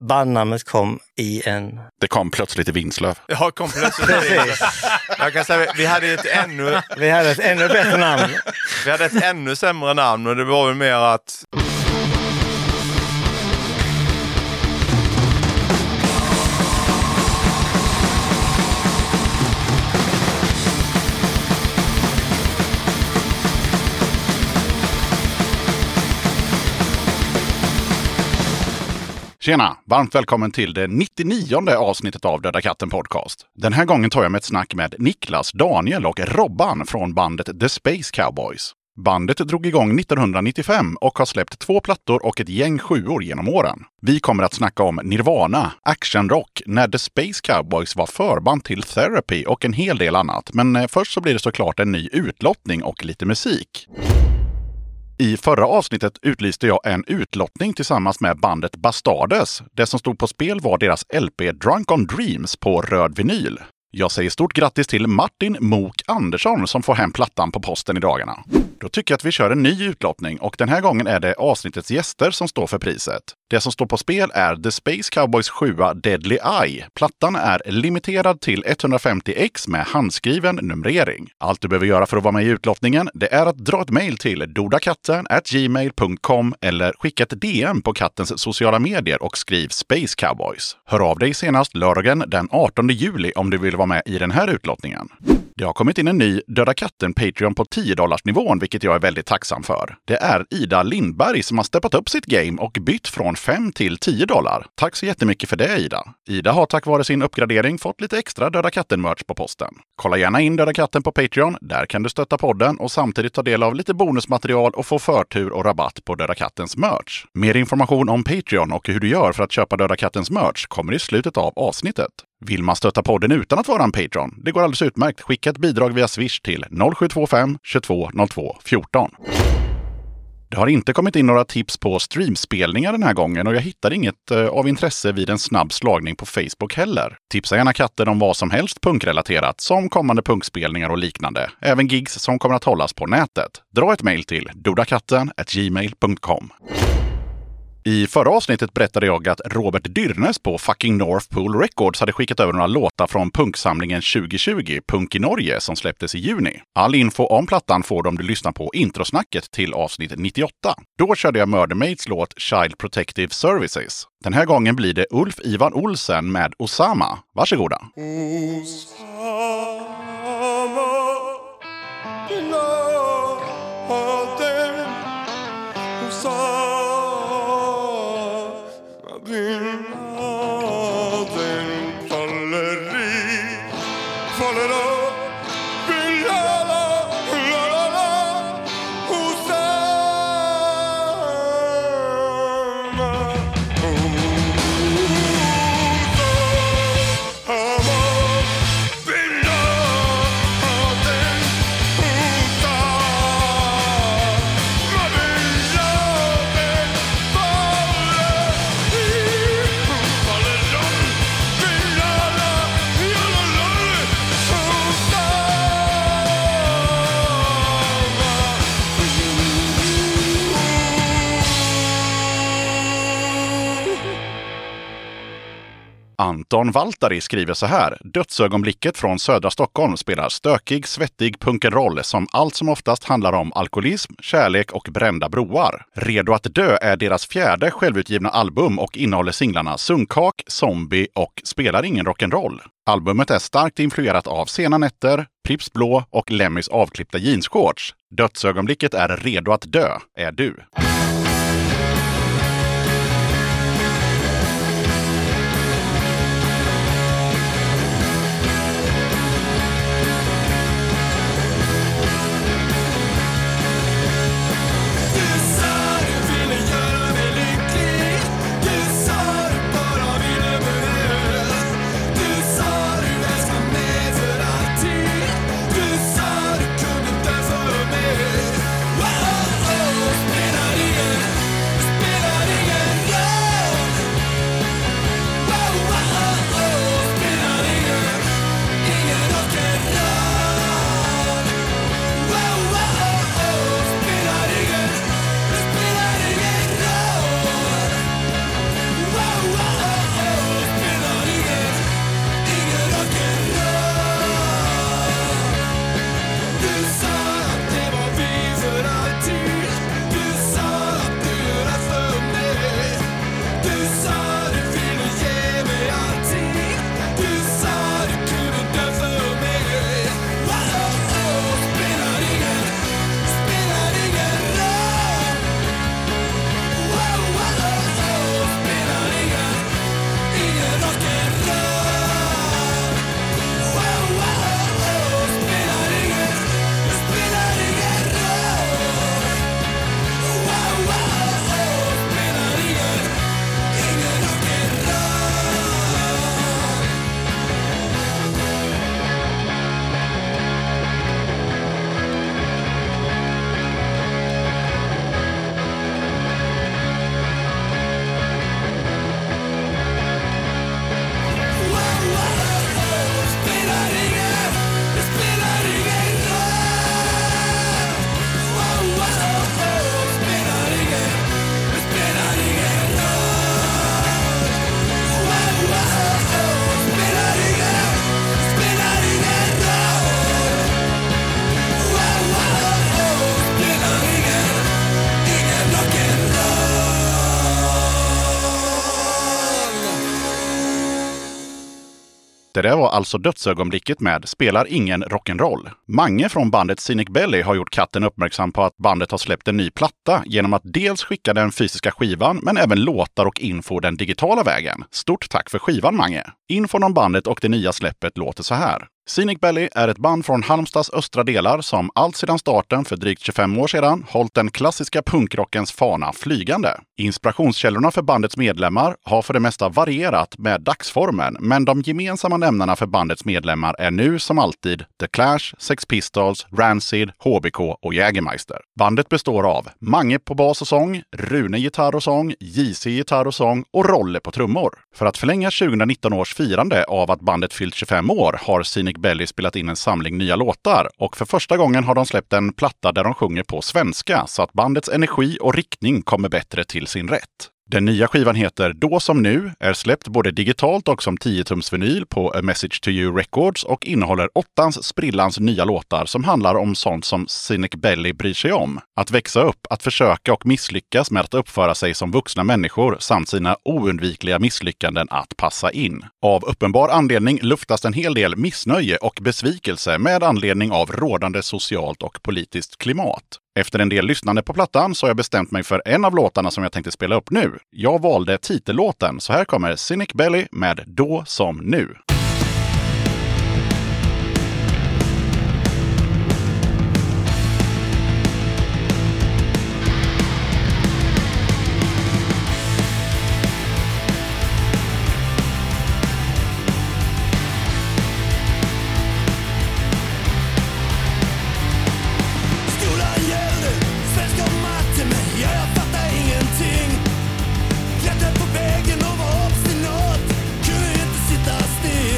bandnamnet kom i en... Det kom plötsligt i Vinslöv. Ja, kom plötsligt i Vinslöv. Jag kan säga, vi hade ett ännu bättre namn. Vi hade ett ännu sämre namn och det var väl mer att... Tjena, varmt välkommen till det 99:e avsnittet av Döda katten podcast. Den här gången tar jag med ett snack med Niklas, Daniel och Robban från bandet The Space Cowboys. Bandet drog igång 1995 och har släppt 2 plattor och ett gäng 7-or genom åren. Vi kommer att snacka om Nirvana, actionrock, när The Space Cowboys var förband till Therapy och en hel del annat. Men först så blir det såklart en ny utlottning och lite musik. I förra avsnittet utlyste jag en utlottning tillsammans med bandet Bastardes. Det som stod på spel var deras LP Drunk on Dreams på röd vinyl. Jag säger stort grattis till Martin Mok Andersson som får hem plattan på posten i dagarna. Då tycker jag att vi kör en ny utlottning och den här gången är det avsnittets gäster som står för priset. Det som står på spel är The Space Cowboys 7 Deadly Eye. Plattan är limiterad till 150x med handskriven numrering. Allt du behöver göra för att vara med i utlottningen det är att dra ett mejl till dodakatten@gmail.com eller skicka ett DM på kattens sociala medier och skriv Space Cowboys. Hör av dig senast lördagen den 18 juli om du vill vara med i den här utlottningen. Det har kommit in en ny Döda katten Patreon på $10-nivån, vilket jag är väldigt tacksam för. Det är Ida Lindberg som har steppat upp sitt game och bytt från $5 till $10. Tack så jättemycket för det, Ida. Ida har tack vare sin uppgradering fått lite extra Döda katten-merch på posten. Kolla gärna in Döda katten på Patreon. Där kan du stötta podden och samtidigt ta del av lite bonusmaterial och få förtur och rabatt på Döda kattens merch. Mer information om Patreon och hur du gör för att köpa Döda kattens merch kommer i slutet av avsnittet. Vill man stötta podden utan att vara en Patreon? Det går alldeles utmärkt. Skicka ett bidrag via Swish till 0725 22 02 14. Det har inte kommit in några tips på streamspelningar den här gången och jag hittar inget av intresse vid en snabb slagning på Facebook heller. Tipsa gärna katten om vad som helst punkrelaterat som kommande punkspelningar och liknande. Även gigs som kommer att hållas på nätet. Dra ett mejl till dodakatten@gmail.com. I förra avsnittet berättade jag att Robert Dyrnes på fucking North Pole Records hade skickat över några låtar från punksamlingen 2020, Punk i Norge, som släpptes i juni. All info om plattan får du om du lyssnar på introsnacket till avsnitt 98. Då körde jag Murder Mates låt Child Protective Services. Den här gången blir det Ulf Ivan Olsen med Osama. Varsågoda. Anton Valtari skriver så här. Dödsögonblicket från södra Stockholm spelar stökig, svettig punk'n'roll som allt som oftast handlar om alkoholism, kärlek och brända broar. Redo att dö är deras 4:e självutgivna album och innehåller singlarna Sunkak, Zombie och Spelar ingen rock'n'roll. Albumet är starkt influerat av Sena nätter, Pripps blå och Lemmys avklippta jeansshorts. Dödsögonblicket är redo att dö, är du. Spelar ingen Det där var alltså dödsögonblicket med Spelar ingen rock'n'roll. Mange från bandet Cynic Belly har gjort katten uppmärksam på att bandet har släppt en ny platta genom att dels skicka den fysiska skivan men även låtar och info den digitala vägen. Stort tack för skivan, Mange! Infon om bandet och det nya släppet låter så här. Cynic Belly är ett band från Halmstads östra delar som allt sedan starten för drygt 25 år sedan hållit den klassiska punkrockens fana flygande. Inspirationskällorna för bandets medlemmar har för det mesta varierat med dagsformen, men de gemensamma nämnarna för bandets medlemmar är nu som alltid The Clash, Sex Pistols, Rancid, HBK och Jägermeister. Bandet består av Mange på bas och sång, Rune gitarr och sång, JC gitarr och sång och Rolle på trummor. För att förlänga 2019 års firande av att bandet fyllt 25 år har Cynic Belly spelat in en samling nya låtar och för första gången har de släppt en platta där de sjunger på svenska så att bandets energi och riktning kommer bättre till sin rätt. Den nya skivan heter Då som nu, är släppt både digitalt och som 10-tums vinyl på A Message to You Records och innehåller 8 sprillans nya låtar som handlar om sånt som Cynic Belly bryr sig om. Att växa upp, att försöka och misslyckas med att uppföra sig som vuxna människor samt sina oundvikliga misslyckanden att passa in. Av uppenbar anledning luftas en hel del missnöje och besvikelse med anledning av rådande socialt och politiskt klimat. Efter en del lyssnande på plattan så har jag bestämt mig för en av låtarna som jag tänkte spela upp nu. Jag valde titellåten, så här kommer Cynic Belly med Då som nu. Klättrade på väggen och var obstinat, kunde inte sitta still.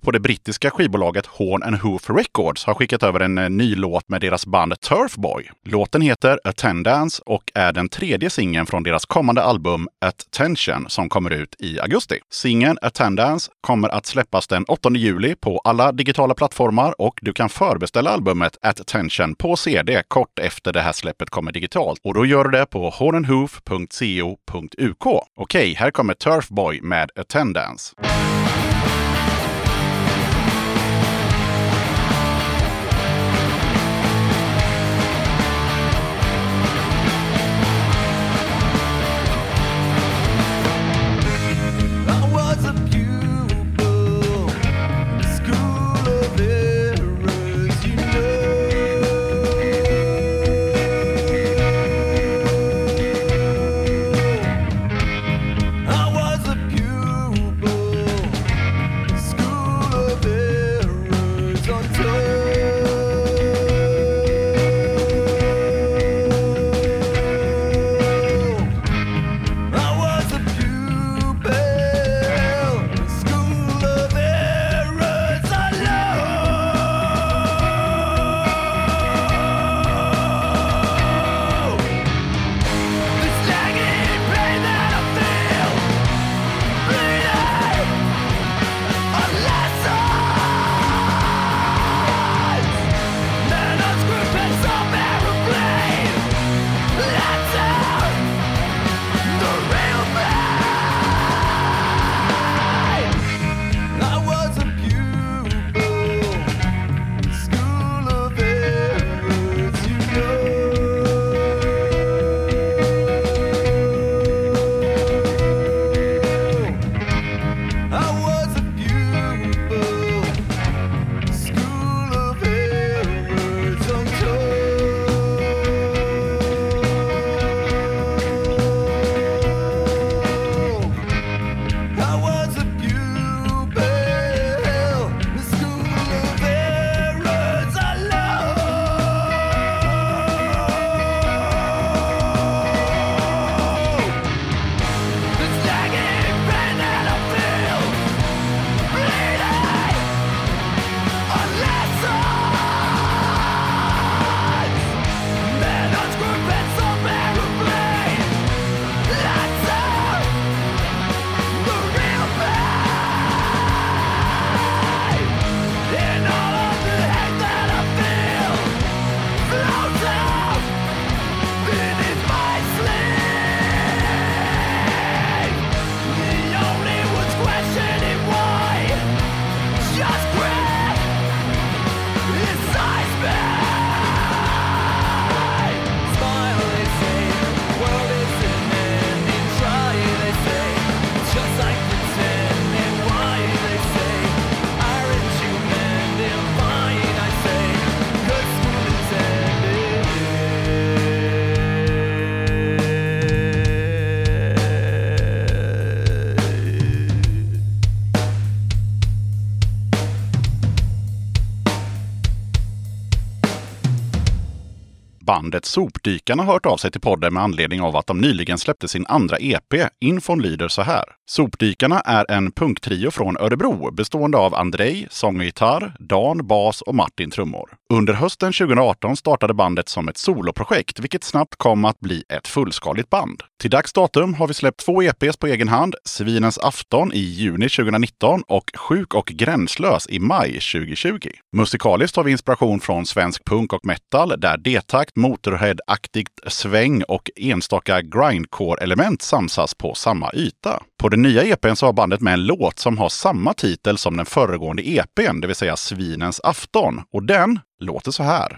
på det brittiska skivbolaget Horn & Hoof Records har skickat över en ny låt med deras band Turf Boy. Låten heter Attendance och är den tredje singeln från deras kommande album Attention som kommer ut i augusti. Singeln Attendance kommer att släppas den 8 juli på alla digitala plattformar och du kan förbeställa albumet Attention på CD kort efter det här släppet kommer digitalt. Och då gör du det på hornandhoof.co.uk. Okej, här kommer Turf Boy med Attendance. Bandet Sopdykarna har hört av sig till podden med anledning av att de nyligen släppte sin andra EP. Infon lyder så här. Sopdykarna är en punktrio från Örebro bestående av Andrej, sång och gitarr, Dan, bas och Martin, trummor. Under hösten 2018 startade bandet som ett soloprojekt, vilket snabbt kom att bli ett fullskaligt band. Till dags datum har vi släppt 2 EPs på egen hand, Svinens afton i juni 2019 och Sjuk och gränslös i maj 2020. Musikaliskt har vi inspiration från svensk punk och metal, där D-takt, Motorhead-aktigt sväng och enstaka grindcore-element samsas på samma yta. På den nya EPn så har bandet med en låt som har samma titel som den föregående EPn, det vill säga Svinens afton. Och den låter så här.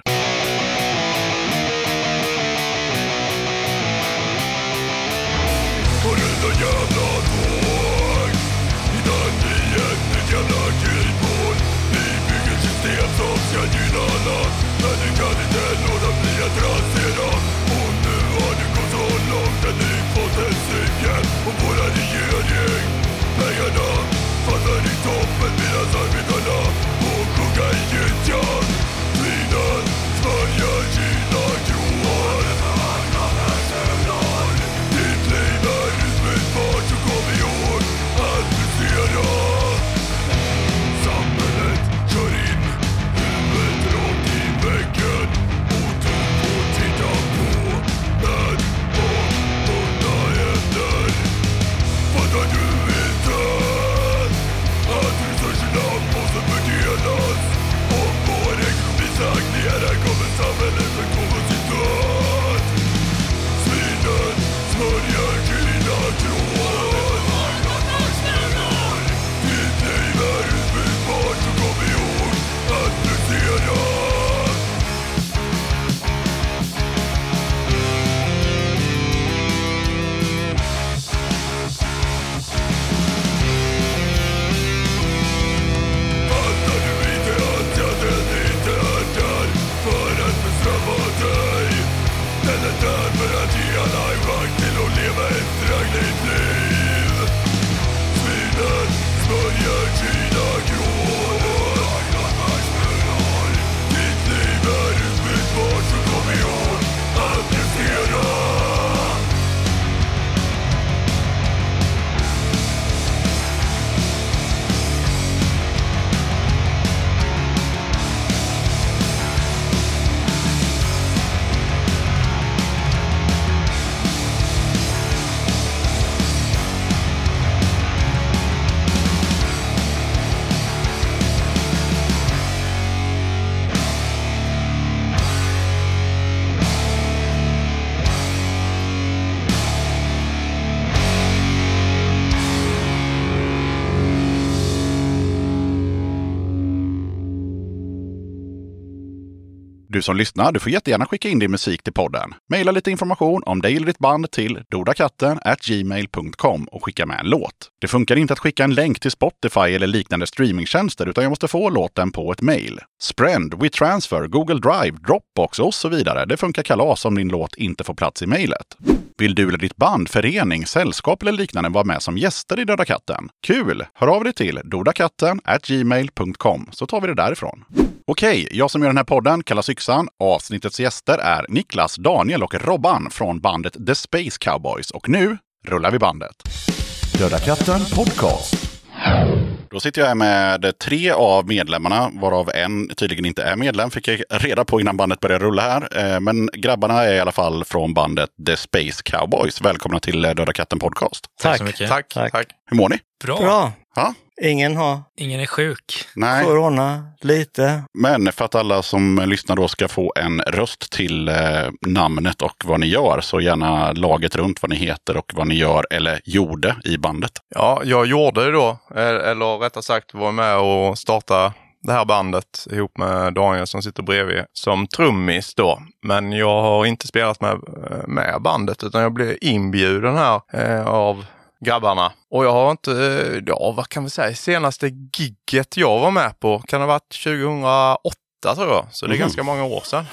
Du som lyssnar, du får jättegärna skicka in din musik till podden. Maila lite information om dig eller ditt band till dodakatten@gmail.com och skicka med en låt. Det funkar inte att skicka en länk till Spotify eller liknande streamingtjänster utan jag måste få låten på ett mail. Sprend, WeTransfer, Google Drive, Dropbox och så vidare. Det funkar kalas om din låt inte får plats i mejlet. Vill du eller ditt band, förening, sällskap eller liknande vara med som gäster i Döda katten? Kul! Hör av dig till dodakatten@gmail.com så tar vi det därifrån. Okej, jag som gör den här podden kallas Yxan. Avsnittets gäster är Niklas, Daniel och Robban från bandet The Space Cowboys. Och nu rullar vi bandet. Döda katten podcast. Då sitter jag här med 3 av medlemmarna, varav en tydligen inte är medlem, fick jag reda på innan bandet började rulla här. Men grabbarna är i alla fall från bandet The Space Cowboys. Välkomna till Döda katten podcast. Tack så mycket. Tack. Hur mår ni? Bra. Ja? Ingen Ingen är sjuk. Nej. corona, lite. Men för att alla som lyssnar då ska få en röst till namnet och vad ni gör, så gärna laget runt vad ni heter och vad ni gör eller gjorde i bandet. Ja, jag gjorde det då, eller rättare sagt var med och starta det här bandet ihop med Daniel som sitter bredvid som trummis då. Men jag har inte spelat med bandet utan jag blev inbjuden här av grabbarna. Och jag har inte, vad kan vi säga, senaste gigget jag var med på kan ha varit 2008 tror jag. Så det är ganska många år sedan.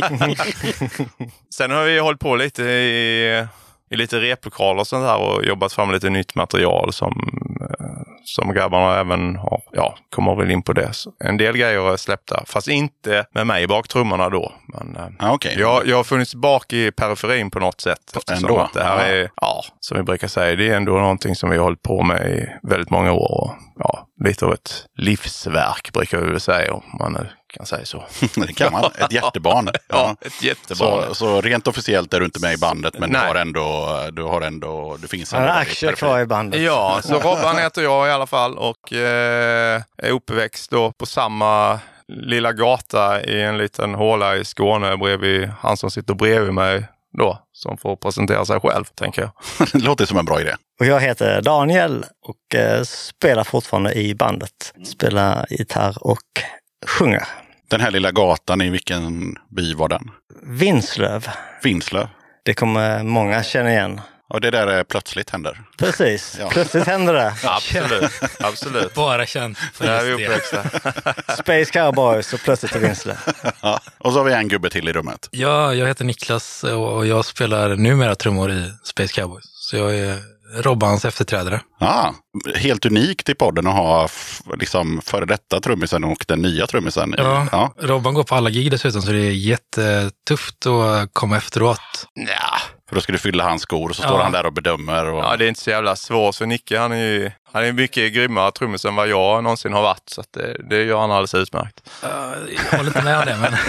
Sen har vi hållit på lite i lite replokaler och sånt här och jobbat fram lite nytt material som grabbarna även har, kommer väl in på det. Så en del grejer är släppta, fast inte med mig bak trummorna då. Men Okay. jag har funnits bak i periferin på något sätt. Ändå. Att det här är, som vi brukar säga, det är ändå någonting som vi har hållit på med i väldigt många år. Och, lite av ett livsverk brukar vi väl säga, om man nu kan säga så. Det kan man. Ett hjärtebarn. Ett jättebarn. Så rent officiellt är du inte med i bandet, men Nej. du finns Han har aktier kvar i bandet. Ja, så Robban heter jag i alla fall och är uppväxt då på samma lilla gata i en liten håla i Skåne bredvid han som sitter bredvid mig då, som får presentera sig själv, tänker jag. Det låter som en bra idé. Och jag heter Daniel och spelar fortfarande i bandet. Spelar gitarr och sjunger. Den här lilla gatan, i vilken by var den? Vinslöv. Vinslöv. Det kommer många känna igen. Och det där plötsligt händer. Precis, Ja. Plötsligt händer det. Absolut. Bara känt för Där är just vi det. uppväxta. Space Cowboys och plötsligt i Vinslöv. Ja. Och så har vi en gubbe till i rummet. Ja, jag heter Niklas och jag spelar numera trummor i Space Cowboys. Så jag är Robbans efterträdare. Ja, helt unikt i podden att ha liksom före detta trummisen och den nya trummisen. Ja, Robban går på alla gig dessutom, så det är jättetufft att komma efteråt. Ja. För då ska du fylla hans skor och så står han där och bedömer. Och... Ja, det är inte så jävla svårt. Så Nicke, han är mycket grymmare trummis än vad jag någonsin har varit. Så att det gör han alldeles utmärkt. Jag håller inte med om det, men...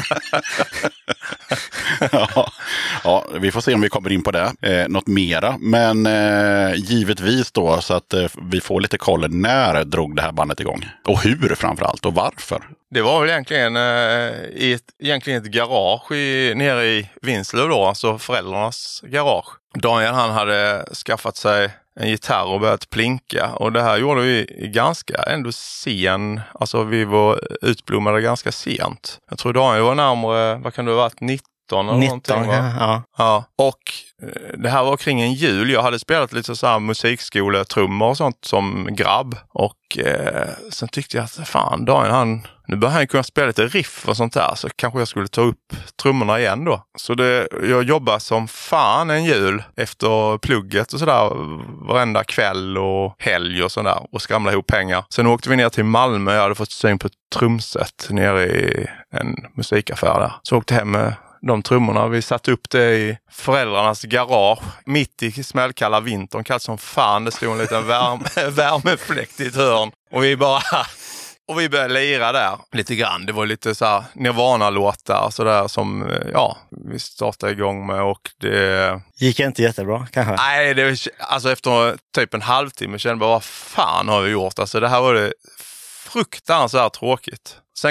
ja, vi får se om vi kommer in på det. Något mera. Men givetvis då, så att vi får lite koll. När drog det här bandet igång? Och hur framförallt? Och varför? Det var väl egentligen ett garage nere i Vinslöv då, alltså föräldrarnas garage. Daniel, han hade skaffat sig en gitarr och börjat plinka, och det här gjorde vi ganska ändå sen, alltså vi var utblommade ganska sent. Jag tror Daniel var närmare, vad kan det ha varit, 19 eller 19, någonting, va? ja. Ja, och det här var kring en jul. Jag hade spelat lite så här musikskoletrummor och sånt som grabb. Och sen tyckte jag att fan, Daniel, nu börjar han kunna spela lite riff och sånt där. Så kanske jag skulle ta upp trummorna igen då. Så jag jobbade som fan en jul efter plugget och sådär. Varenda kväll och helg och sådär. Och skramla ihop pengar. Sen åkte vi ner till Malmö. Jag hade fått syn på ett trumset nere i en musikaffär där. Så åkte hem med de trummorna. Vi satte upp det i föräldrarnas garage mitt i smällkalla vintern. Kallt som fan. Det stod en liten värmefläkt i ett hörn. Och vi började lira där lite grann. Det var lite så här Nirvana-låtar så där som vi startade igång med, och det Gick inte jättebra kanske? Nej, alltså efter typ en halvtimme kände jag bara, vad fan har vi gjort? Alltså det här var det fruktansvärt tråkigt. Sen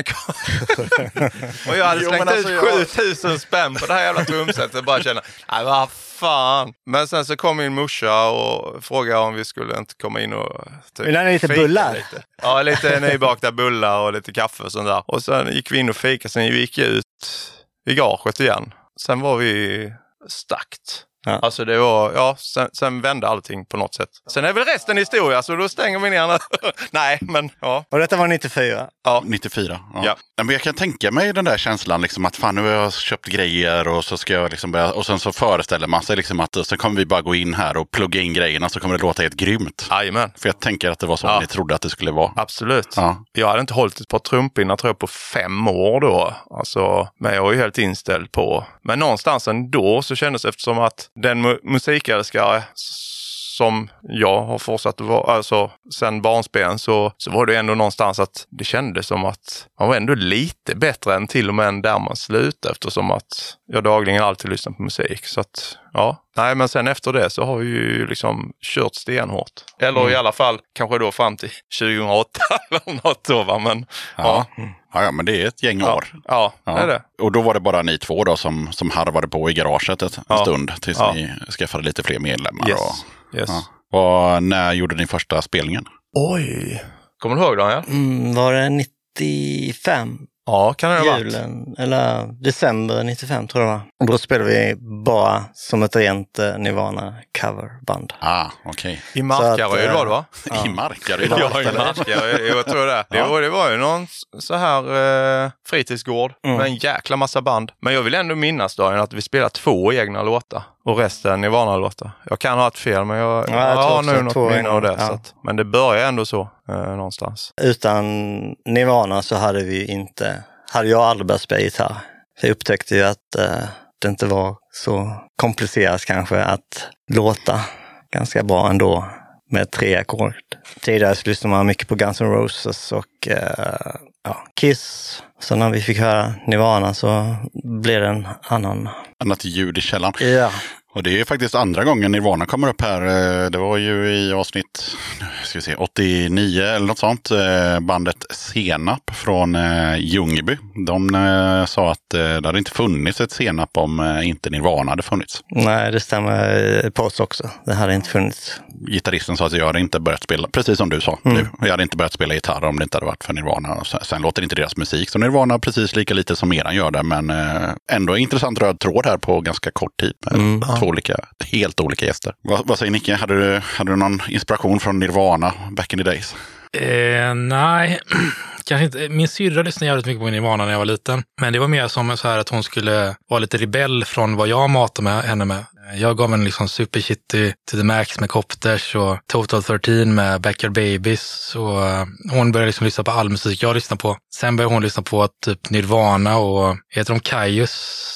och jag hade slängt ut 7000 spänn på det här jävla trumsetet. Jag bara kände, nej vad fan. Men sen så kom min morsa och frågade om vi skulle inte komma in och vill ni lite bullar? Lite. Ja, lite nybakta bullar och lite kaffe och sånt där. Och sen gick vi in och fika, sen gick jag ut i garaget igen. Sen var vi stakt. Ja. Alltså det var, sen vände allting på något sätt. Sen är väl resten historia, så då stänger vi ner. Nej, men ja. Och detta var 94? Ja, 94. Ja. Men jag kan tänka mig den där känslan liksom att fan, nu har jag köpt grejer och så ska jag liksom börja, och sen så föreställer man sig liksom att så kommer vi bara gå in här och plugga in grejerna, så kommer det låta helt grymt. Jajamän. För jag tänker att det var så ni trodde att det skulle vara. Absolut. Ja. Jag hade inte hållit ett par trumpinnar tror jag på 5 år då. Alltså, men jag var ju helt inställd på. Men någonstans ändå så kändes det, eftersom att den musikälskare som jag har fortsatt att vara, alltså sen barnsben, så var det ändå någonstans att det kändes som att man var ändå lite bättre än till och med där man slutade, eftersom att jag dagligen alltid lyssnar på musik. Så att, nej, men sen efter det så har vi ju liksom kört stenhårt. Eller i alla fall kanske då fram till 2008 eller något då, va? Men Ja, men det är ett gäng år. Ja, det är det. Och då var det bara ni två då som harvade på i garaget en stund tills ni skaffade lite fler medlemmar. Yes. Och när gjorde ni första spelningen? Oj. Kommer du ihåg då? Ja? Var det 95? Ja, kan det ha varit. Julen, eller december 95 tror jag det var. Och då spelade vi bara som ett rent Nirvana coverband. Okej. I Markaryd var det, va? I Markaryd? Ja, i Markaryd. Jag tror det. Det var ju någon så här fritidsgård med en jäkla massa band. Men jag vill ändå minnas då att vi spelade 2 egna låtar. Och resten Nirvana-låtar. Jag kan ha haft fel, men jag har nu något minne av det. Så att, men det börjar ändå så någonstans. Utan Nirvana så hade jag aldrig börjat spela gitarr. Så jag upptäckte ju att det inte var så komplicerat kanske att låta ganska bra ändå med 3 ackord. Tidigare så lyssnade man mycket på Guns N' Roses och Kiss. Så när vi fick höra Nirvana så blev det en annat ljud i källan. Ja. Och det är faktiskt andra gången Nirvana kommer upp här. Det var ju i avsnitt 89 eller något sånt. Bandet Senap från Ljungby. De sa att det hade inte funnits ett Senap om inte Nirvana hade funnits. Nej, det stämmer på oss också. Det hade inte funnits. Gitarristen sa att jag hade inte börjat spela, precis som du sa nu. Jag hade inte börjat spela gitarr om det inte hade varit för Nirvana. Sen låter inte deras musik som Nirvana precis lika lite som eran gör det. Men ändå en intressant röd tråd här på ganska kort tid. Helt olika gäster. Vad säger Nicke? Hade du någon inspiration från Nirvana back in the days? Nej, kanske inte. Min syrra lyssnade jävligt mycket på Nirvana när jag var liten. Men det var mer som så här att hon skulle vara lite rebell från vad jag matade med henne med. Jag gav henne liksom Super Shitty to the Max med Copters och Total 13 med Backyard Babies. Och hon började liksom lyssna på all musik jag lyssnade på. Sen började hon lyssna på typ Nirvana och heter de Kaius.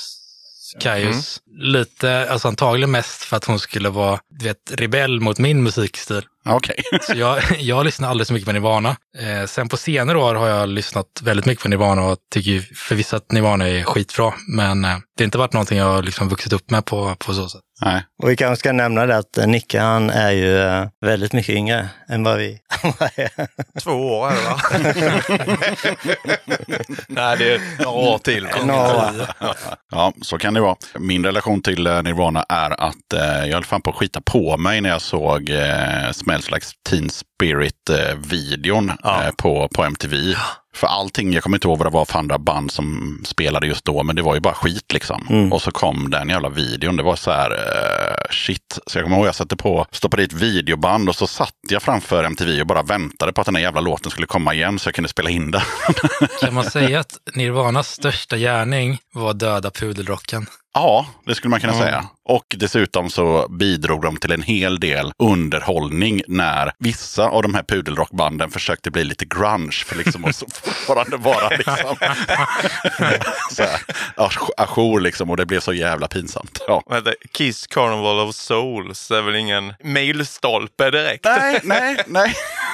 Lite, alltså antagligen mest för att hon skulle vara, rebell mot min musikstil. Okej. Så jag lyssnar alldeles så mycket på Nirvana. Sen på senare år har jag lyssnat väldigt mycket på Nirvana och tycker förvisso att Nirvana är skitbra. Men det har inte varit någonting jag liksom vuxit upp med på så sätt. Nej. Och vi kanske ska nämna det att Nicke, han är ju väldigt mycket yngre än vad vi är. 2 år är det, va? Nej, det är några år till. Ja, så kan det vara. Min relation till Nirvana är att jag höll fan på att skita på mig när jag såg Smells Like Teen Spirit-videon på MTV. För allting, jag kommer inte ihåg vad det var för andra band som spelade just då, men det var ju bara skit liksom. Och så kom den jävla videon, det var så här shit. Så jag kommer ihåg, jag stoppade dit videoband och så satt jag framför MTV och bara väntade på att den här jävla låten skulle komma igen så jag kunde spela in det. Kan man säga att Nirvanas största gärning var döda pudelrocken? Ja, det skulle man kunna säga. Och dessutom så bidrog de till en hel del underhållning när vissa av de här pudelrockbanden försökte bli lite grunge för liksom att fortfarande vara liksom så här, ajour liksom, och det blev så jävla pinsamt. Ja. Kiss Carnival of Souls är väl ingen milstolpe direkt? Nej.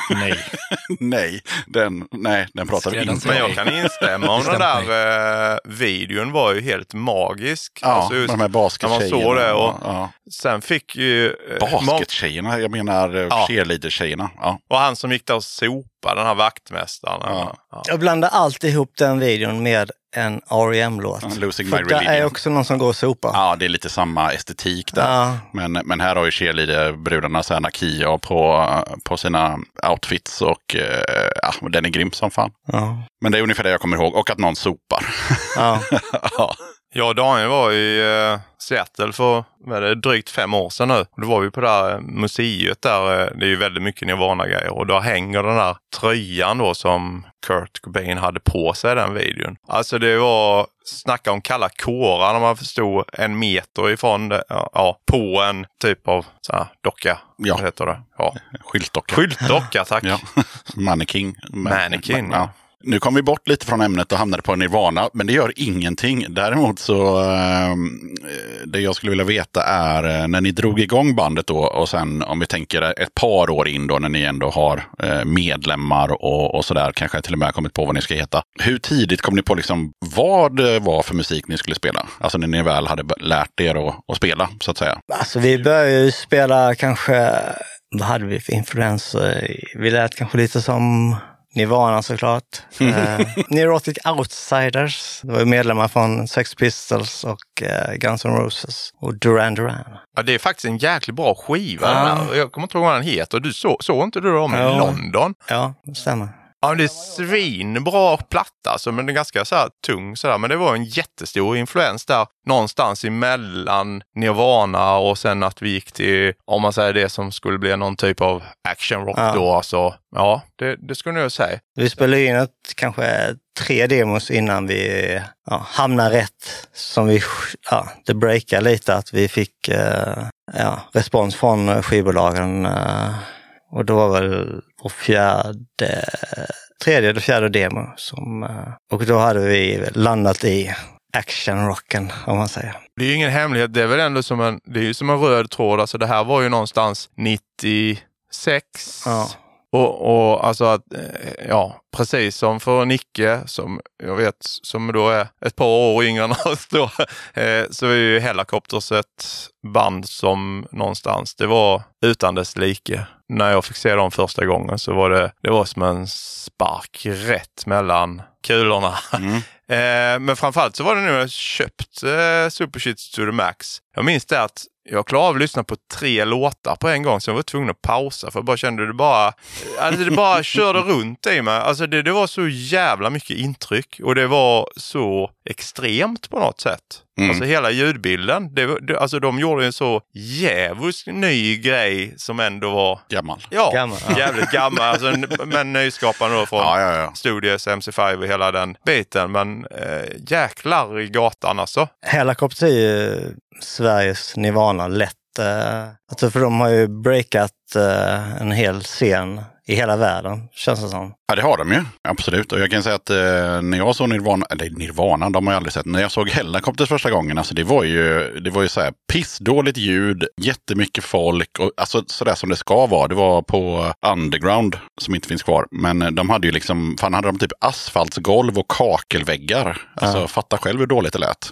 Nej, den pratar vi inte om. Men jag kan instämma om den där videon var ju helt magisk. Ja, alltså just, de här baskettjejerna. När man såg det och sen fick ju... Baskettjejerna, jag menar cheerleader-tjejerna. Ja. Och han som gick där och sopade, den här vaktmästaren. Ja. Jag blandar alltid ihop den videon med en R.E.M.-låt. Losing My För Religion. det är också någon som går och sopar. Ja, det är lite samma estetik där. Ja. Men här har ju cheerleader-brudarna så här Nakia på sina outfits och den är grym som fan. Ja. Men det är ungefär det jag kommer ihåg. Och att någon sopar. Ja. Ja. Jag och Daniel var i Seattle för drygt 5 år sedan nu. Då var vi på det här museet där, det är ju väldigt mycket Nirvana-grejer. Och då hänger den där tröjan då som Kurt Cobain hade på sig i den videon. Alltså det var, snacka om kalla kårar när man förstod 1 meter ifrån det, på en typ av så här docka. Ja. Vad heter det? Ja. Skyltdocka. Skyltdocka, tack. Ja. Mannequin. Mannequin, ja. Nu kom vi bort lite från ämnet och hamnade på Nirvana, men det gör ingenting. Däremot så, det jag skulle vilja veta är när ni drog igång bandet då och sen om vi tänker ett par år in då när ni ändå har medlemmar och sådär, kanske till och med kommit på vad ni ska heta. Hur tidigt kom ni på liksom vad det var för musik ni skulle spela? Alltså när ni väl hade lärt er att spela, så att säga. Alltså vi började ju spela kanske, vad hade vi för influenser? Vi lät kanske lite som Nirvana såklart. Neurotic Outsiders. Det var ju medlemmar från Sex Pistols och Guns N' Roses och Duran Duran. Ja, det är faktiskt en jäkligt bra skiva. Jag kommer inte ihåg vad den heter. Du såg inte du dem i London? Ja, det stämmer. Ja, det är svinbra platta alltså, men den är ganska så här tung sådär. Men det var en jättestor influens där någonstans emellan Nirvana och sen att vi gick till, om man säger det som skulle bli någon typ av action rock då. Alltså, ja, det skulle jag säga. Vi spelade in kanske 3 demos innan vi hamnade rätt. Som vi, det breakade lite att vi fick respons från skivbolagen. Och då var väl på 3:e eller 4:e demo och då hade vi landat i actionrocken, om man säger. Det är ju ingen hemlighet, det är väl ändå som det är ju som en röd tråd. Alltså det här var ju någonstans 96. Ja. Och alltså att, precis som för Nicke, som jag vet, som då är ett par år yngre än oss då, så är ju Hellacopters ett band som någonstans, det var utan dess like. När jag fick se dem första gången så var det var som en spark rätt mellan kulorna. Men framförallt så var det nu jag köpt Super Shit to the Max. Jag minns det att jag klarade av att lyssna på 3 låtar på en gång, så jag var tvungen att pausa för jag bara kände det bara körde runt i mig. Alltså det var så jävla mycket intryck och det var så extremt på något sätt. Alltså hela ljudbilden, alltså de gjorde en så jävligt ny grej som ändå var gammal. Ja, jävligt gammal. Alltså, men nyskapande då från Studios, MC5 och hela den biten. Men jäklar i gatan alltså. Hellacopters är ju Sveriges Nirvana lätt. Alltså för de har ju breakat en hel scen i hela världen, känns det som. Ja, det har de ju. Absolut. Och jag kan säga att när jag såg Nirvana, de har jag aldrig sett. När jag såg Hellacopters första gången, alltså det var ju så här pissdåligt ljud, jättemycket folk och alltså sådär som det ska vara. Det var på Underground som inte finns kvar. Men de hade ju liksom, hade de typ asfaltsgolv och kakelväggar. Alltså fatta själv hur dåligt det lät.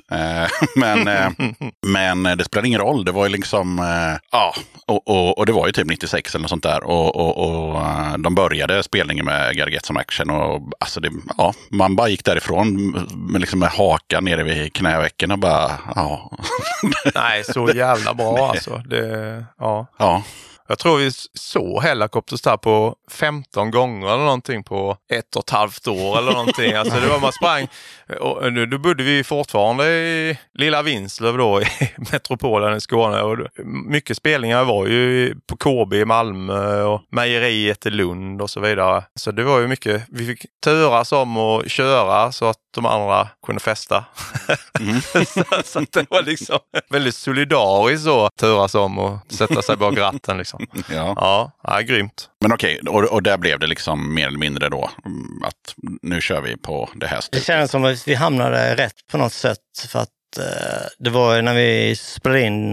Men det spelade ingen roll. Det var ju liksom, och det var ju typ 96 eller något sånt där. Och de började spelningen med Gotta Get Some Action och alltså man bara gick därifrån med hakan nere vid knävecken och bara, Nej, så jävla bra alltså. Ja. Jag tror vi såg Hellacopters där på 15 gånger eller någonting på 1,5 år eller någonting. Alltså det var man sprang, och då bodde vi fortfarande i Lilla Vinslöv då i metropolen i Skåne och mycket spelningar var ju på KB i Malmö och mejeriet i Lund och så vidare. Så det var ju mycket, vi fick turas om och köra så att de andra kunde festa. Så att det var liksom väldigt solidariskt så, turas om och sätta sig bak ratten liksom. Ja, grymt. Men okej, och där blev det liksom mer eller mindre då att nu kör vi på det här stället. Det känns som att vi hamnade rätt på något sätt för att det var när vi spelade in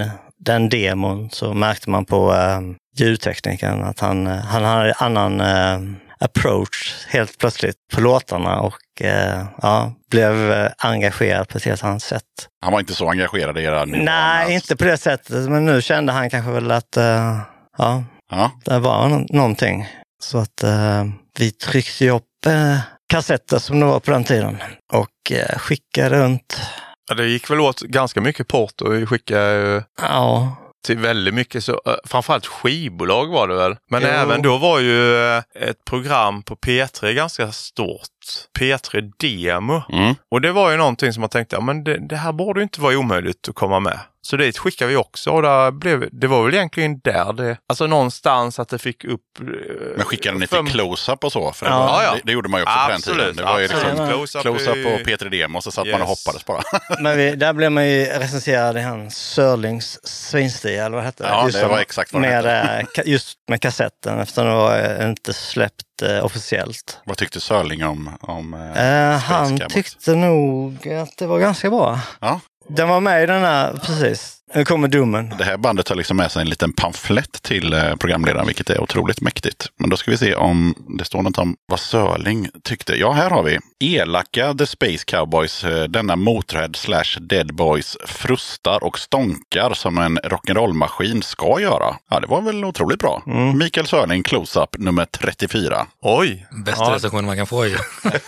den demon så märkte man på ljudtekniken att han hade annan approach helt plötsligt på låtarna och blev engagerad på ett helt annat sätt. Han var inte så engagerad i era Nirvana? Nej, inte på det sättet. Men nu kände han kanske väl att det var någonting. Så att vi tryckte upp kassetter som det var på den tiden och skickade runt. Ja, det gick väl åt ganska mycket porto. Vi skickade till väldigt mycket. Så, framförallt skivbolag var det väl. Men även då var ju ett program på P3 ganska stort. P3 Demo. Och det var ju någonting som man tänkte, men det här borde ju inte vara omöjligt att komma med. Så det skickade vi också och det var väl egentligen där det, alltså någonstans att det fick upp... Men skickade ni till close-up och så? För det gjorde man ju också på den tiden. Det var ju liksom close-up på P3 Demo och så satt man och hoppades bara. Men där blev man ju recenserad i hans Sörlings svinstig, eller vad hette det? Ja, det var exakt vad det hette. Just med kassetten, eftersom det var inte släppt officiellt. Vad tyckte Sörling om han tyckte nog att det var ganska bra. Ja. Den var med i den här, precis. Nu kommer domen. Det här bandet har liksom med sig en liten pamflett till programledaren, vilket är otroligt mäktigt. Men då ska vi se om det står något om vad Sörling tyckte. Ja, här har vi. Elaka The Space Cowboys, denna Motörhead/Dead Boys frustar och stånkar som en rock'n'roll-maskin ska göra. Ja, det var väl otroligt bra. Mikael Sörling, close-up nummer 34. Oj! Bästa recension man kan få ju.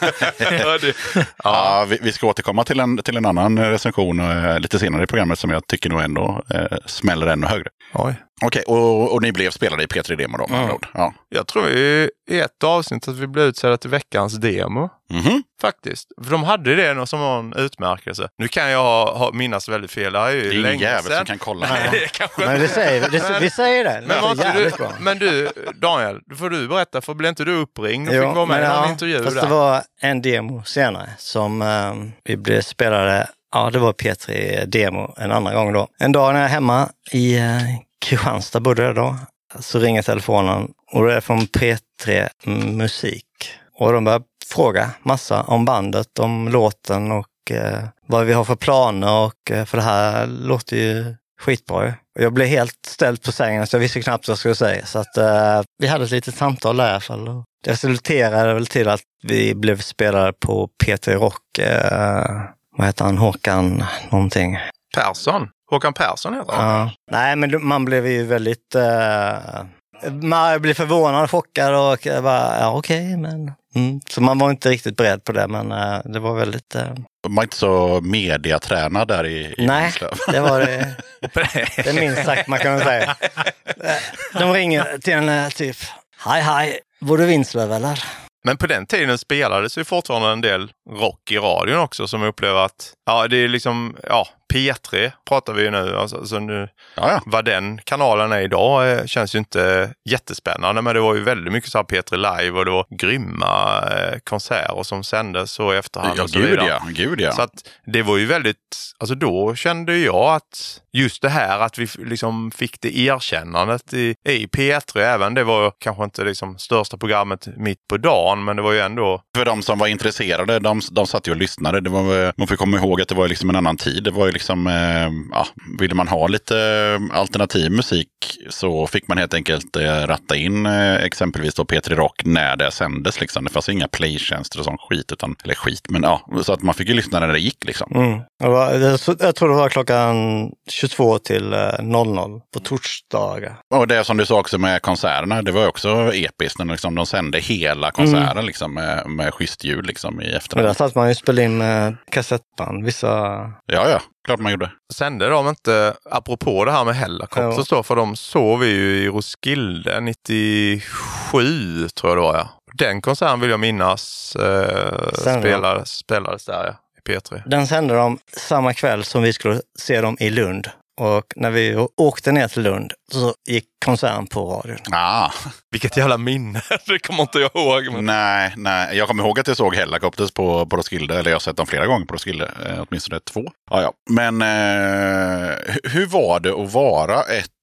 Vi ska återkomma till en annan recension lite senare i programmet som jag tycker nog ändå smäller ännu högre. Oj. Okej, och ni blev spelade i P3 Demo då? Ja. Jag tror i ett avsnitt att vi blev utsedda till veckans demo. Faktiskt. För de hade det som var en utmärkelse. Nu kan jag minnas väldigt fel. Det är ju ingen jävel som kan kolla. Men vi säger det. Men du, Daniel, får du berätta, för blev inte du uppringd och fick vara med i en intervju fast där? Det var en demo senare som vi blev spelade. Ja, det var P3 Demo en andra gång då. En dag när jag är hemma i Kristianstad bodde jag då, så ringer telefonen och det är från P3 Musik. Och de börjar fråga massa om bandet, om låten och vad vi har för planer och för det här låter ju skitbra. Och jag blev helt ställd på sängen så jag visste knappt vad jag skulle säga. Så att vi hade ett litet samtal där i alla fall. Och det resulterade väl till att vi blev spelare på P3 Rock. Vad heter han? Håkan någonting. Persson? Håkan Persson heter han. Ja. Nej, men man blev ju väldigt... man blev förvånad och chockad och bara, okej, men... Så man var inte riktigt beredd på det, men det var väldigt... Man var inte så mediatränad där i Nej, det var det. Det är minst sagt man kan säga. De ringer till en typ, hej, var du Vinslöv eller? Men på den tiden spelades ju fortfarande en del rock i radion också som upplever att, det är liksom, P3 pratar vi ju nu. Alltså nu vad den kanalen är idag känns ju inte jättespännande, men det var ju väldigt mycket så här P3 Live och det var grymma konserter som sändes så i efterhand och så vidare. Gud ja. Så att det var ju väldigt, alltså då kände jag att just det här att vi liksom fick det erkännandet i P3 även, det var kanske inte liksom största programmet mitt på dagen, men det var ju ändå... För de som var intresserade, de satt ju och lyssnade. Det var, man får komma ihåg att det var liksom en annan tid. Det var ju liksom, ville man ha lite alternativ musik så fick man helt enkelt ratta in exempelvis då P3 Rock när det sändes liksom. Det fanns inga playtjänster och sån skit, men så att man fick ju lyssna när det gick liksom. Jag tror det var klockan 22 till 00 på torsdagar. Och det som du sa också med konserterna, det var också episkt när liksom de sände hela konserten liksom med schysst ljud liksom i efterhand. Men där satt man ju spela in med kassettband, vissa... Ja, klart man gjorde. Sände de inte, apropå det här med Hellacopters då, för de såg vi ju i Roskilde 97 tror jag det var, Den konserten vill jag minnas spelades där i P3. Den sände de samma kväll som vi skulle se dem i Lund. Och när vi åkte ner till Lund så gick konserten på radion. Vilket jävla minne, det kommer inte jag ihåg. Men... Nej, jag kommer ihåg att jag såg Hellacopters på Roskilde, eller jag har sett dem flera gånger på Roskilde, åtminstone 2. Men hur var det att vara ett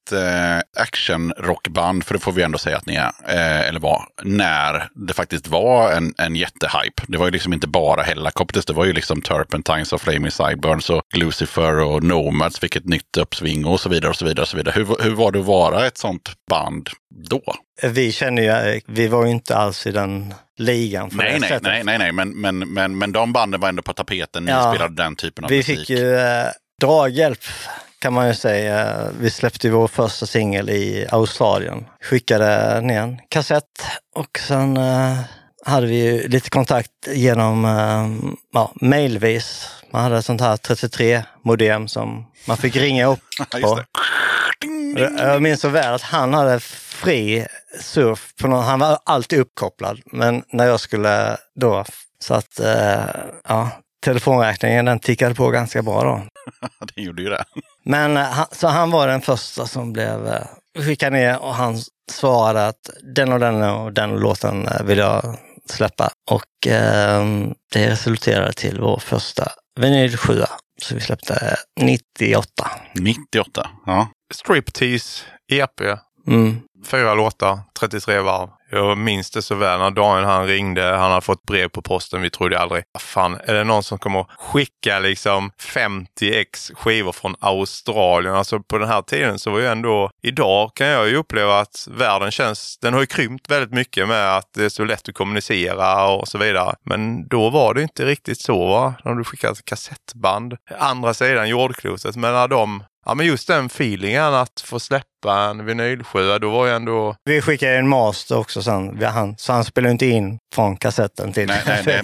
action-rockband, för det får vi ändå säga att ni är, eller var, när det faktiskt var en jättehype. Det var ju liksom inte bara Hellacopters, det var ju liksom Turpentines och Flaming Sideburns och Lucifer och Nomads fick ett nytt uppsving och så vidare och så vidare och så vidare. Hur var det att vara ett sånt band då? Vi känner ju, vi var ju inte alls i den ligan för det sättet. Nej, men de banden var ändå på tapeten, ni spelade den typen av musik. Vi fick ju draghjälp, kan man ju säga. Vi släppte ju vår första singel i Australien. Skickade ner en kassett och sen hade vi ju lite kontakt genom mailvis. Man hade ett sånt här 33-modem som man fick ringa upp på. Jag minns så väl att han hade fri surf på någon, han var alltid uppkopplad. Men när jag skulle då, så att telefonräkningen den tickade på ganska bra då. Det gjorde ju det. Men så han var den första som blev skickad ner och han svarade att den och den låten vill jag släppa. Och det resulterade till vår första vinyl 7. Så vi släppte 98. 98, ja. Striptease, EP. 4 låtar, 33 varv. Jag minns det så väl när Daniel han ringde. Han hade fått brev på posten. Vi trodde aldrig, fan, är det någon som kommer skicka liksom 50x skivor från Australien? Alltså på den här tiden så var ju ändå, idag kan jag ju uppleva att världen den har ju krympt väldigt mycket med att det är så lätt att kommunicera och så vidare. Men då var det inte riktigt så, va? När du skickade ett kassettband. Andra sidan jordklotet, men när men just den feelingen att få släppa en vinylskiva, då var ju ändå... Vi skickade en master också sen, så han spelade inte in från kassetten till... Nej.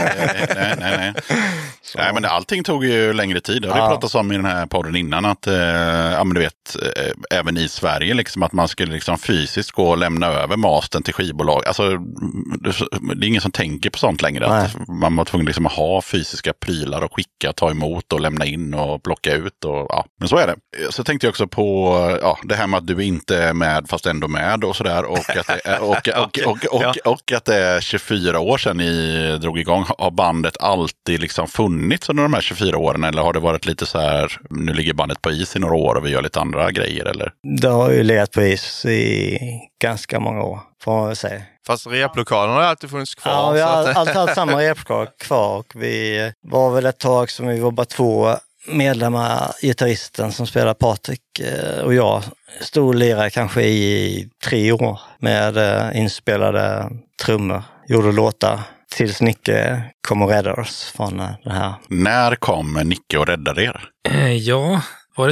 Nej, men allting tog ju längre tid. Det har vi pratat om i den här podden innan, att du vet, även i Sverige liksom, att man skulle liksom fysiskt gå och lämna över mastern till skivbolag. Alltså, det är ingen som tänker på sånt längre. Att man var tvungen liksom att ha fysiska prylar och skicka, ta emot och lämna in och plocka ut. Men så är det. Så tänkte jag också på det här med att du inte är med fast ändå med och sådär. Och att det är 24 år sedan ni drog igång. Har bandet alltid liksom funnits under de här 24 åren? Eller har det varit lite så här, nu ligger bandet på is i några år och vi gör lite andra grejer? Eller? Det har ju legat på is i ganska många år, får man väl säga. Fast replokalen har alltid funnits kvar. Ja, vi har alltid haft samma replokal kvar. Och vi var väl ett tag som vi var bara 2 medlemmar, gitarristen som spelar Patrik och jag stod och lirade kanske i 3 år med inspelade trummor. Gjorde låtar tills Nicke kom och räddade oss från det här. När kom Nicke och räddade er? Var det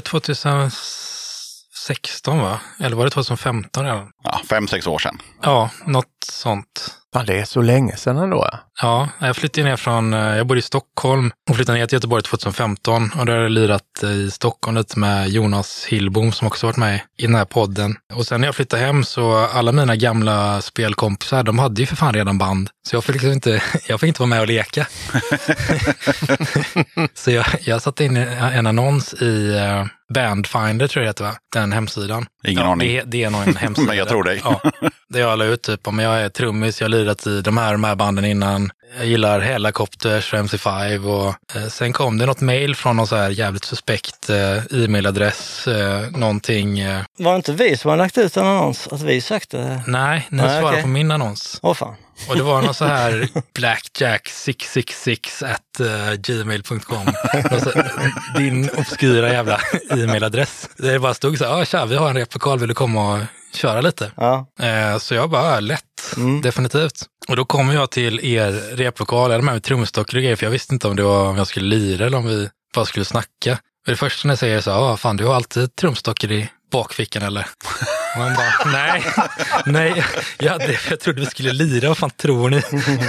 2016 va? Eller var det 2015 redan? Ja, 5-6 år sedan. Ja, något sånt. Ja, det är så länge sedan ändå. Ja, jag flyttade ner jag bodde i Stockholm och flyttade ner till Göteborg 2015 och då har jag lirat i Stockholm lite med Jonas Hillbom som också varit med i den här podden. Och sen när jag flyttade hem så alla mina gamla spelkompisar, de hade ju för fan redan band. Så jag fick inte vara med och leka. Så jag satte in en annons i Bandfinder, tror jag det heter, va? Den hemsidan. Ingen aning. Det är nog en hemsida. Men jag tror dig. Ja, där jag la ut typ, om jag är trummis, jag har lirat i de här banden innan. Jag gillar Hellacopters och MC5 och sen kom det något mejl från någon så här jävligt suspekt e-mailadress, någonting. Var det inte vi som har lagt ut en annons? Att vi sökte? Nej, ni svarade på min annons. Fan. Och det var någon så här blackjack666@gmail.com. Din obskyra jävla e-mailadress. Det bara stod så här, tja, vi har en replokal, vill du komma och köra lite? Ja. Så jag bara, lätt, definitivt. Och då kom jag till er replokal, jag hade med mig trumstockar och grejer, för jag visste inte om det var om jag skulle lira eller om vi bara skulle snacka. Och det första när jag säger så, fan, du har alltid trumstockar i bakfickan eller? Och man bara, nej, jag trodde vi skulle lira, vad fan tror ni?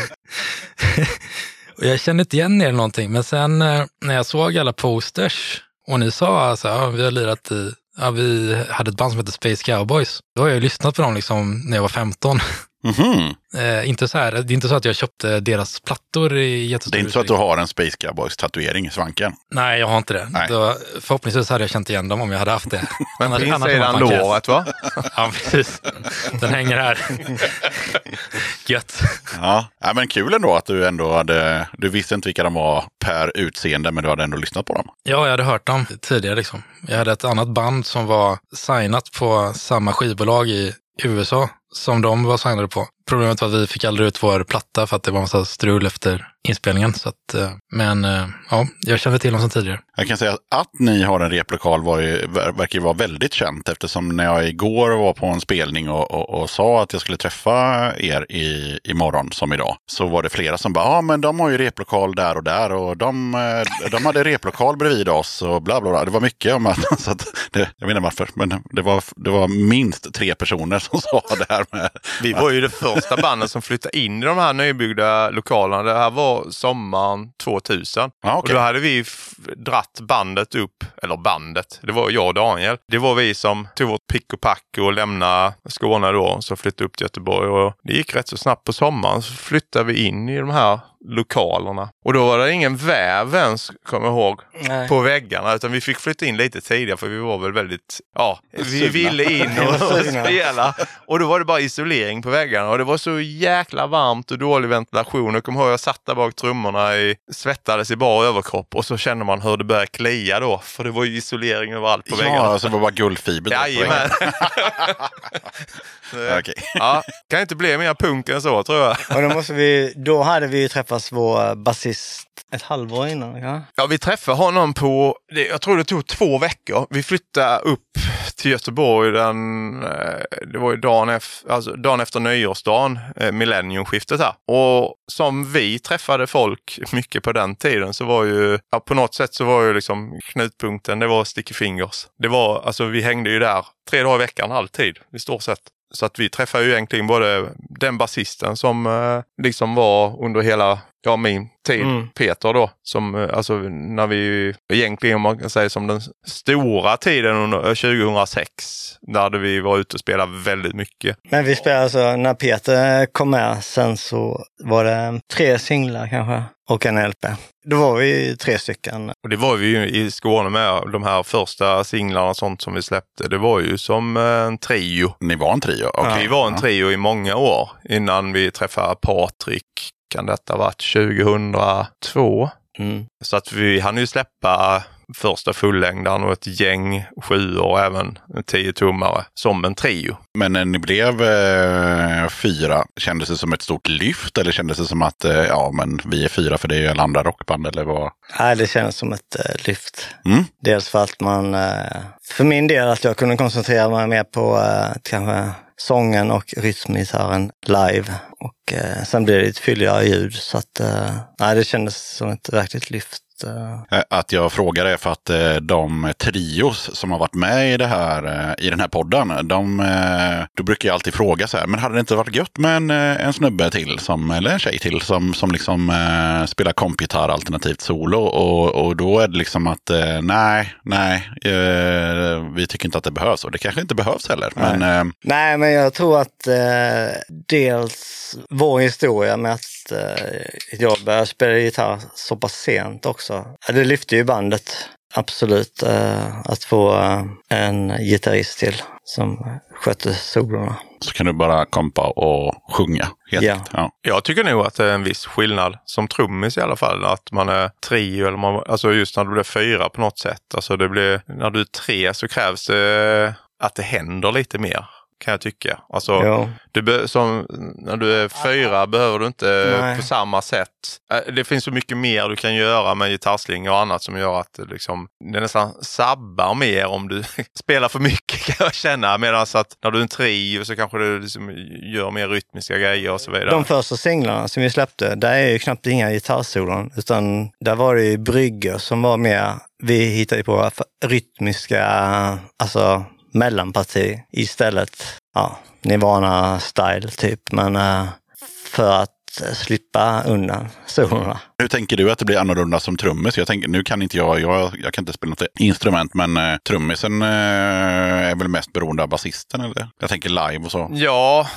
Och jag kände inte igen er någonting, men sen när jag såg alla posters och ni sa alltså, vi har lirat vi hade ett band som heter Space Cowboys. Då har jag lyssnat på dem liksom när jag var 15. Inte så här, det är inte så att jag köpte deras plattor i jättestor Det är inte så att du har en Space Cowboys-tatuering i svanken? Nej, jag har inte det. Förhoppningsvis hade jag känt igen dem om jag hade haft det. Men på insidan låret, va? Ja, precis. Den hänger här. Gött. Ja, men kul ändå att du ändå hade... Du visste inte vilka de var per utseende, men du hade ändå lyssnat på dem. Ja, jag hade hört dem tidigare liksom. Jag hade ett annat band som var signat på samma skivbolag i USA som de var signade på. Problemet var att vi fick aldrig ut vår platta för att det var en massa strul efter inspelningen. Så att, jag kände till dem sedan tidigare. Jag kan säga att ni har en replokal verkar ju vara väldigt känt, eftersom när jag igår var på en spelning och sa att jag skulle träffa er imorgon som idag, så var det flera som bara, men de har ju replokal där och de hade replokal bredvid oss och bla bla bla. Det var mycket om att, så att jag vet inte varför, men det var minst 3 personer som sa det här med. Vi var ju det första bandet som flyttade in i de här nybyggda lokalerna. Det här var sommaren 2000. Okay. Och då hade vi dratt bandet upp, eller bandet, det var jag och Daniel. Det var vi som tog vårt pick och pack och lämnade Skåne då, så flyttade upp till Göteborg. Och det gick rätt så snabbt på sommaren, så flyttade vi in i de här lokalerna. Och då var det ingen väv ens, kommer jag ihåg, på väggarna, utan vi fick flytta in lite tidigare för vi var väl väldigt, vi ville in och spela. Och då var det bara isolering på väggarna och det var så jäkla varmt och dålig ventilation. Och kommer ihåg, jag satt där bak trummorna, svettades i bara överkropp och så kände man hur det började klia då, för det var ju isolering överallt på väggarna. Ja, så det var bara guldfiber. Jajamän. Okay. Ja, kan inte bli mer punk än så, tror jag. Och då hade vi träffat vår basist ett halvår innan, ja? Ja, vi träffade honom på, jag tror det tog 2 veckor. Vi flyttade upp till Göteborg det var ju dagen efter nyårsdagen, millenniumskiftet här. Och som vi träffade folk mycket på den tiden, så var ju, på något sätt så var ju liksom knutpunkten, det var Sticky Fingers. Det var, alltså vi hängde ju där 3 dagar i veckan alltid, i stort sett. Så att vi träffade ju egentligen både den basisten som liksom var under hela min tid, Peter då, som alltså när vi egentligen, om man kan säga, som den stora tiden under 2006, där vi var ute och spelade väldigt mycket. Men vi spelade alltså, när Peter kom med sen så var det 3 singlar kanske och en LP. Då var vi 3 stycken. Och det var vi ju i Skåne med, de här första singlarna och sånt som vi släppte. Det var ju som en trio. Ni var en trio? Okay. Vi var en trio i många år innan vi träffade Patrik. Kan detta ha varit 2002? Så att vi hann ju släppa första fullängdaren och ett gäng 7 och även 10-tummare som en trio. Men när ni blev 4, kändes det som ett stort lyft eller kändes det som att men vi är 4 för det är ju alla andra rockband eller vad? Nej, det kändes som ett lyft. Dels för att för min del att jag kunde koncentrera mig mer på kanske sången och rytmgitarren live. Och sen blev det ett fylligare ljud, så att det kändes som ett verkligt lyft. Att jag frågar är för att de trios som har varit med i den här podden, då brukar jag alltid fråga så här, men hade det inte varit gött med en snubbe till eller en tjej till som liksom spelar kompgitarr alternativt solo, och då är det liksom att nej, vi tycker inte att det behövs, och det kanske inte behövs heller. Nej, men jag tror att dels vår historia med att jag började spela gitarr så pass sent också. Det lyfte ju bandet, absolut, att få en gitarrist till som skötte solorna. Så kan du bara kompa och sjunga. Ja. Jag tycker nog att det är en viss skillnad som trummis i alla fall, att man är trio eller alltså just när du blir 4 på något sätt. Alltså när du är 3 så krävs det att det händer lite mer, kan jag tycka. Alltså, när du är 4 behöver du inte på samma sätt. Det finns så mycket mer du kan göra med gitarrslinga och annat som gör att det nästan sabbar mer om du spelar för mycket, kan jag känna. Medan att när du är en trio så kanske du liksom gör mer rytmiska grejer och så vidare. De första singlarna som vi släppte, där är ju knappt inga gitarrsolon, utan där var det ju brygger som var mer, vi hittade på rytmiska, alltså mellanparti istället. Ja, Nirvana-style typ, men för att slippa undan solorna. Hur tänker du att det blir annorlunda som trummis? Jag tänker, nu kan inte jag kan inte spela något instrument, men trummisen är väl mest beroende av basisten, eller? Jag tänker live och så. Ja,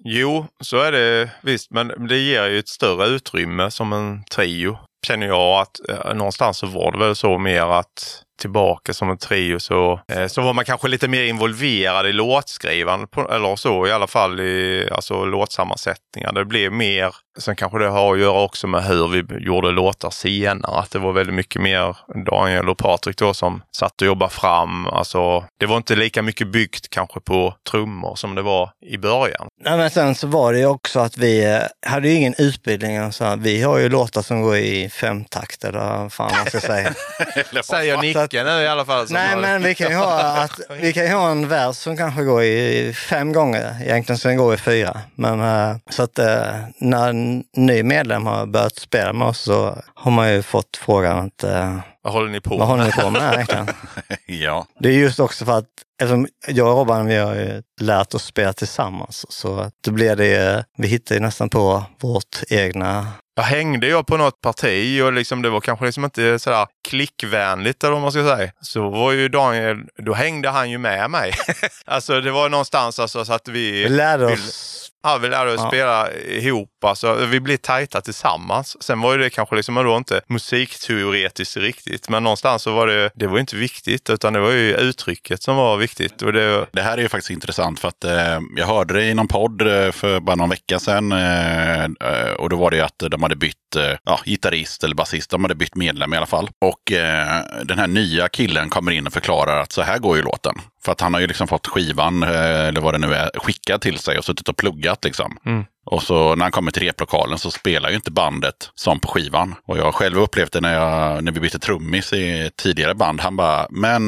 Jo, så är det visst, men det ger ju ett större utrymme som en trio. Känner jag att någonstans så var det väl så mer att tillbaka som en trio så var man kanske lite mer involverad i låtskrivande eller så i alla fall i alltså låtsammansättningar. Det blev mer, sen kanske det har att göra också med hur vi gjorde låtar senare, att det var väldigt mycket mer Daniel och Patrik då som satt och jobbade fram, alltså det var inte lika mycket byggt kanske på trummor som det var i början. Nej, men sen så var det ju också att vi hade ju ingen utbildning, så vi har ju låtar som går i 5-takt eller vad fan man ska säga. Säger Nicke nu i alla fall. Nej, men vi kan ju ha en vers som kanske går i 5 gånger, egentligen så den går i 4. Men så att när en ny medlem har börjat spela med oss så har man ju fått frågan att vad håller ni på med? Vad håller ni på med egentligen? Ja. Det är just också för att eftersom jag och Robban, vi har ju lärt oss spela tillsammans, så att då blir det, vi hittar ju nästan på vårt egna. Jag hängde jag på något parti och liksom det var kanske liksom inte sådär klickvänligt eller vad man ska säga. Så var ju Daniel, då hängde han ju med mig. Alltså det var någonstans alltså, så att vi lärde oss. Ja, vi lärde oss spela ihop. Alltså, vi blev tajta tillsammans. Sen var ju det kanske liksom då inte musikteoretiskt riktigt. Men någonstans så var det var inte viktigt. Utan det var ju uttrycket som var viktigt. Och det här är ju faktiskt intressant för att jag hörde det i någon podd för bara någon vecka sedan. Och då var det att de hade bytt gitarrist eller basist. De hade bytt medlem i alla fall. Och den här nya killen kommer in och förklarar att så här går ju låten. För att han har ju liksom fått skivan, eller vad det nu är, skickad till sig och suttit och pluggat liksom. Mm. Och så när han kommer till replokalen så spelar ju inte bandet som på skivan. Och jag har själv upplevt det när vi bytte trummis i tidigare band. Han bara,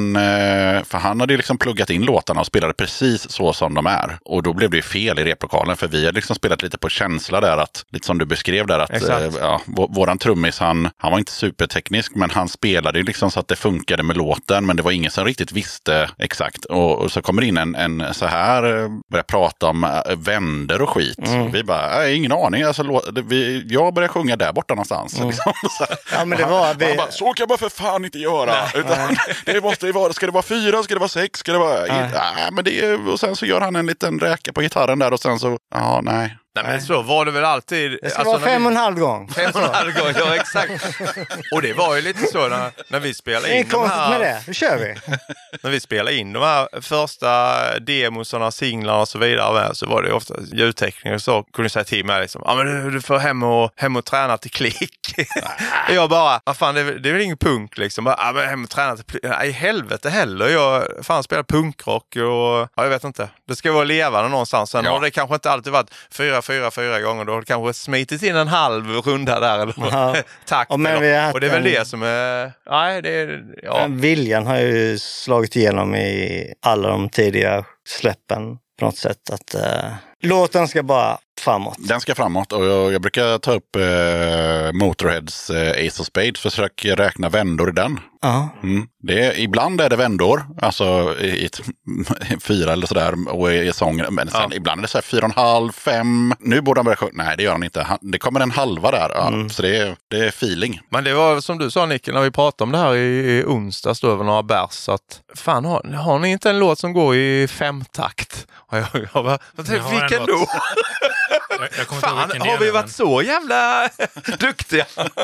för han hade ju liksom pluggat in låtarna och spelade precis så som de är. Och då blev det ju fel i replokalen, för vi hade liksom spelat lite på känsla där, att lite som du beskrev där, att våran trummis, han var inte superteknisk, men han spelade ju liksom så att det funkade med låten, men det var ingen som riktigt visste exakt. Och så kommer in en så här, börjar prata om vänder och skit. Vi bara, ingen aning. Alltså, jag började sjunga där borta någonstans. Liksom. Ja, men det var... Han bara, så kan man för fan inte göra. Utan, det måste vara, ska det vara 4, ska det vara 6, ska det vara... men det, och sen så gör han en liten räka på gitarren där och sen så, nej. Nej, men så var det väl alltid. Det ska vara 5,5 gång. 5,5 gång, ja exakt. Och det var ju lite så när vi spelade in de här... med det, hur kör vi? När vi spelade in de här första demosarna, singlarna och så vidare, så var det ofta ljudtekniker så kunde säga till mig liksom, men du får hem och träna till klick. Och jag bara, fan det är väl ingen punk liksom. Men hem och träna till klick. Nej, helvete heller. Jag fan spelar punkrock och jag vet inte. Det ska vara levande någonstans. Sen har det kanske inte alltid varit 4 gånger, då har det kanske smitit in en halv runda där eller takt. Och det är väl det som är... Nej, det är... Ja. Viljan har ju slagit igenom i alla de tidiga släppen på något sätt, att låten ska bara framåt. Den ska framåt, och jag brukar ta upp Motorheads Ace of Spades, försök räkna vändor i den. Ibland är det vändor, alltså i 4 eller sådär, och i sången, men sen ibland är det så här 4,5, 5. Nu borde han börja sjunga. Nej, det gör han inte. Det kommer en halva där, så det är feeling. Men det var som du sa, Nicke, när vi pratade om det här i onsdags då över några bärs, att fan, har ni inte en låt som går i 5-takt? Och jag bara, vilken då? Jag fan, har vi varit så jävla duktiga?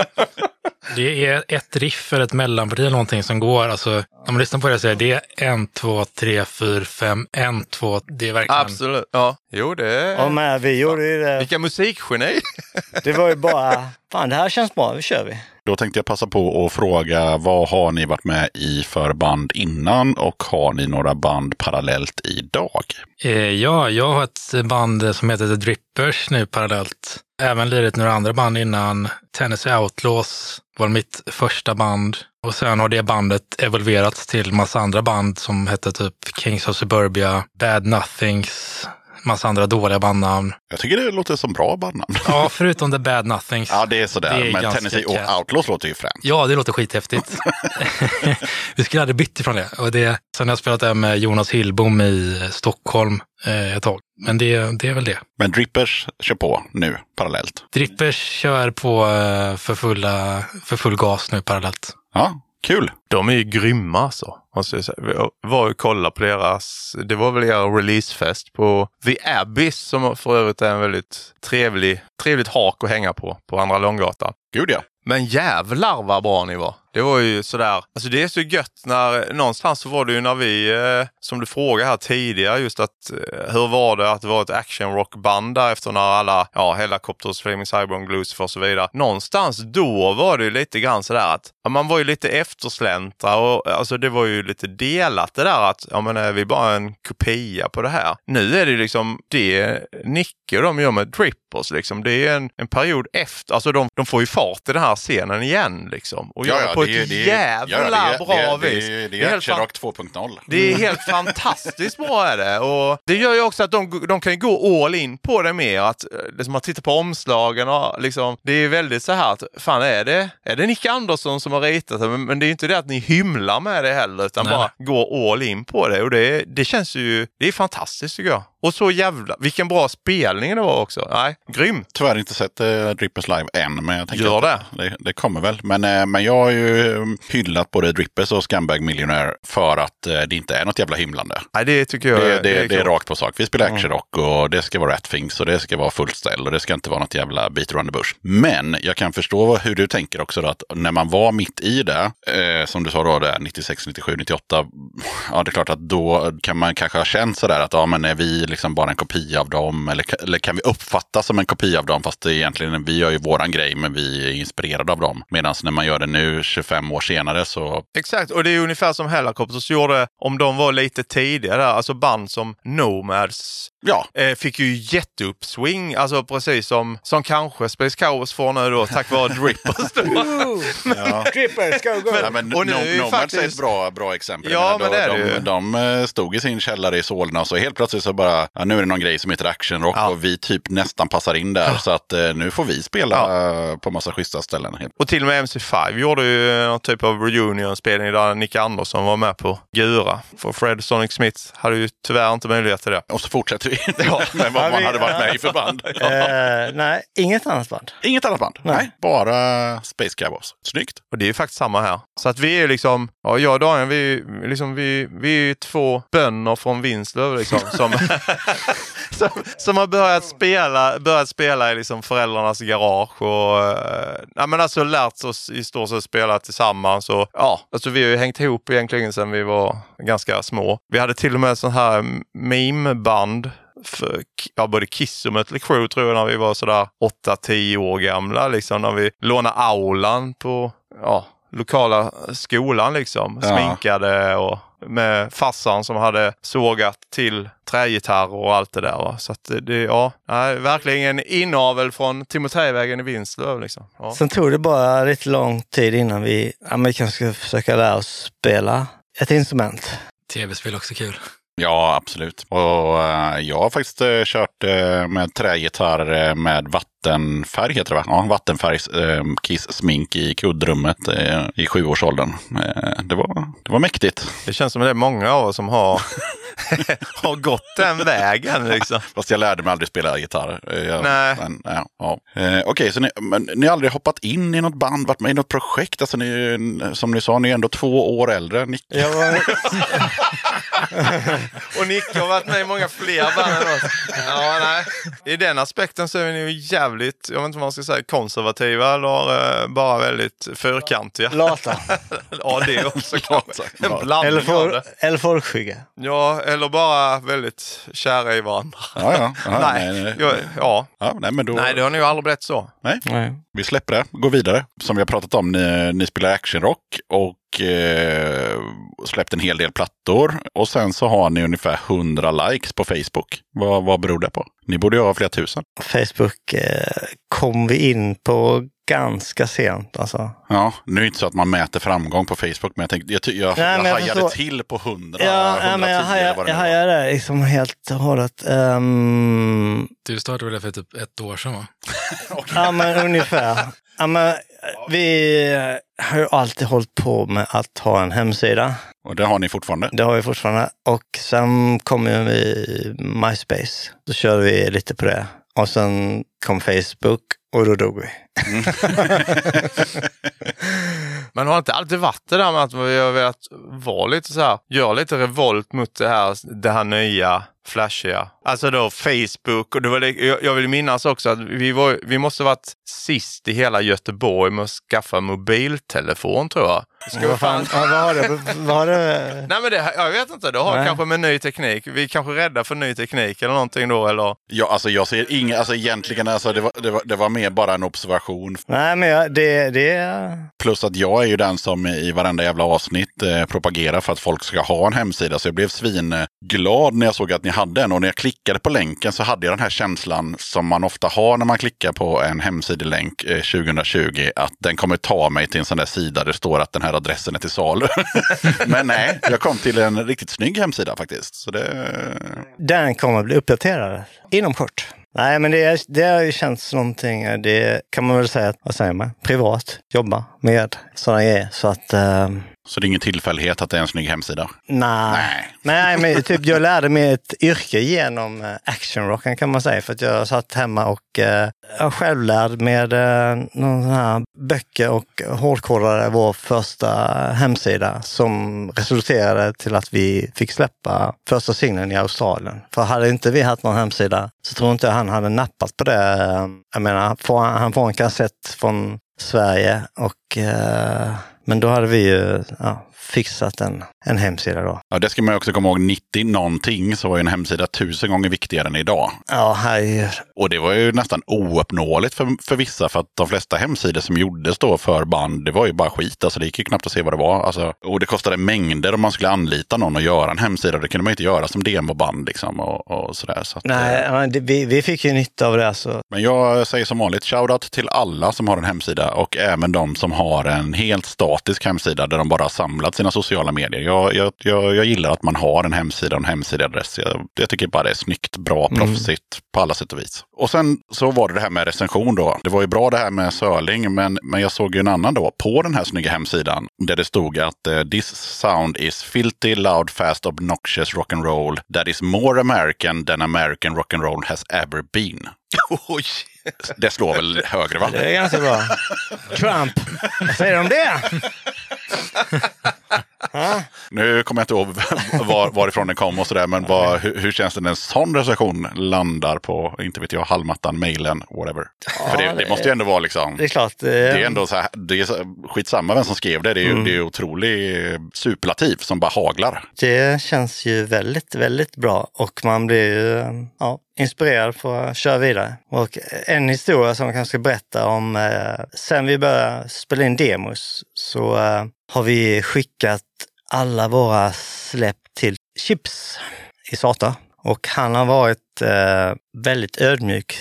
Det är ett riff eller ett mellanparti eller någonting som går. Alltså, om man lyssnar på det och säger det är 1, 2, 3, 4, 5, 1, 2. Det är verkligen... Absolut, ja. Jo, det är... Ja, men vi gjorde ju det. Vilka musikgeni. Det var ju bara, fan det här känns bra, vi kör vi. Då tänkte jag passa på att fråga, vad har ni varit med i för band innan, och har ni några band parallellt idag? Ja, jag har ett band som heter The Drippers nu parallellt. Även lirat några andra band innan. Tennessee Outlaws var mitt första band. Och sen har det bandet evolverats till massa andra band som heter typ Kings of Suburbia, Bad Nothings, massa andra dåliga bandnamn. Jag tycker det låter som bra bandnamn. Ja, förutom The Bad Nothings. Ja, det är sådär. Men Tennessee Outlaws låter ju främt. Ja, det låter skithäftigt. Vi skulle aldrig bytt ifrån det. Och det. Sen har jag spelat där med Jonas Hillbom i Stockholm ett tag. Men det är väl det. Men Drippers kör på nu parallellt? Drippers kör på för full gas nu parallellt. Ja, kul. De är ju grymma alltså. Jag var och kollade på deras, det var väl deras releasefest på The Abyss som för övrigt är en väldigt trevligt hak att hänga på Andra Långgatan. Gud ja. Men jävlar vad bra ni var. Det var ju sådär, alltså det är så gött när, någonstans så var det ju när vi, som du frågade här tidigare, just att hur var det att det var ett action-rockband där efter när alla, Helicopters, Flaming Cyberpunk, Lucifer och så vidare. Någonstans då var det ju lite grann sådär att man var ju lite eftersläntra och alltså det var ju lite delat det där att, är vi bara en kopia på det här. Nu är det liksom det Nicke och de gör med Drippers liksom. Det är en period efter, alltså de får ju fart i den här scenen igen liksom. Och gör på ett jävla bra vis. Det är Action Rock 2.0. Det är helt fantastiskt bra är det. Och det gör ju också att de kan gå all in på det mer. Att liksom, man tittar på omslagen och liksom, det är väldigt så här att fan är det Nick Andersson som har ritat det? Men det är inte det att ni hymlar med det heller utan bara gå all in på det. Och det känns ju, det är fantastiskt tycker jag. Och så vilken bra spelning det var också. Nej, grymt. Tyvärr inte sett Drippers live än, men jag tänker gör det kommer väl. Men jag har ju hyllat både Drippers och Scumbag Millionaire för att det inte är något jävla hymlande. Nej, det tycker jag det är rakt på sak. Vi spelar actionrock och det ska vara rätt things och det ska vara fullt ställ och det ska inte vara något jävla beat around the bush. Men jag kan förstå hur du tänker också då, att när man var mitt i det, som du sa då, det 96, 97, 98, ja det är klart att då kan man kanske ha känt sådär att men är vi liksom bara en kopia av dem eller kan vi uppfatta som en kopia av dem fast det egentligen vi gör ju våran grej men vi är inspirerade av dem. Medan när man gör det nu 25 år senare så... Exakt, och det är ungefär som Helicopters gjorde om de var lite tidigare. Alltså band som Nomads fick ju jätteuppswing. Alltså precis som kanske Space Cowboys får nu då tack vare Drippers då. Drippers, go! Men Nomads är ett bra exempel. Ja, men det är det ju. De stod i sin källare i Solna och så helt plötsligt så bara, nu är det någon grej som heter actionrock och vi typ nästan passar in där så att nu får vi spela på massa schyssta ställen. Och till och med MC5 gjorde ju någon typ av reunion-spelning där Nick Andersson var med på Gura. För Fred Sonic Smith hade ju tyvärr inte möjlighet till det. Och så fortsätter vi med vad man hade varit med i för band. Nej, inget annat band. Inget annat band? Nej, bara Space Cowboys. Snyggt. Och det är ju faktiskt samma här. Så att vi är liksom, jag och Daniel, vi är två bönder från Vinslöv liksom, som har börjat spela i liksom föräldrarnas garage och men alltså lärt oss i stort sett spela tillsammans och alltså vi har ju hängt ihop egentligen sedan vi var ganska små. Vi hade till och med sån här meme-band för både Kiss och Mötley Crüe tror jag när vi var sådär 8-10 år gamla liksom, när vi lånade aulan på lokala skolan liksom, sminkade och med farsan som hade sågat till trägitarr och allt det där. Va? Så att det verkligen en inavel från Timotevägen i Vinslöv. Liksom. Ja. Sen tog det bara lite lång tid innan vi kanske ska försöka lära oss spela ett instrument. Tv-spel också kul. Ja, absolut. Och jag har faktiskt kört med trägitarr med vattenfärg heter det va? Ja, vattenfärgs Kiss-smink i kuddrummet i 7-årsåldern. Det var mäktigt. Det känns som att det är många av oss som har gått den vägen liksom. Fast jag lärde mig aldrig spela gitarr. Nej. Okej, så ni har aldrig hoppat in i något band, varit med i något projekt? Alltså som ni sa, ni är ändå 2 år äldre. Och Nick har varit med i många fler band än oss. Ja, nej. I den aspekten så är ni ju jävligt, jag vet inte vad man ska säga, konservativa eller bara väldigt fyrkantiga. Lata. Ja, det är också kanske en blandning av det. Eller folkskygga. Ja, eller bara väldigt kära i varandra. Nej, det har ni ju aldrig blivit så. Nej. Vi släpper det. Gå vidare. Som vi har pratat om, ni spelar actionrock och släppt en hel del plattor. Och sen så har ni ungefär 100 likes på Facebook. Vad beror det på? Ni borde ju ha flera tusen. Facebook kom vi in på ganska sent. Alltså. Ja, nu är det inte så att man mäter framgång på Facebook. Men jag hajade till på 100. Jag hajade det liksom helt och hållet. Du startade väl för typ 1 år sedan va? Ja, men ungefär. Ja, men vi har ju alltid hållit på med att ha en hemsida. Och det har ni fortfarande? Det har vi fortfarande. Och sen kom vi MySpace. Då körde vi lite på det. Och sen kom Facebook. Och då dog vi. Men har inte alltid varit det där med att vi har velat vara lite så här, göra lite revolt mot det här nya flashiga. Alltså då Facebook, och det var jag vill minnas också att vi måste ha varit sist i hela Göteborg med att skaffa mobiltelefon, tror jag. Vad var det? Nej, men jag vet inte, det har kanske med ny teknik. Vi är kanske rädda för ny teknik eller någonting då, eller? Ja, alltså jag ser inga, alltså egentligen, alltså det var mer bara en observation. Nej, men det Plus att jag är ju den som i varenda jävla avsnitt propagerar för att folk ska ha en hemsida. Så jag blev svinglad när jag såg att ni hade en. Och när jag klickade på länken så hade jag den här känslan som man ofta har när man klickar på en hemsidelänk 2020. Att den kommer ta mig till en sån där sida där det står att den här adressen är till salu. Men nej, jag kom till en riktigt snygg hemsida faktiskt. Så Den kommer att bli uppdaterad inom kort. Nej, men det har ju känts någonting, det kan man väl säga, vad säger man, privat, jobba med sådana grejer. Så att... Så det är ingen tillfällighet att det är en snygg hemsida? Nej, men typ jag lärde mig ett yrke genom actionrocken, kan man säga. För att jag satt hemma och jag självlärd med någon sån här böcker och hårdkodade vår första hemsida som resulterade till att vi fick släppa första singeln i Australien. För hade inte vi haft någon hemsida så tror inte jag han hade nappat på det. Jag menar, han får en kassett från Sverige och... Men då hade vi ju fixat en hemsida då. Ja, det ska man ju också komma ihåg. 90 någonting så var ju en hemsida 1000 gånger viktigare än idag. Ja, herregud. Och det var ju nästan ouppnåeligt för vissa, för att de flesta hemsidor som gjordes då för band, det var ju bara skit. Alltså det gick ju knappt att se vad det var. Alltså, och det kostade mängder om man skulle anlita någon och göra en hemsida. Det kunde man ju inte göra som demoband liksom och sådär. Så att, nej, vi fick ju nytta av det. Alltså. Men jag säger som vanligt, shoutout till alla som har en hemsida och även de som har en helt statisk hemsida där de bara har samlat sina sociala medier. Jag gillar att man har en hemsida och en hemsidaadress. Jag tycker bara det är snyggt, bra, proffsigt på alla sätt och vis. Och sen så var det här med recension då. Det var ju bra det här med Sörling, men jag såg ju en annan då på den här snygga hemsidan där det stod att this sound is filthy, loud, fast, obnoxious rock'n'roll that is more American than American rock'n'roll has ever been. Oj! Det slår väl högre, va? Det är ganska bra. Trump, vad säger du om det? Nu kommer jag inte ihåg varifrån den kom och sådär, men hur känns det när en sån recension landar på, inte vet jag, halmmattan, mailen, whatever. Ja, för det måste ju ändå vara liksom... Det är klart. Det är ändå så här, det är skitsamma vem som skrev det. Det är ju otroligt superlativ som bara haglar. Det känns ju väldigt, väldigt bra och man blir ju inspirerad för att köra vidare. Och en historia som jag kanske ska berätta om, sen vi började spela in demos så har vi skickat alla våra släpp till Chips i Sata. Och han har varit väldigt ödmjuk,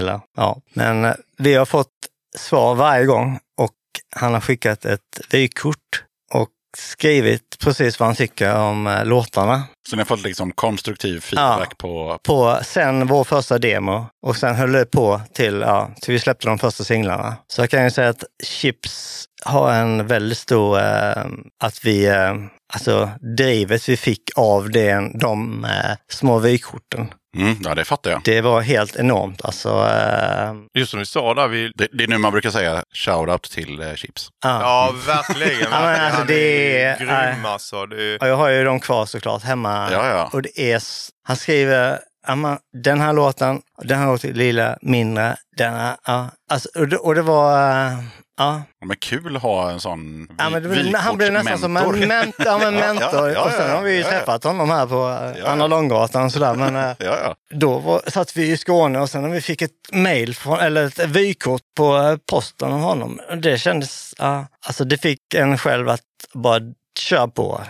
men vi har fått svar varje gång och han har skickat ett vykort och skrivit precis vad han tycker om låtarna. Så ni har fått liksom konstruktiv feedback på sen vår första demo och sen höll det på till vi släppte de första singlarna. Så jag kan ju säga att Chips har en väldigt stor, att vi, drivet vi fick av de små vykorten. Ja, det fattar jag. Det var helt enormt. Alltså, just som vi sa där. Det är nu man brukar säga shoutout till Chips. Ja, verkligen. Alltså, det är grym alltså. Och jag har ju dem kvar såklart hemma. Ja. Och det är, han skriver, den här låten, den här låten lilla, mindre, den här, och det var... Men kul att ha en sån han blev nästan som en mentor. Och sen har vi ju träffat honom här på Anna Långgatan och sådär. Men då satt vi i Skåne och sen när vi fick ett mejl eller ett vykort på posten av honom. Det kändes, det fick en själv att bara köra på.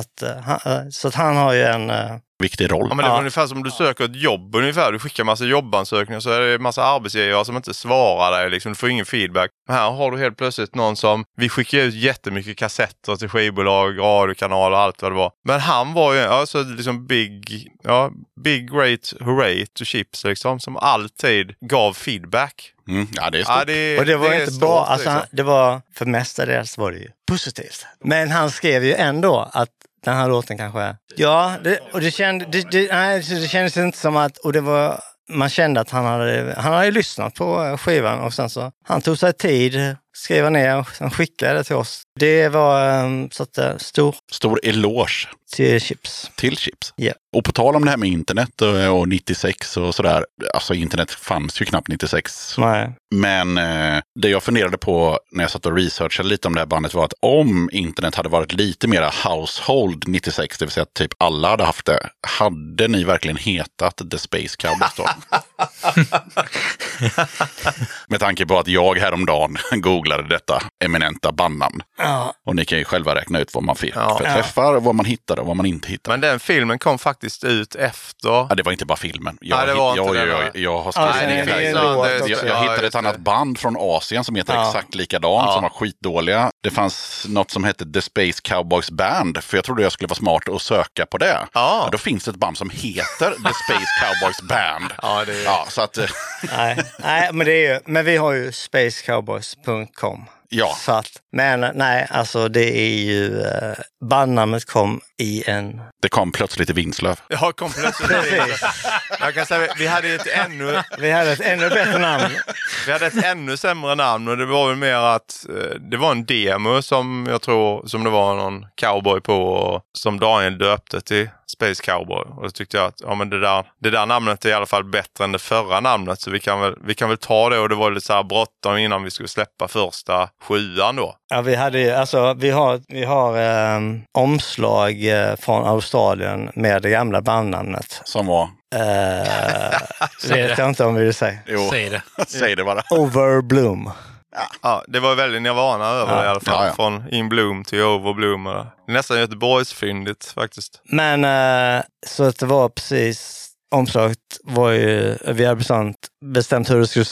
Så att han har ju en... viktig roll. Ja, men det är ungefär som du söker ett jobb ungefär. Du skickar massa jobbansökningar så är det massa arbetsgivare som inte svarar dig. Liksom, du får ingen feedback. Men här har du helt plötsligt någon som... Vi skickar ut jättemycket kassetter till skivbolag, radiokanaler och allt vad det var. Men han var ju liksom big great hooray to Chips liksom, som alltid gav feedback. Ja, det är stort. Och det var det inte bara... Liksom. Det var för mestadels var det ju positivt. Men han skrev ju ändå att den här låten kanske... Ja, det kändes inte som att... Och det var man kände att han hade lyssnat på skivan och sen så han tog sig tid, skriva ner och sen skickade det till oss. Det var så att stor eloge till Chips. Till Chips. Yeah. Och på tal om det här med internet och 96 och sådär. Alltså internet fanns ju knappt 96. Nej. Men det jag funderade på när jag satt och researchade lite om det här bandet var att om internet hade varit lite mera household 96, det vill säga att typ alla hade haft det, hade ni verkligen hetat The Space Cowboys då? Med tanke på att jag häromdagen googlade detta eminenta bandnamn. Ja. Och ni kan ju själva räkna ut vad man fick för träffar, vad man hittade och vad man inte hittade. Men den filmen kom faktiskt ut efter... Ja, det var inte bara filmen. Jag har skrivit jag hittade ett annat band från Asien som heter exakt likadant, som var skitdåliga. Det fanns något som hette The Space Cowboys Band, för jag trodde jag skulle vara smart och söka på det. Ja, då finns det ett band som heter The Space Cowboys Band. Så att... nej, men det är ju, men vi har ju spacecowboys.com. Ja. Så att, men nej, alltså det är ju bandnamnet kom i en... Det kom plötsligt i Vinslöv. Ja, kom plötsligt i Vinslöv. Jag kan säga, vi hade ett ännu bättre namn. Vi hade ett ännu sämre namn och det var väl mer att det var en demo som jag tror som det var någon cowboy på och som Daniel döpte till Space Cowboy. Och då tyckte jag att men det där namnet är i alla fall bättre än det förra namnet, så vi kan väl ta det, och det var lite så här bråttom innan vi skulle släppa första 7:an då. Ja, vi hade alltså vi har omslag från Australien med det gamla bandnamnet. Som var? Vet jag inte om vi vill säga. Jo. Säg det. Säg det bara. Overbloom. Ja, det var väldigt Nirvana över det i alla fall. Ja. Från In Bloom till Overbloom. Nästan Göteborgsfyndigt faktiskt. Men så att det var precis... Omslaget var ju, vi hade bestämt hur det skulle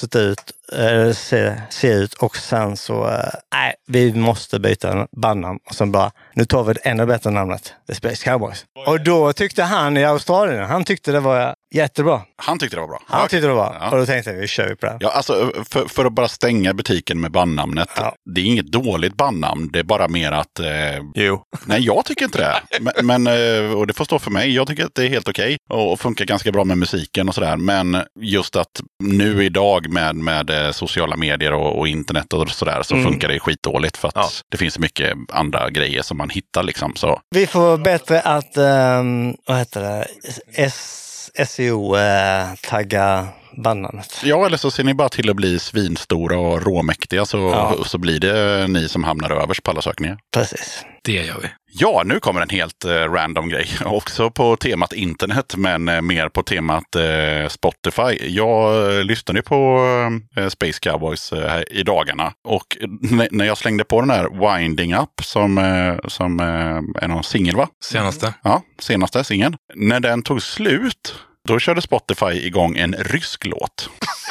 se ut och sen så, vi måste byta bandnamn och sen bara, nu tar vi det ännu bättre namnet, The Space Cowboys. Och då tyckte han i Australien, han tyckte det var jättebra. Han tyckte det var bra? Han tyckte det var bra. Och då tänkte jag, vi kör på det. Ja, alltså för att bara stänga butiken med bandnamnet, det är inget dåligt bandnamn, det är bara mer att... Jo. Nej, jag tycker inte det. Men och det får stå för mig, jag tycker att det är helt okej och funkar ganska bra med musiken och sådär. Men just att nu idag med sociala medier och internet och sådär så funkar det skitdåligt för att det finns mycket andra grejer som man hittar liksom. Så. Vi får bättre att, vad heter det, SEO-tagga bandnamnet. Ja, eller så ser ni bara till att bli svinstora och råmäktiga så blir det ni som hamnar överst på alla sökningar. Precis. Det gör vi. Ja, nu kommer en helt random grej. Också på temat internet, men mer på temat Spotify. Jag lyssnade på Space Cowboys här i dagarna. Och när jag slängde på den här Winding Up som är någon singel, va? Senaste. Ja, senaste singeln. När den tog slut, då körde Spotify igång en rysk låt.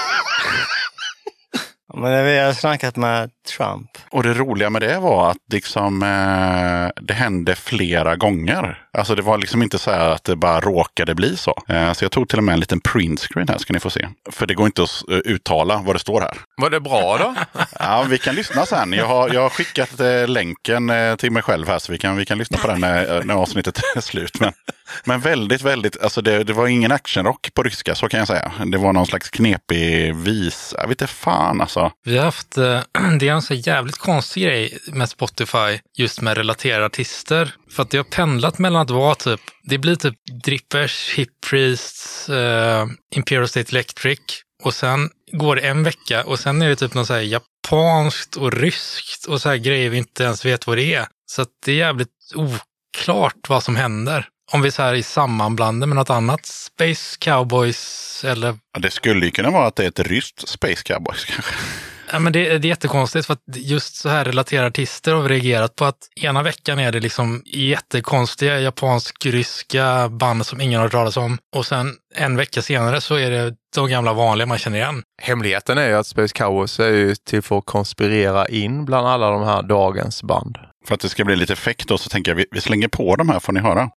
Men vi har snackat med Trump. Och det roliga med det var att liksom, det hände flera gånger. Alltså det var liksom inte så här att det bara råkade bli så. Så jag tog till och med en liten printscreen här, ska ni få se. För det går inte att uttala vad det står här. Var det bra då? Ja, vi kan lyssna sen. Jag har skickat länken till mig själv här så vi kan lyssna på den när avsnittet är slut. Men väldigt, väldigt, alltså det var ingen actionrock på ryska, så kan jag säga. Det var någon slags knepig vis. Jag vet inte fan alltså. Vi har haft, det är en så jävligt konstig grej med Spotify just med relaterade artister. För att det har pendlat mellan att vara typ, det blir typ Drippers, Hip Priests, Imperial State Electric. Och sen går det en vecka och sen är det typ något så här japanskt och ryskt och så här grejer vi inte ens vet vad det är. Så att det är jävligt oklart vad som händer. Om vi så här i sammanblandar med något annat Space Cowboys eller... Ja, det skulle ju kunna vara att det är ett ryskt Space Cowboys kanske. Ja, men det är jättekonstigt för att just så här relaterade artister har reagerat på att ena veckan är det liksom jättekonstiga japansk-ryska band som ingen har hört talas om. Och sen en vecka senare så är det de gamla vanliga man känner igen. Hemligheten är ju att Space Cowboys är ju till för att konspirera in bland alla de här dagens band. För att det ska bli lite effekt då så tänker jag vi slänger på de här, får ni höra.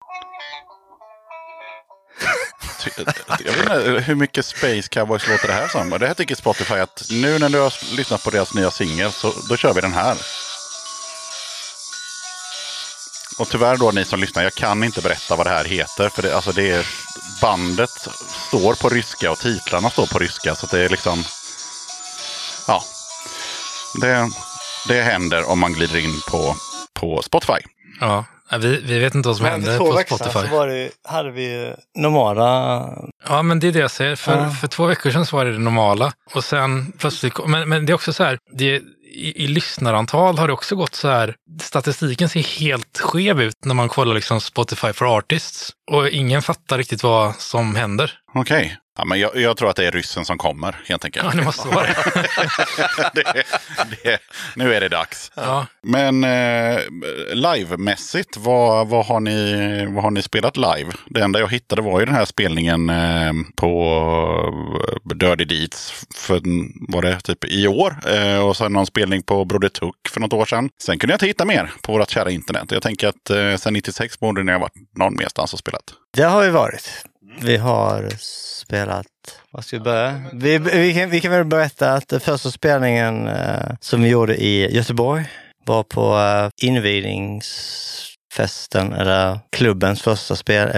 Jag vet inte hur mycket Space Cowboys låter det här som. Det här tycker Spotify att nu när du har lyssnat på deras nya singel så då kör vi den här. Och tyvärr då ni som lyssnar, jag kan inte berätta vad det här heter. För det, alltså det är, bandet står på ryska och titlarna står på ryska. Så det är liksom, ja, det händer om man glider in på Spotify. Ja, vi vet inte vad som händer på Spotify. Så hade vi normala... Ja, men det är det jag säger. För 2 veckor sedan så var det normala. Och sen plötsligt... Men det är också så här... I lyssnarantal har det också gått så här... Statistiken ser helt skev ut när man kollar liksom Spotify for Artists. Och ingen fattar riktigt vad som händer. Okej. Ja, men jag tror att det är ryssen som kommer, helt enkelt. Ja, det måste vara det. Nu är det dags. Ja. Men livemässigt, vad har ni spelat live? Det enda jag hittade var ju den här spelningen på Dirty Deeds var det typ i år. Och sen någon spelning på Broder Tuck för något år sedan. Sen kunde jag inte hitta mer på vårt kära internet. Jag tänker att sen 96 borde ni ha varit någon merstans och spelat. Det har ju varit. Vi har spelat... Vad ska vi börja? Vi kan väl berätta att första spelningen som vi gjorde i Göteborg var på invigningsfesten, eller klubbens första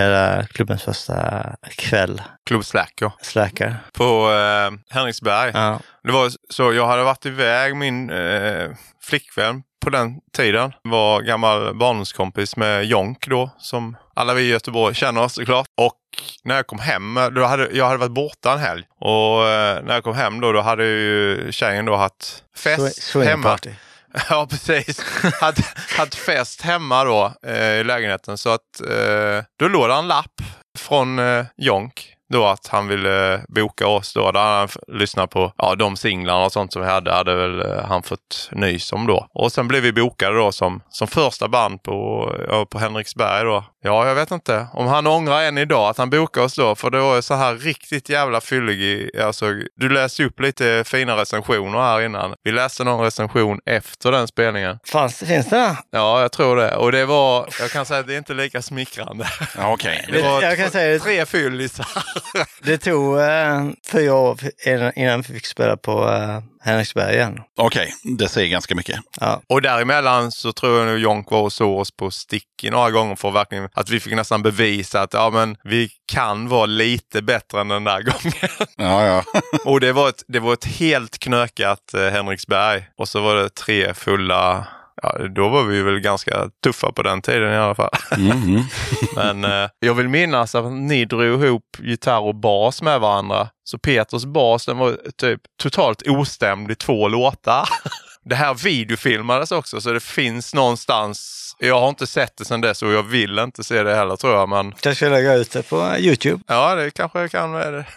kväll. Klubb Slacker. På Henriksberg. Ja. Det var så, jag hade varit iväg, min flickvän på den tiden var gammal barndomskompis med Jonk då, som alla vi i Göteborg känner oss såklart. Och när jag kom hem, jag hade varit borta en helg. Och när jag kom hem då hade ju tjejen då haft fest hemma. Ja, precis. hade fest hemma då i lägenheten. Så att då låg det en lapp från Jonk då att han ville boka oss då. Där han lyssnat på de singlarna och sånt som vi hade väl han fått nys om då. Och sen blev vi bokade då som första band på Henriksberg då. Ja, jag vet inte om han ångrar än idag att han bokade oss då. För det var så här riktigt jävla fyllig. Alltså, du läste upp lite fina recensioner här innan. Vi läste någon recension efter den spelningen. Finns det? Ja, jag tror det. Och det var, jag kan säga att det är inte lika smickrande. Ja, okej. Det var jag kan säga 3 fyllisar. Det tog 4 år innan vi fick spela på Henriksberg igen. Okej, det säger ganska mycket. Ja. Och däremellan så tror jag nu Jonk var och såg oss på Sticky några gånger för verkligen att vi fick nästan bevisa att vi kan vara lite bättre än den där gången. Ja. Och det var ett helt knökat Henriksberg. Och så var det 3 fulla... Ja, då var vi väl ganska tuffa på den tiden i alla fall. Mm-hmm. Men jag vill minnas att ni drog ihop gitarr och bas med varandra. Så Peters bas, den var typ totalt ostämd i 2 låtar. Det här videofilmades också, så det finns någonstans... Jag har inte sett det sedan dess och jag vill inte se det heller, tror jag. Men... Jag ska lägga ut det på YouTube. Ja, det kanske jag kan. Är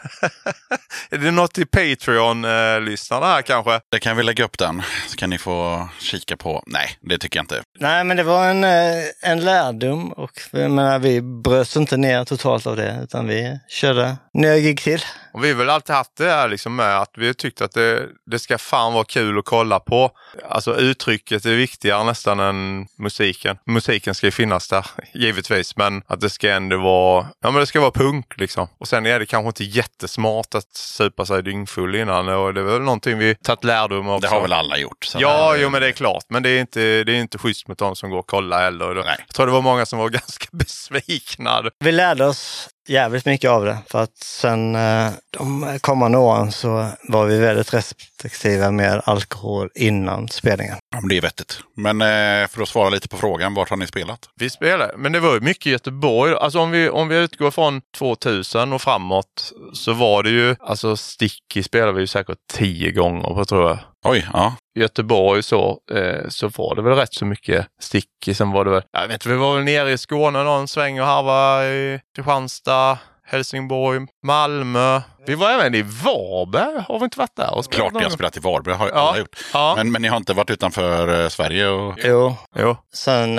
det något i Patreon-lyssnarna här kanske? Det kan vi lägga upp den, så kan ni få kika på. Nej, det tycker jag inte. Nej, men det var en lärdom och vi bröt inte ner totalt av det, utan vi körde nögig till. Och vi har väl alltid haft det här liksom med att vi har tyckt att det ska fan vara kul att kolla på. Alltså uttrycket är viktigare nästan än musiken. Musiken ska ju finnas där, givetvis. Men att det ska ändå vara... Ja, men det ska vara punk liksom. Och sen är det kanske inte jättesmart att supa sig dyngfull innan. Och det är väl någonting vi tagit lärdom av. Det har väl alla gjort. Så Ja, men det är klart. Men det är inte schysst mot de som går och kollar heller. Jag tror det var många som var ganska besvikna. Vi lärde oss jävligt mycket av det. För att sen de kommande åren så var vi väldigt restriktiva med alkohol innan spelningen. Ja, men det är vettigt. Men för att svara lite på frågan, vart har ni spelat? Vi spelade, men det var ju mycket i Göteborg. Alltså om vi utgår från 2000 och framåt så var det ju, alltså Sticky spelade vi ju säkert 10 gånger på, tror jag. Oj, ja. I Göteborg så var det väl rätt så mycket Sticky. Sen var det väl, jag vet inte, vi var väl nere i Skåne någon sväng och harva i Kristianstad, Helsingborg, Malmö. Vi var även i Varberg, har vi inte varit där? Och klart ni har spelat i Varberg, har alla gjort. Ja. Men ni har inte varit utanför Sverige? Och... Jo. Sen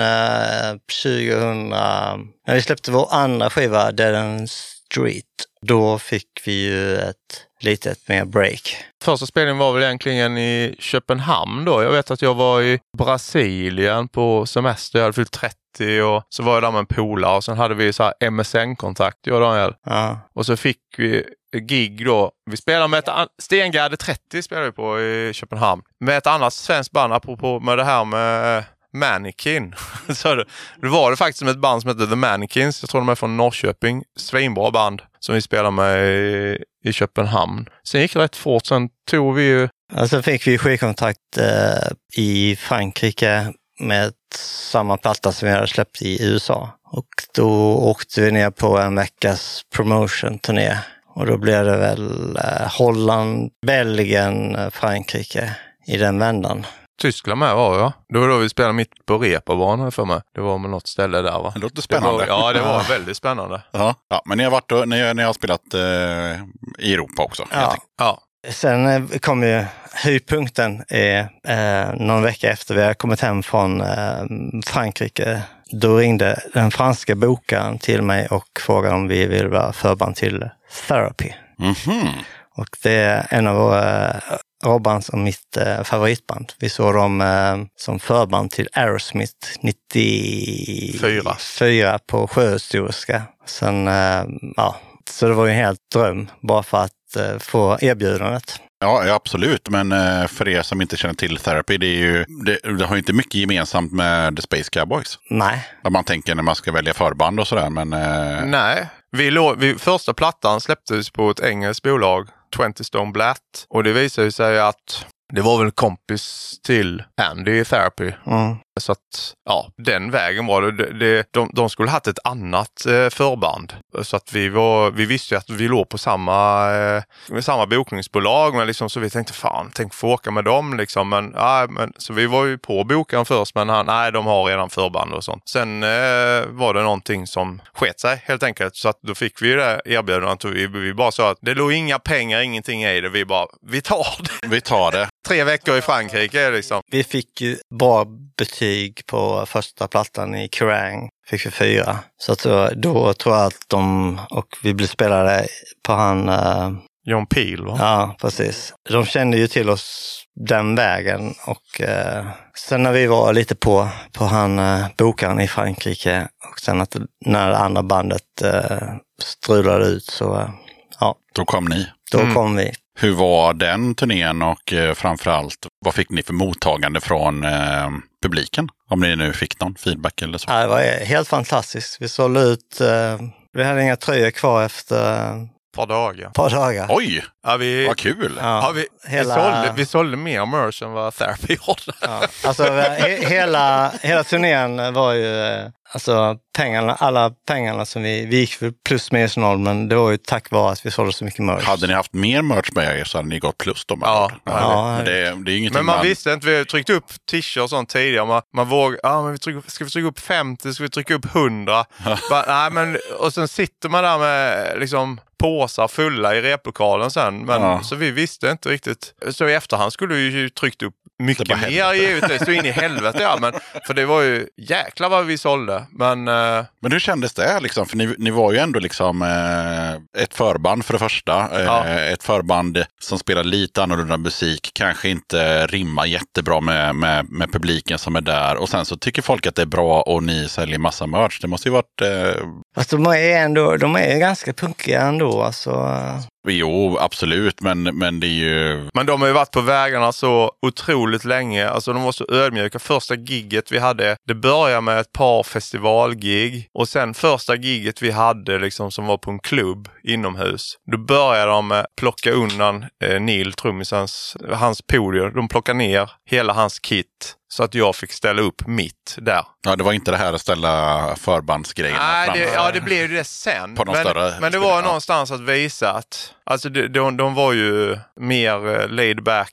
2000, när vi släppte vår andra skiva, Dead End Street, då fick vi ju ett litet mer break. Första spelningen var väl egentligen i Köpenhamn då. Jag vet att jag var i Brasilien på semester. Jag hade fyllt 30 och så var jag där med en polare. Och sen hade vi så här MSN-kontakt, jag och Daniel. Ja. Och så fick vi gig då. Vi spelade med Stengarde 30 spelade vi på i Köpenhamn. Med ett annat svenskt band, apropå med det här med Mannequin. Så det var det faktiskt med ett band som heter The Mannequins. Jag tror de är från Norrköping. Svinbra band som vi spelar med i Köpenhamn. Sen gick det rätt fort. Sen tog vi ju... Alltså fick vi skivkontrakt i Frankrike med samma platta som vi hade släppt i USA. Och då åkte vi ner på en veckas promotion-turné. Och då blev det väl Holland, Belgien, Frankrike i den vändan. Tyskland med var jag. Det var då vi spelade mitt på Reeperbahn för mig. Det var med något ställe där, va? Det låter spännande. Det var väldigt spännande. Ja, men ni har spelat i Europa också. Ja. Sen kom ju höjdpunkten någon vecka efter vi hade kommit hem från Frankrike. Då ringde den franska bokaren till mig och frågade om vi vill vara förband till Therapy. Mhm. Och det är en av Robbans och mitt favoritband. Vi såg dem som förband till Aerosmith 94 på Sjöhistoriska. Sen, så det var ju en helt dröm bara för att få erbjudandet. Ja, absolut. Men för er som inte känner till Therapy, det har ju inte mycket gemensamt med The Space Cowboys. Nej. Om man tänker när man ska välja förband och sådär, men... Nej. Första plattan släpptes på ett engelskt bolag, 20 Stone Blatt. Och det visade sig att det var väl kompis till Andy i Therapy. Mm. Så att, den vägen var det. De skulle haft ett annat förband. Så att vi visste ju att vi låg på samma bokningsbolag. Men liksom, så vi tänkte, tänk få åka med dem liksom. Men så vi var ju på bokaren först, men de har redan förband och sånt. Sen var det någonting som sket sig helt enkelt. Så att då fick vi det erbjudandet. Vi bara sa att det låg inga pengar, ingenting i det. Vi tar det. Vi tar det. 3 veckor i Frankrike liksom. Vi fick ju bra betyg på första plattan i Kerrang. Fick vi 4. Så att då tror jag att vi blev spelade på han... John Peel, va? Ja, precis. De kände ju till oss den vägen och sen när vi var lite på han bokaren i Frankrike och sen att när det andra bandet strulade ut så Då kom ni. Då kom vi. Hur var den turnén och framförallt vad fick ni för mottagande från publiken? Om ni nu fick någon feedback eller så. Ja, det var helt fantastiskt. Vi sålde ut, vi hade inga tröjor kvar efter par dagar. Oj, Ja, vad kul! Ja, vi sålde mer merch än vad Therapy gjorde. Ja, alltså hela turnén var ju, alltså alla pengarna som vi gick för plus minus noll, men det var ju tack vare att vi sålde så mycket merch. Hade ni haft mer merch med er så hade ni gått plus då. Men det är inget. Men man visste inte, vi tryckte upp t-shirts och sånt tidigare. Man vågar, ska vi trycka upp 50, ska vi trycka upp 100? Och sen sitter man där med liksom påsar fulla i replokalen sen. Men så vi visste inte riktigt. Så i efterhand skulle vi ju tryckt upp mycket mer givetvis. Så in i helvete, men för det var ju jäkla vad vi sålde. Men hur kändes det liksom? För ni var ju ändå liksom ett förband för det första. Ett förband som spelar lite annorlunda musik. Kanske inte rimmar jättebra med publiken som är där. Och sen så tycker folk att det är bra och ni säljer massa merch. Det måste ju varit... Fast de är ganska punkiga ändå. Alltså. Jo, absolut. Men det är ju... Men de har ju varit på vägarna så otroligt länge. Alltså de var så ödmjuka. Första gigget vi hade, det började med ett par festivalgig. Och sen första gigget vi hade liksom, som var på en klubb inomhus. Då började de med plocka undan Neil, trummisens, hans podium. De plockade ner hela hans kit. Så att jag fick ställa upp mitt där. Ja, det var inte det här att ställa förbandsgrejerna Nej, det blev det sen. Men det var någonstans att visa att alltså de var ju mer laid back,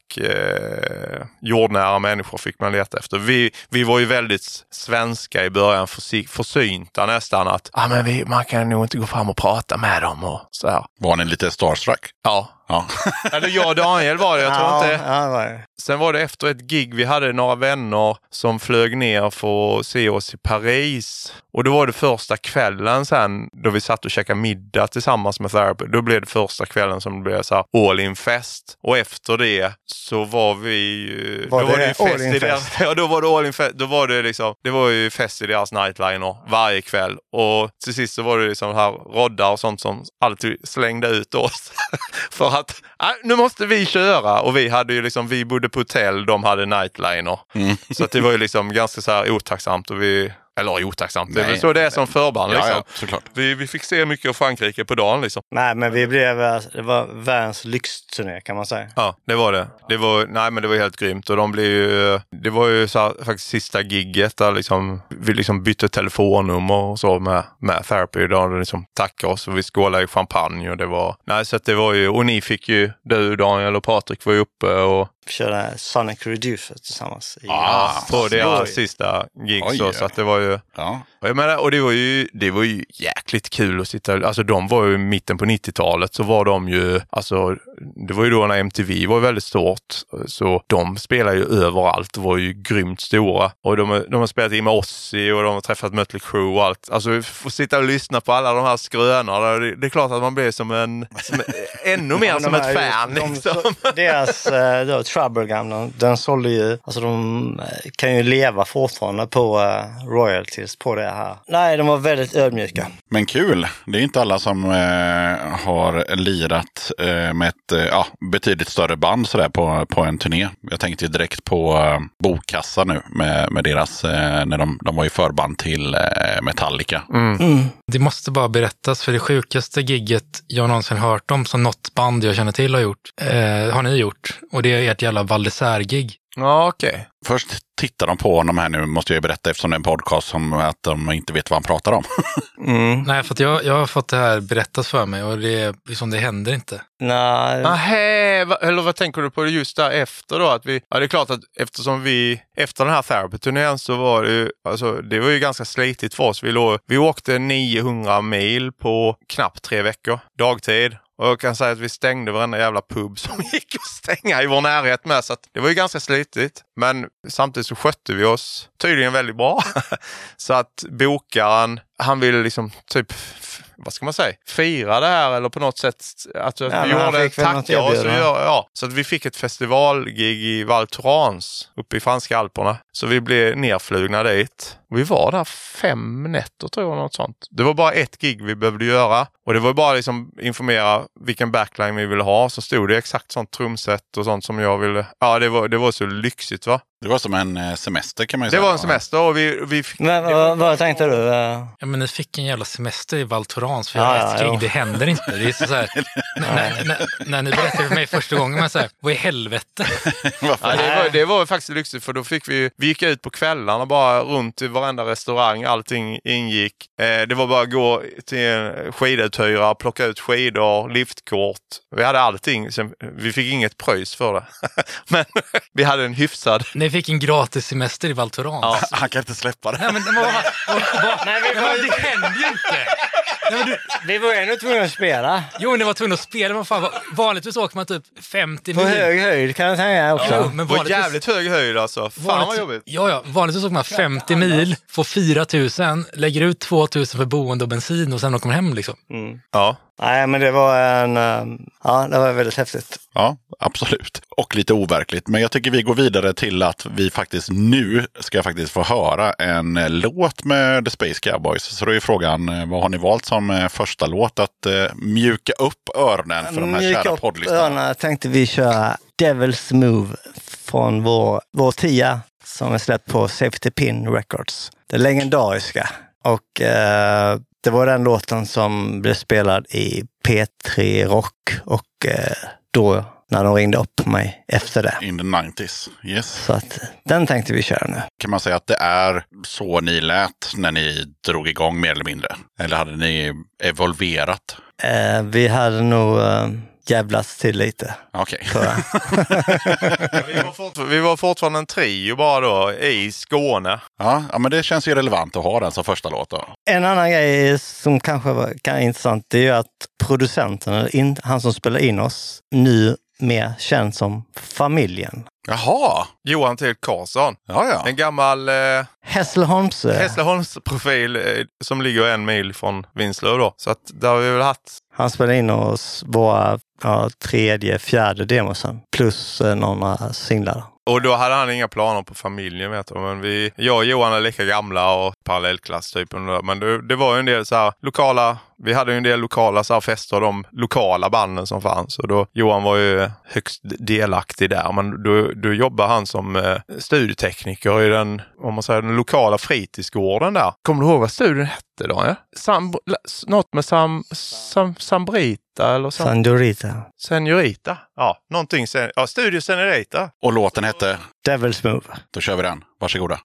jordnära människor fick man leta efter. Vi var ju väldigt svenska i början, försynta nästan att man kan nog inte gå fram och prata med dem och så här. Var ni lite starstruck? Ja. Eller jag och Daniel var det, jag tror inte. Ja, var det. Sen var det efter ett gig, vi hade några vänner som flög ner för att se oss i Paris. Och då var det första kvällen sen, då vi satt och käkade middag tillsammans med Therapy. Då blev det första kvällen som det blev så här all-in-fest. Och efter det så var vi... Då var det all-in-fest? Ja, då var det all-in-fest. Då var det liksom, det var ju fest i deras nightliner varje kväll. Och till sist så var det liksom här roddar och sånt som alltid slängde ut oss. För att nu måste vi köra. Och vi hade ju liksom, vi bodde på hotell, de hade nightliner. Så att det var ju liksom ganska så här otacksamt och eller otacksamt. Det är väl så det är som förband. Liksom. Ja, såklart. Vi fick se mycket av Frankrike på dagen. Liksom. Nej, men det var världens lyxturné kan man säga. Ja, det var det. Men det var helt grymt. Och det var ju så här, faktiskt sista gigget där liksom, vi liksom bytte telefonnummer och så med Therapy. Där de liksom tackade oss och vi skålade i champagne. Och det var, så att det var ju, och ni fick ju, du, Daniel och Patrik var ju uppe och körde Sonic Reducer tillsammans. På deras sista gig. Så att det var ju... Ja. Och jag menar, och det var ju jäkligt kul att sitta... Alltså de var ju i mitten på 90-talet så var de ju... Alltså det var ju då när MTV var väldigt stort. Så de spelade ju överallt och var ju grymt stora. Och de har spelat in med Ozzy och de har träffat Mötley Crüe och allt. Alltså få sitta och lyssna på alla de här skrönorna. Det är klart att man blir som ännu mer som ett fan. Liksom. Deras Trouble Gum, den sålde ju, alltså de kan ju leva fortfarande på royalties på det här. Nej, de var väldigt ödmjuka. Men kul, det är inte alla som har lirat med ett betydligt större band sådär på en turné. Jag tänkte ju direkt på Bokkassa nu med deras, när de var i förband till Metallica. Det måste bara berättas, för det sjukaste gigget jag någonsin hört om som något band jag känner till har gjort, har ni gjort. Och det är ert jävla Val d'Isère-gig. Ja, okej. Först tittar de på de här nu, måste jag ju berätta eftersom det är en podcast som att de inte vet vad han pratar om. Nej, för att jag har fått det här berättas för mig och det händer inte. Nej. Eller vad tänker du på just där efter då? Att det är klart att eftersom efter den här Therapy-turnén så var det ju, alltså det var ju ganska slitigt för oss. Vi åkte 900 mil på knappt 3 veckor, dagtid. Och jag kan säga att vi stängde varenda jävla pub som gick att stänga i vår närhet med. Så att det var ju ganska slitigt. Men samtidigt så skötte vi oss tydligen väldigt bra. Så att bokaren, han ville liksom typ, vad ska man säga, fira det här eller på något sätt att vi gjorde tacka oss. Så att vi fick ett festivalgig i Val Thorens uppe i franska Alperna. Så vi blev nerflugna dit. Vi var där 5 nätter tror jag, något sånt. Det var bara ett gig vi behövde göra. Och det var bara liksom informera vilken backline vi ville ha. Så stod det exakt sånt trumset och sånt som jag ville. Ja, det var så lyxigt, va? Det var som en semester kan man ju säga. Det var en semester och vi fick... Men vad tänkte du? Ja, men ni fick en jävla semester i Val Thorens för ett gig, det händer inte. Det är så här, när ni berättade för mig första gången, men så här, vad i helvete? Det var faktiskt lyxigt, för då fick vi gick ut på kvällarna bara runt i varenda restaurang, allting ingick. Det var bara att gå till en skiduthyrare, plocka ut skidor, liftkort. Vi hade allting. Sen, vi fick inget pröjs för det. Men vi hade en hyfsad... Ni fick en gratis semester i Val Thorens. Ja, han kan inte släppa det. Nej, men det hände ju inte. Vi var ändå tvungna att spela. Jo, ni var tvungna att spela. Men fan, vanligtvis åker man typ 50 mil. På hög höjd kan jag säga också. Ja, men på jävligt hög höjd alltså. Fan vad jobbigt. Ja, vanligtvis åker man 50 mil, får 4 000, lägger ut 2 000 för boende och bensin och sen åker man hem liksom. Ja. Nej, men det var det var väldigt häftigt. Ja, absolut. Och lite overkligt. Men jag tycker vi går vidare till att vi faktiskt nu ska få höra en låt med The Space Cowboys. Så då är frågan, vad har ni valt som första låt att mjuka upp öronen för de här kära poddlyssnarna? Tänkte vi köra Devil's Move från vår 10 som är släppt på Safety Pin Records. Det legendariska. Och det var den låten som blev spelad i P3 Rock och då när de ringde upp mig efter det. In the 90s, yes. Så att den tänkte vi köra nu. Kan man säga att det är så ni lät när ni drog igång mer eller mindre? Eller hade ni evolverat? Vi hade nog jävlats till lite. Okej. Vi var fortfarande en trio bara då i Skåne. Ja, men det känns ju relevant att ha den som första låt då. En annan grej som kanske är intressant, det är ju att producenten, han som spelar in oss, nu mer känd som Familjen. Jaha! Johan T. Karlsson. Ja. En gammal Hässleholms-profil som ligger 1 mil från Vinslöv då. Så att där har vi väl haft... Han spelar in oss våra 3:e, 4:e demosen plus några singlar. Och då hade han inga planer på familjen, vet du. Men jag och Johan är lika gamla och parallellklass typ. Men det var ju en del så här lokala Vi hade ju en del lokala så här fester, de lokala banden som fanns. Och då, Johan var ju högst delaktig där. Men då jobbade han som studietekniker i den lokala fritidsgården där. Kommer du ihåg vad studien hette då? Ja? Något med Sambrita eller Senorita. Ja, någonting. Studio Senorita. Och låten hette? Devil's Move. Då kör vi den. Varsågoda.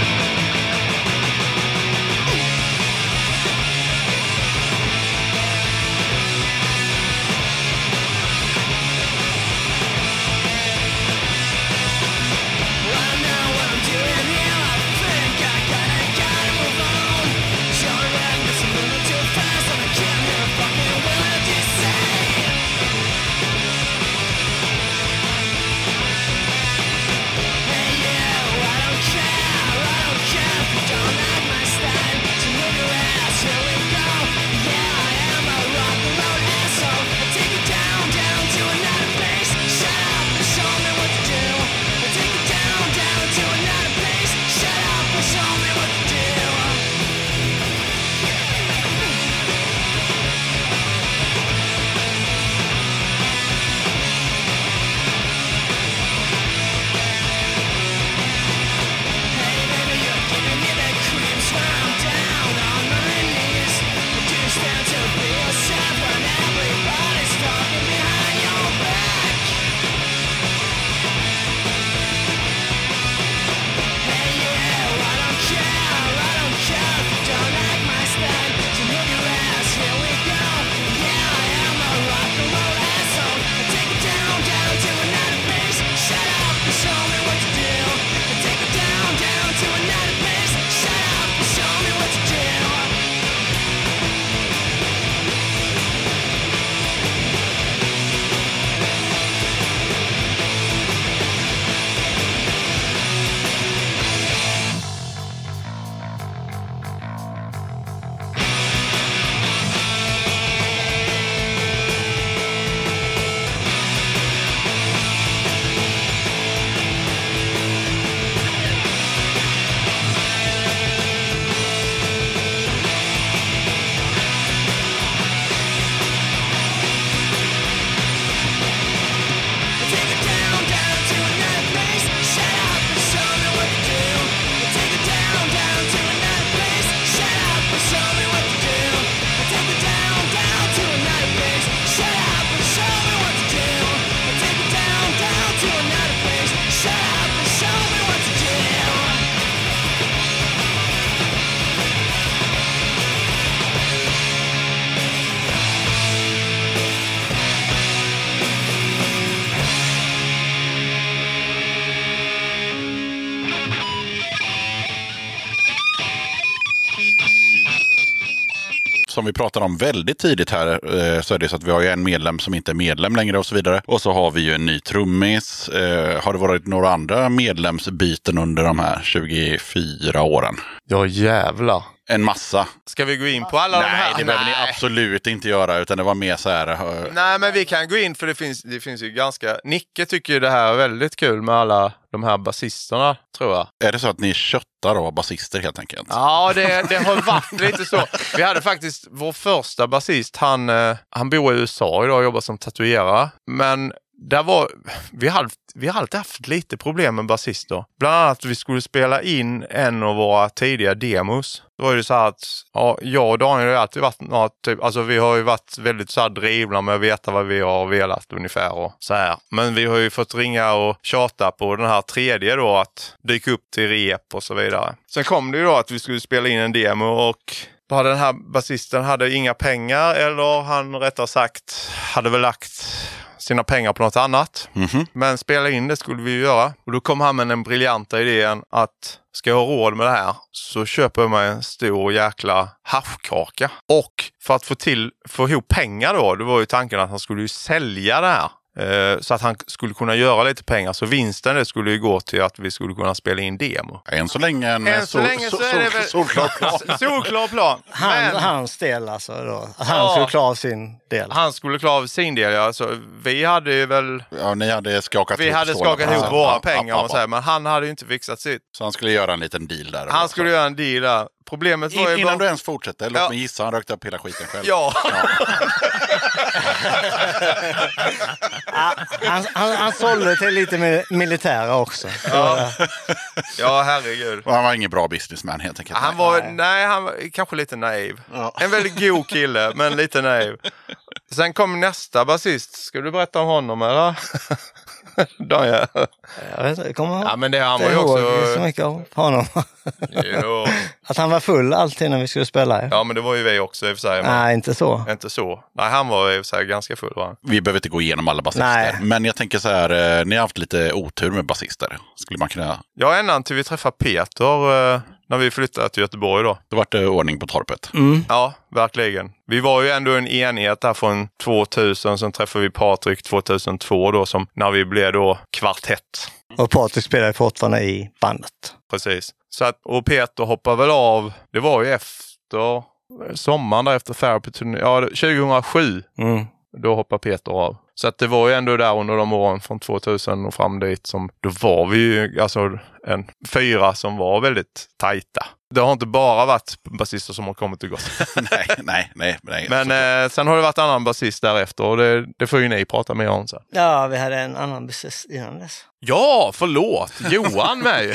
Som vi pratade om väldigt tidigt här så är det så att vi har ju en medlem som inte är medlem längre och så vidare. Och så har vi ju en ny trummis. Har det varit några andra medlemsbyten under de här 24 åren? Ja, jävlar. En massa. Ska vi gå in på alla de här? Nej, det behöver ni absolut inte göra, utan det var mer så här... Nej, men vi kan gå in för det finns ju ganska... Nicke tycker ju det här är väldigt kul med alla de här basisterna, tror jag. Är det så att ni köttar då basister helt enkelt? Ja, det har varit lite så. Vi hade faktiskt vår första basist, han bor i USA idag och jobbar som tatuerare. Men vi har alltid haft lite problem med basister. Bland annat att vi skulle spela in en av våra tidiga demos. Det var ju så här att jag och Daniel har alltid varit vi har ju varit väldigt så här drivna med att veta vad vi har velat ungefär och så här. Men vi har ju fått ringa och tjata på den här tredje då att dyka upp till rep och så vidare. Sen kom det ju då att vi skulle spela in en demo och den här basisten hade inga pengar, eller han rättare sagt hade väl lagt sina pengar på något annat. Mm-hmm. Men spela in det skulle vi ju göra. Och då kom han med den briljanta idén att ska jag ha råd med det här så köper jag mig en stor jäkla haschkaka. Och för att få ihop pengar då var ju tanken att han skulle ju sälja det här. Så att han skulle kunna göra lite pengar. Så vinsten det skulle ju gå till att vi skulle kunna spela in demo. Än så länge så är det väl solklar plan. Solklar plan. Hans del alltså då. Han skulle klara av sin del. Han skulle klara av sin del, ja. Alltså, vi hade ju väl... Ja, ni hade skakat ihop våra pengar och så här, men han hade ju inte fixat sitt. Så han skulle göra en liten deal där. Han skulle göra en deal där. problemet var ju innan du ens fortsätter, låt mig gissa, han rökte upp hela skiten själv. Ja. Han sålde till lite militära också. Ja, herregud. Och han var ingen bra businessman helt enkelt. Han var kanske lite naiv. Ja. En väldigt god kille, men lite naiv. Sen kom nästa basist. Ska du berätta om honom, eller? Daniel. Jag vet inte, kommer ihåg. Ja, men han var ju också så mycket av honom. Jo. Att han var full alltid när vi skulle spela. Ja, men det var ju vi också i och för sig. Nej, inte så. Inte så. Nej, han var i och för sig ganska full, va? Vi behöver inte gå igenom alla basister. Nej. Men jag tänker så här, ni har haft lite otur med basister. Skulle man kunna... Ja, ända till vi träffade Peter när vi flyttade till Göteborg då. Då var det ordning på torpet. Mm. Ja, verkligen. Vi var ju ändå en enhet där från 2000. Sen träffade vi Patrik 2002 då, som när vi blev då kvartett. Och Patrik spelade fortfarande i bandet. Precis. Så att, och Peter hoppade väl av, det var ju efter sommaren där efter Therapy-turné. Ja, 2007. Mm. Då hoppade Peter av. Så att det var ju ändå där under de åren från 2000 och fram dit som, då var vi ju alltså en 4 som var väldigt tajta. Det har inte bara varit basister som har kommit och gått. nej. Men sen har det varit annan basist därefter och det får ju ni prata mer om sen. Ja, vi hade en annan basist innan dess. Ja, förlåt. Johan med.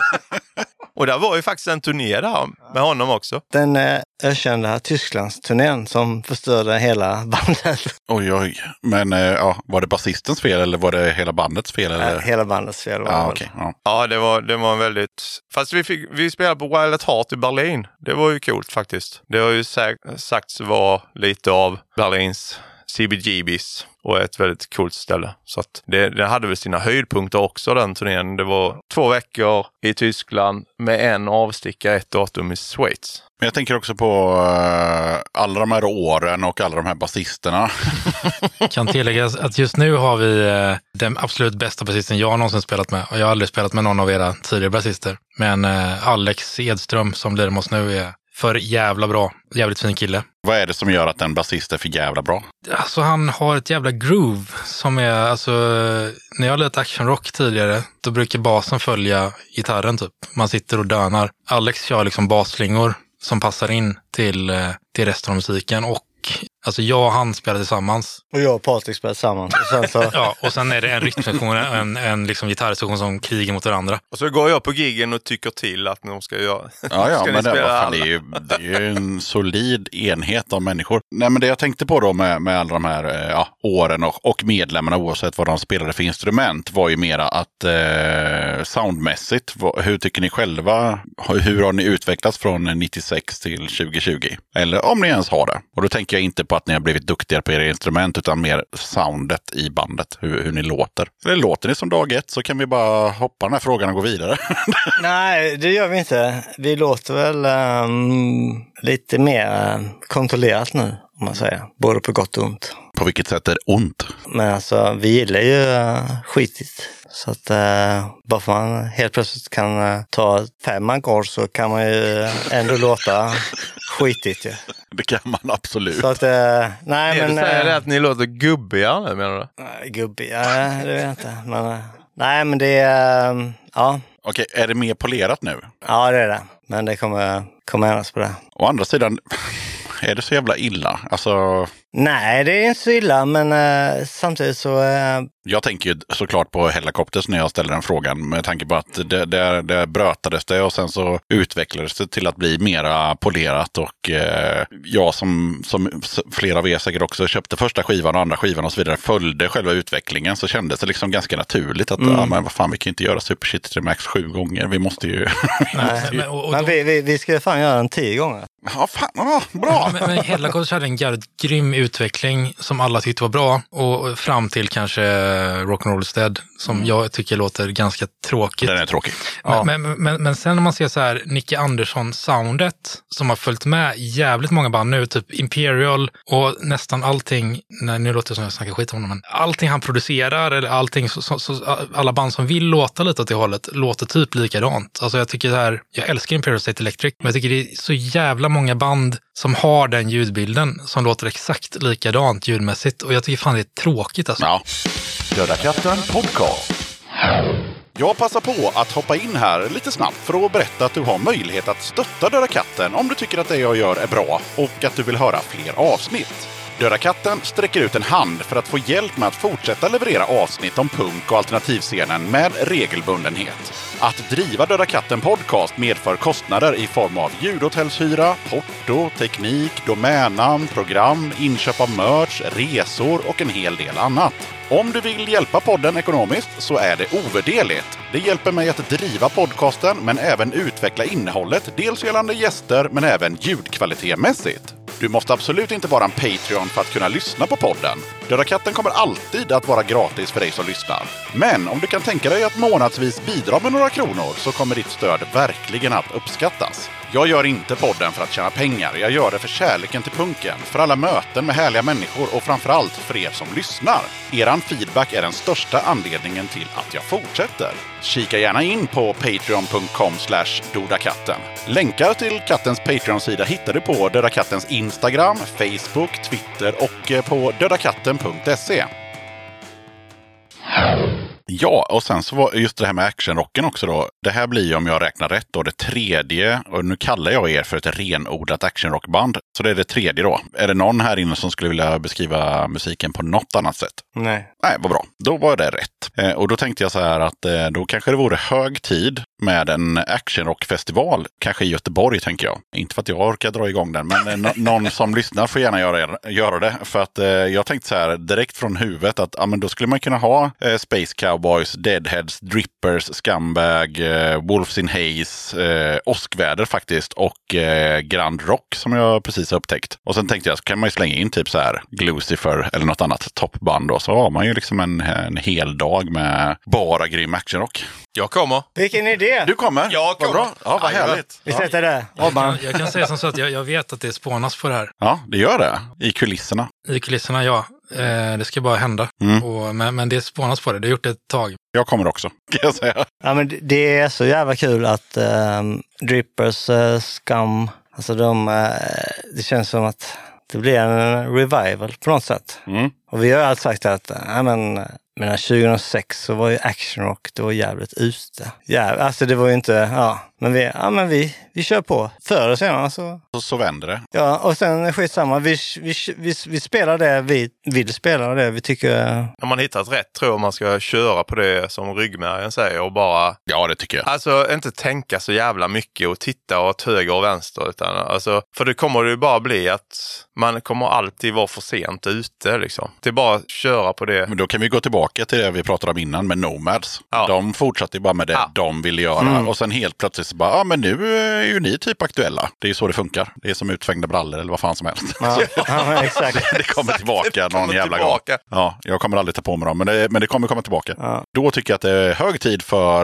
Och där var ju faktiskt en turné där med honom också. Den ökända Tysklandsturnén som förstörde hela bandet. Oj. Men var det basistens fel eller var det hela bandets fel? Eller? Hela bandets fel var det. Okay. Ja, det var en väldigt... Fast vi spelade på Wild at Heart i Berlin. Det var ju coolt faktiskt. Det har ju sagts vara lite av Berlins CBGBs och ett väldigt coolt ställe. Så att det hade väl sina höjdpunkter också, den turnén. Det var 2 veckor i Tyskland med en avsticka, ett datum i Schweiz. Men jag tänker också på alla de här åren och alla de här basisterna. Kan tilläggas att just nu har vi den absolut bästa basisten jag någonsin spelat med. Och jag har aldrig spelat med någon av era tidigare basister. Men Alex Edström som blir med oss nu är för jävla bra. Jävligt fin kille. Vad är det som gör att en basist är för jävla bra? Alltså han har ett jävla groove som är, alltså när jag har lite actionrock tidigare, då brukar basen följa gitarren typ. Man sitter och dönar. Alex kör liksom basslingor som passar in till resten av musiken och alltså jag och han spelar tillsammans. Och jag och Patrik spelar tillsammans. Och sen så... ja, och sen är det en rytmsektion, en liksom gitarrsektion som krigar mot varandra. Och så går jag på giggen och tycker till att de ska göra... Ja, men det är ju en solid enhet av människor. Nej, men det jag tänkte på då med alla de här åren och medlemmarna oavsett vad de spelade för instrument var ju mera att soundmässigt, hur tycker ni själva, hur har ni utvecklats från 96 till 2020? Eller om ni ens har det. Och då tänker jag inte på att ni har blivit duktigare på era instrument utan mer soundet i bandet, hur ni låter. Eller låter ni som dag ett så kan vi bara hoppa den här frågan och gå vidare. Nej, det gör vi inte. Vi låter väl lite mer kontrollerat nu, om man säger. Både på gott och ont. På vilket sätt är det ont? Men alltså, vi gillar ju skitigt. Så att bara för man helt plötsligt kan ta 5 ackord så kan man ju ändå låta skitigt ju. Det kan man absolut. Så att, nej men... Du säger det att ni låter gubbiga nu, menar du? Nej, gubbiga, det vet jag inte. Men, nej men det är, ja. Okej, är det mer polerat nu? Ja, det är det. Men det kommer ändras på det. Å andra sidan... Är det så jävla illa? Alltså... Nej, det är inte så illa, men samtidigt så... Jag tänker ju såklart på Hellacopters när jag ställer den frågan. Med tanke på att det brötades det och sen så utvecklades det till att bli mera polerat. Och jag som flera av er säkert också köpte första skivan och andra skivan och så vidare, följde själva utvecklingen, så kändes det liksom ganska naturligt att men vad fan, vi kan inte göra Super Shit till Max 7 gånger. Vi måste ju... Men vi ska fan göra den 10 gånger. Ja, fan, bra! Men Hellacopters hade en jävligt grym utveckling som alla tyckte var bra. Och fram till kanske Rock'n'Roll Dead som jag tycker låter ganska tråkigt. Den är tråkig. Ja. Men sen när man ser så här Nicke Andersson-soundet som har följt med jävligt många band nu, typ Imperial och nästan allting, nu låter det som jag snackar skit om honom, men allting han producerar eller allting, alla band som vill låta lite åt det hållet låter typ likadant. Alltså jag tycker det här, jag älskar Imperial State Electric, men jag tycker det är så jävla många band som har den ljudbilden som låter exakt likadant ljudmässigt och jag tycker fan det är tråkigt alltså. Ja. Döda katten podcast. Jag passar på att hoppa in här lite snabbt för att berätta att du har möjlighet att stötta Döda katten om du tycker att det jag gör är bra och att du vill höra fler avsnitt. Döda katten sträcker ut en hand för att få hjälp med att fortsätta leverera avsnitt om punk- och alternativscenen med regelbundenhet. Att driva Döda katten podcast medför kostnader i form av ljudhotellshyra, porto, teknik, domännamn, program, inköp av merch, resor och en hel del annat. Om du vill hjälpa podden ekonomiskt så är det ovärderligt. Det hjälper mig att driva podcasten men även utveckla innehållet, dels gällande gäster men även ljudkvalitetmässigt. Du måste absolut inte vara en Patreon för att kunna lyssna på podden. Döda katten kommer alltid att vara gratis för dig som lyssnar. Men om du kan tänka dig att månadsvis bidra med några kronor så kommer ditt stöd verkligen att uppskattas. Jag gör inte podden för att tjäna pengar. Jag gör det för kärleken till punken, för alla möten med härliga människor och framförallt för er som lyssnar. Eran feedback är den största anledningen till att jag fortsätter. Kika gärna in på patreon.com/dodakatten. Länkar till kattens Patreon-sida hittar du på Döda kattens Instagram, Facebook, Twitter och på dödakatten.se. Ja, och sen så var just det här med actionrocken också då. Det här blir ju, om jag räknar rätt då, det tredje, och nu kallar jag er för ett renodlat actionrockband. Så det är det tredje då. Är det någon här inne som skulle vilja beskriva musiken på något annat sätt? Nej. Nej, vad bra. Då var det rätt. Och då tänkte jag så här att då kanske det vore hög tid med en actionrockfestival. Kanske i Göteborg, tänker jag. Inte för att jag orkar dra igång den, men någon som lyssnar får gärna göra det. För att jag tänkte så här direkt från huvudet att men då skulle man kunna ha Space Cowboys, Deadheads, Drippers, Scumbag, Wolves in Haze, Åskväder faktiskt och Grand Rock som jag precis har upptäckt. Och sen tänkte jag så kan man ju slänga in typ så här Glucifer eller något annat toppband då. Så har man ju liksom en hel dag med bara grym actionrock. Jag kommer. Vilken idé! Du kommer? Jag kommer. Vad bra. Ja, vad härligt. Vi sätter det. Jag kan säga som så att jag vet att det spånas på det här. Ja, det gör det. I kulisserna. I kulisserna, ja. Det ska bara hända. Men det spånas på det. Det har gjort det ett tag. Jag kommer också, kan jag säga. Ja, men det är så jävla kul att Drippers, Scum, alltså det känns som att det blir en revival på något sätt. Och vi har ju alltid sagt att 2006 så var ju actionrock, det var jävligt ute. Alltså det var ju inte, men vi kör på. Förr och senare så vänder det. Ja, och sen skitsamma. Vi spelar det, vi vill spela det, vi tycker... När man hittat rätt tror jag man ska köra på det som ryggmärgen säger och bara... Ja, det tycker jag. Alltså inte tänka så jävla mycket och titta åt höger och vänster utan alltså, för det kommer ju bara bli att man kommer alltid vara för sent ute liksom. Det är bara att köra på det. Men då kan vi gå tillbaka till det vi pratade om innan med Nomads. Ja. De fortsatte ju bara med det de ville göra. Och sen helt plötsligt så bara, men nu är ju ni typ aktuella. Det är ju så det funkar. Det är som utfängda brallor eller vad fan som helst. Ja, exakt. Det kommer tillbaka någon jävla gång. Ja, jag kommer aldrig ta på mig dem, men det kommer komma tillbaka. Ja. Då tycker jag att det är hög tid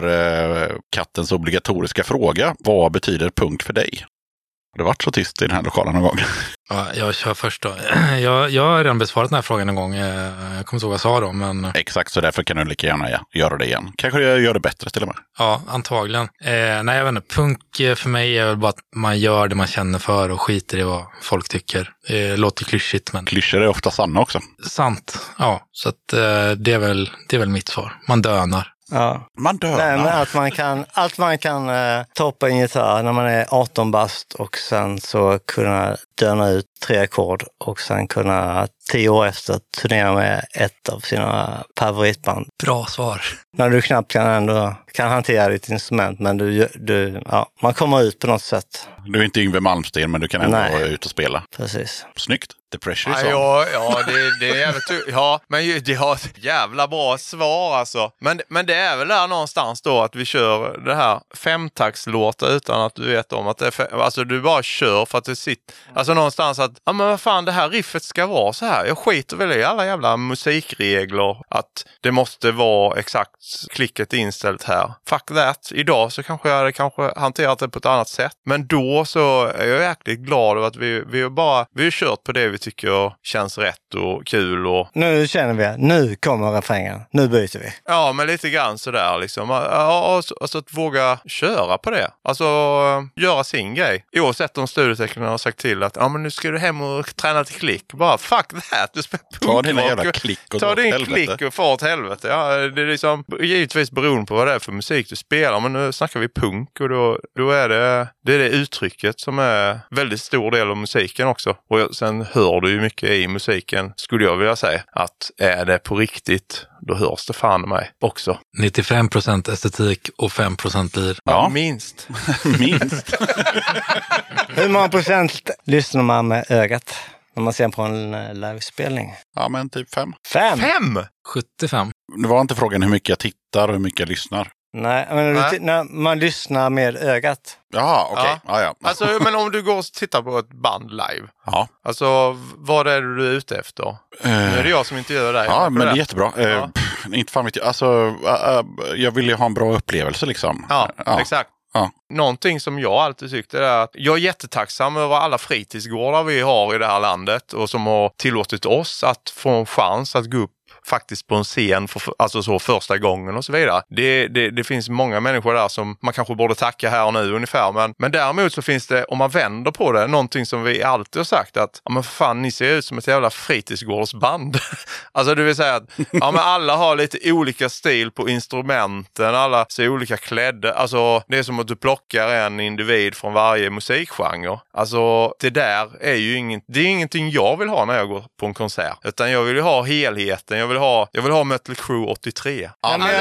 för kattens obligatoriska fråga. Vad betyder punk för dig? Har det varit så tyst i den här lokalen någon gång? Ja, jag kör först då. Jag har redan besvarat den här frågan en gång. Jag kommer inte ihåg vad jag sa då, men... Exakt, så därför kan du lika gärna göra det igen. Kanske jag gör det bättre till och med. Ja, antagligen. Nej, jag vet inte. Punk för mig är väl bara att man gör det man känner för och skiter i vad folk tycker. Det låter klyschigt, men... Klyschor är ofta sanna också. Sant, ja. Så att, det är väl mitt svar. Man dönar. Ja. Man dör. Nej, men att man kan toppa en gitarr när man är 18 bast och sen så kunna döna ut 3 ackord och sen kunna 10 år efter turnera med ett av sina favoritband. Bra svar. När du knappt kan hantera ditt instrument, men man kommer ut på något sätt. Du är inte Yngve Malmsteen, men du kan ändå vara ut och spela. Precis. Snyggt. The pressure is on. Ja, det är jävligt... Ja, men det har ett jävla bra svar alltså. Men det är väl där någonstans då att vi kör det här 5-taktslåtar utan att du vet om att det är... Alltså du bara kör för att det sitter... Alltså någonstans att, men vad fan, det här riffet ska vara så här. Jag skiter väl i alla jävla musikregler. Att det måste vara exakt klicket inställt här. Fuck that. Idag så kanske jag hade hanterat det på ett annat sätt. Men då så är jag jäkligt glad över att vi har kört på det vi tycker känns rätt och kul. Och... Nu känner vi, nu kommer refrängen. Nu byter vi. Ja, men lite grann sådär liksom. Alltså att våga köra på det. Alltså göra sin grej. Oavsett om studieteknikerna har sagt till att ja men nu ska du hem och träna till klick. Bara fuck that, du spelar punkrock. Ta dina jävla klick och ta din helvete. klick och få åt helvete. Ja, det är liksom givetvis beroende på vad det är för musik du spelar. Men nu snackar vi punk och då är det uttrycket som är väldigt stor del av musiken också. Och sen hör du ju mycket i musiken, skulle jag vilja säga. Att är det på riktigt, då hörs det fan mig också. 95% estetik och 5% lir. Ja, minst. Minst. Hur många procent lyssnar man med ögat när man ser på en livespelning? Ja, men typ 5. 5? 75. Det var inte frågan hur mycket jag tittar och hur mycket jag lyssnar. Nej, men när man lyssnar med ögat. Jaha, okej. Ja. Alltså, men om du går och tittar på ett band live. Ja. Alltså, vad är det du är ute efter? Nu är det jag som inte gör det. Ja, men det är jättebra. Inte fan vet jag. Alltså, jag vill ju ha en bra upplevelse liksom. Ja, exakt. Ja. Någonting som jag alltid tyckte är att jag är jättetacksam över alla fritidsgårdar vi har i det här landet och som har tillåtit oss att få en chans att gå upp faktiskt på en scen alltså så första gången och så vidare. Det finns många människor där som man kanske borde tacka här och nu ungefär. Men däremot så finns det, om man vänder på det, någonting som vi alltid har sagt att ja men fan, ni ser ut som ett jävla fritidsgårdsband. Alltså det vill säga att ja, men alla har lite olika stil på instrumenten, alla ser olika klädda. Alltså det är som att du plockar en individ från varje musikgenre. Alltså det där är ju ingenting jag vill ha när jag går på en konsert. Utan jag vill ju ha helheten. Jag vill ha Mötley Crüe 83. Ja, men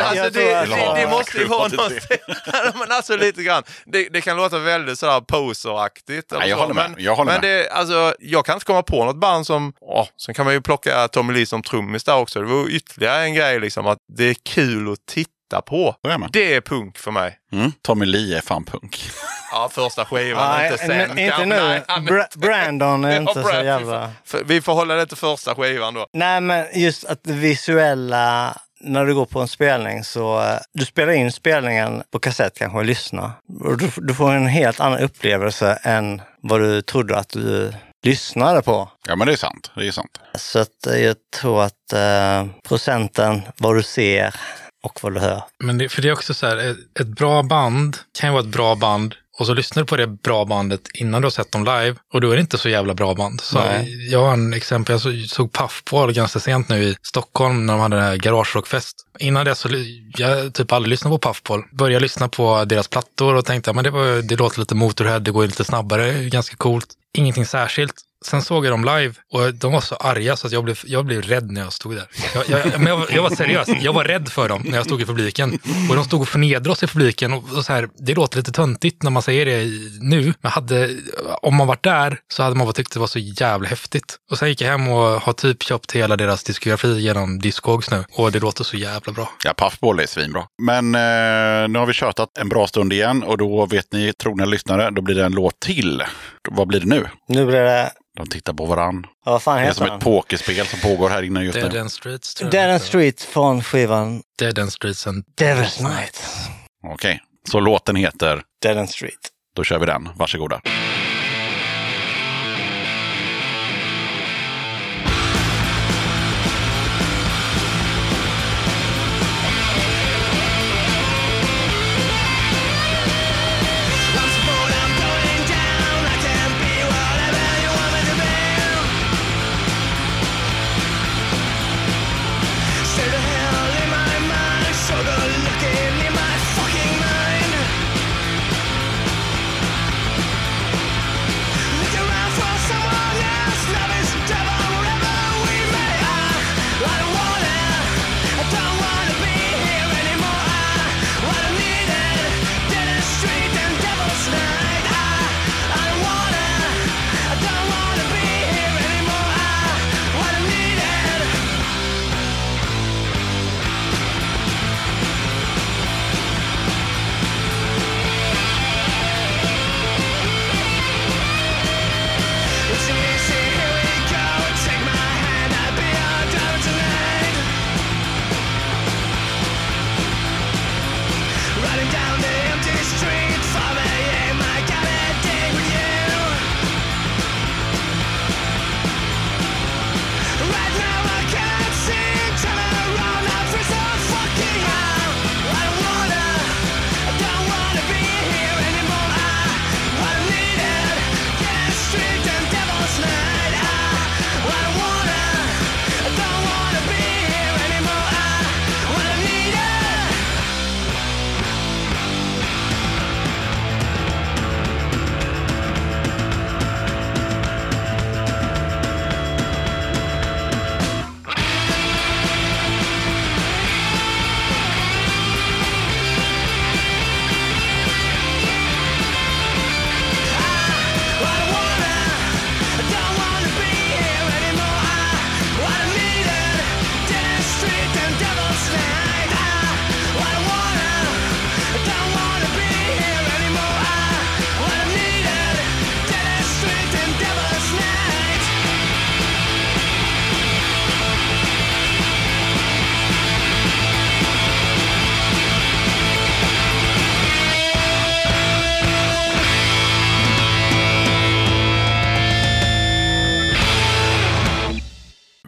det måste ju vara någonting. Men alltså lite grann. Det kan låta väldigt sådär poseraktigt. Jag håller med. Men det, alltså, jag kan inte komma på något band som... sen kan man ju plocka Tommy Lee som trummis där också. Det var ytterligare en grej liksom att det är kul att titta på. Det är punk för mig. Tommy Lee är fan punk. Ja, första skivan, inte sen. Inte nu. Brandon är inte så jävla... Vi får hålla det till första skivan då. Nej, men just att det visuella... När du går på en spelning så... Du spelar in spelningen på kassett kanske och lyssnar. Och du får en helt annan upplevelse än vad du trodde att du lyssnade på. Ja, men det är sant. Det är sant. Så att jag tror att procenten vad du ser och vad du hör. Men det är också så här, ett bra band kan ju vara ett bra band och så lyssnar du på det bra bandet innan du har sett dem live och då är det inte så jävla bra band. Så jag har en exempel, jag såg Puffball ganska sent nu i Stockholm när de hade den här garagerockfest. Innan det så jag typ aldrig lyssnade på Puffball. Började lyssna på deras plattor och tänkte men det låter lite Motorhead, det går lite snabbare, ganska coolt. Ingenting särskilt. Sen såg jag dem live och de var så arga så att jag blev rädd när jag stod där. Jag var seriös. Jag var rädd för dem när jag stod i publiken. Och de stod och förnedrade oss i publiken. Och så här, det låter lite töntigt när man säger det nu. Men om man varit där så hade man bara tyckt det var så jävla häftigt. Och sen gick jag hem och har typ köpt hela deras diskografi genom Discogs nu. Och det låter så jävla bra. Ja, Puffball är svinbra. Men nu har vi tjötat en bra stund igen. Och då vet ni, trogna lyssnare, då blir det en låt till. Vad blir det nu? Nu blir det... De tittar på varann. Ja, vad fan heter det är som ett pokerspel som pågår här inne just nu. Dead End Streets. Dead End Streets från skivan Dead End Streets and Devil's Night. Okej, så låten heter Dead End Street. Då kör vi den. Varsågoda. Looking in my fucking mind.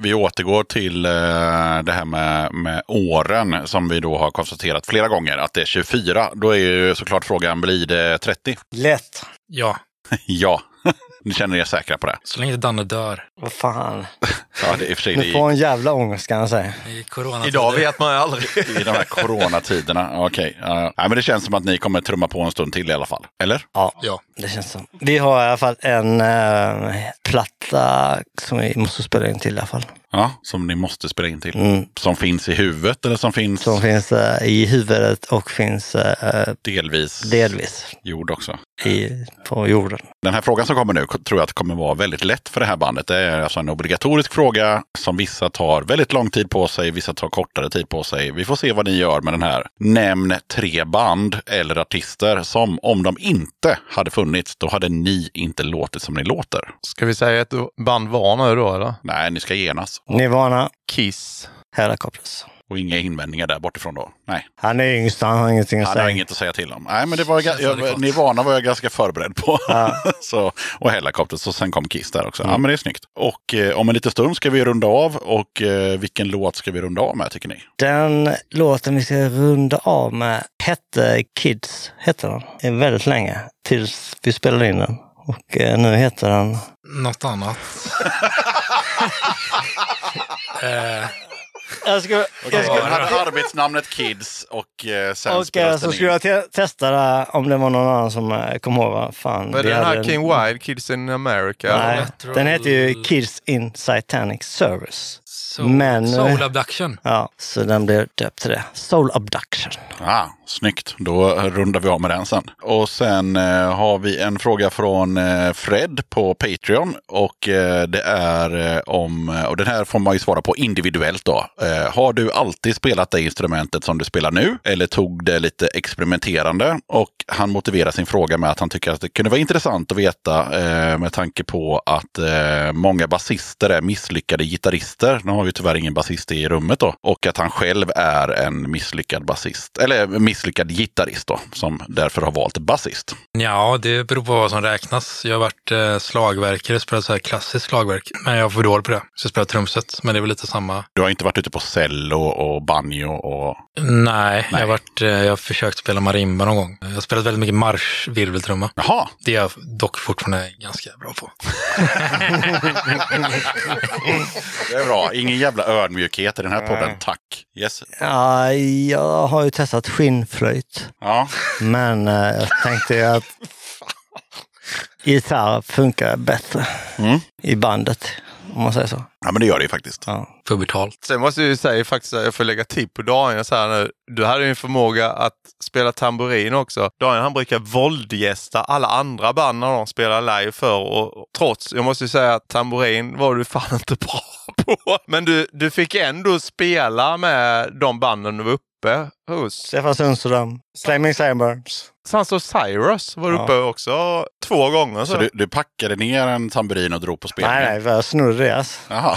Vi återgår till det här med åren som vi då har konstaterat flera gånger att det är 24. Då är ju såklart frågan, blir det 30? Lätt. Ja, Ja, ni känner er säkra på det. så länge Danne dör. Vad fan. Ja, det är i och för sig Du får en jävla ångest kan jag säga. I coronatider. Idag vet man ju aldrig. i de här coronatiderna. Okej. Nej, men det känns som att ni kommer trumma på en stund till i alla fall. Eller? Ja. Det känns som. Vi har i alla fall en platta som vi måste spela in till i alla fall. Ja, som ni måste spela in till. Som finns i huvudet eller som finns... Som finns i huvudet och finns delvis gjord också. På jorden. Den här frågan som kommer nu tror jag att kommer vara väldigt lätt för det här bandet. Det är alltså en obligatorisk fråga som vissa tar väldigt lång tid på sig, vissa tar kortare tid på sig. Vi får se vad ni gör med den här. Nämn 3 band eller artister som om de inte hade funnits, då hade ni inte låtit som ni låter. Ska vi säga ett band var nu då, eller? Nej, ni ska genas. Nirvana. Kiss. Hellacopters. Och inga invändningar där bortifrån då. Nej. Han är yngst, han har ingenting att Han säga. har inget att säga till om. Nej, men det var Nirvana var jag ganska förberedd på. Ja. Så, och Hellacopters, och sen kom Kiss där också. Ja, men det är snyggt. Och om en liten stund ska vi runda av. Och vilken låt ska vi runda av med, tycker ni? Den låten vi ska runda av med hette Kids, hette den. Det är väldigt länge tills vi spelade in den. Och nu heter den... Något annat. Jag ska hade arbetsnamnet Kids och sen och så skulle jag testa där, om det var någon annan som kom ihåg vad fan. Men den här King Wild, Kids in America? Nej, den heter ju Kids in Satanic Service. Soul Abduction. Ja, så den blev döpt till det. Soul Abduction. Snyggt. Då rundar vi av med den sen. Och sen har vi en fråga från Fred på Patreon. Och det är och den här får man ju svara på individuellt då. Har du alltid spelat det instrumentet som du spelar nu? Eller tog det lite experimenterande? Och han motiverar sin fråga med att han tycker att det kunde vara intressant att veta med tanke på att många basister är misslyckade gitarrister. Nu har vi tyvärr ingen basist i rummet då. Och att han själv är en misslyckad basist. Eller misslyckad gitarrist då. Som därför har valt basist. Ja, det beror på vad som räknas. Jag har varit slagverkare, spelat så här klassiskt slagverk. Men jag var för dålig på det. Så jag spelar trumset, men det är väl lite samma. Du har inte varit ute på cello och banjo och... Nej. Jag har försökt spela marimba någon gång. Jag har spelat väldigt mycket marschvirveltrumma. Jaha. Det är jag dock fortfarande ganska bra på. Det är bra. Ingen jävla ödmjukhet i den här podden. Tack. Yes. Ja, jag har ju testat skinnflöjt. Ja. Men jag tänkte ju att gitarr funkar bättre i bandet, om man säger så. Ja, men det gör det ju faktiskt. Ja. Pubertalt. Sen måste jag ju säga faktiskt att jag får lägga till på Daniel så här nu. Du hade ju en förmåga att spela tamburin också. Daniel, han brukar våldgästa alla andra band när de spelar live för, och trots, jag måste ju säga att tamburin var du fan inte bra på. Men du fick ändå spela med de banden du var uppe hos. Stefan Sundström, Flaming Cyberns. Sons of Cyrus var uppe också 2 gånger. Så du packade ner en tamburin och drog på spelning? Nej, jag snurrade deras. Jaha.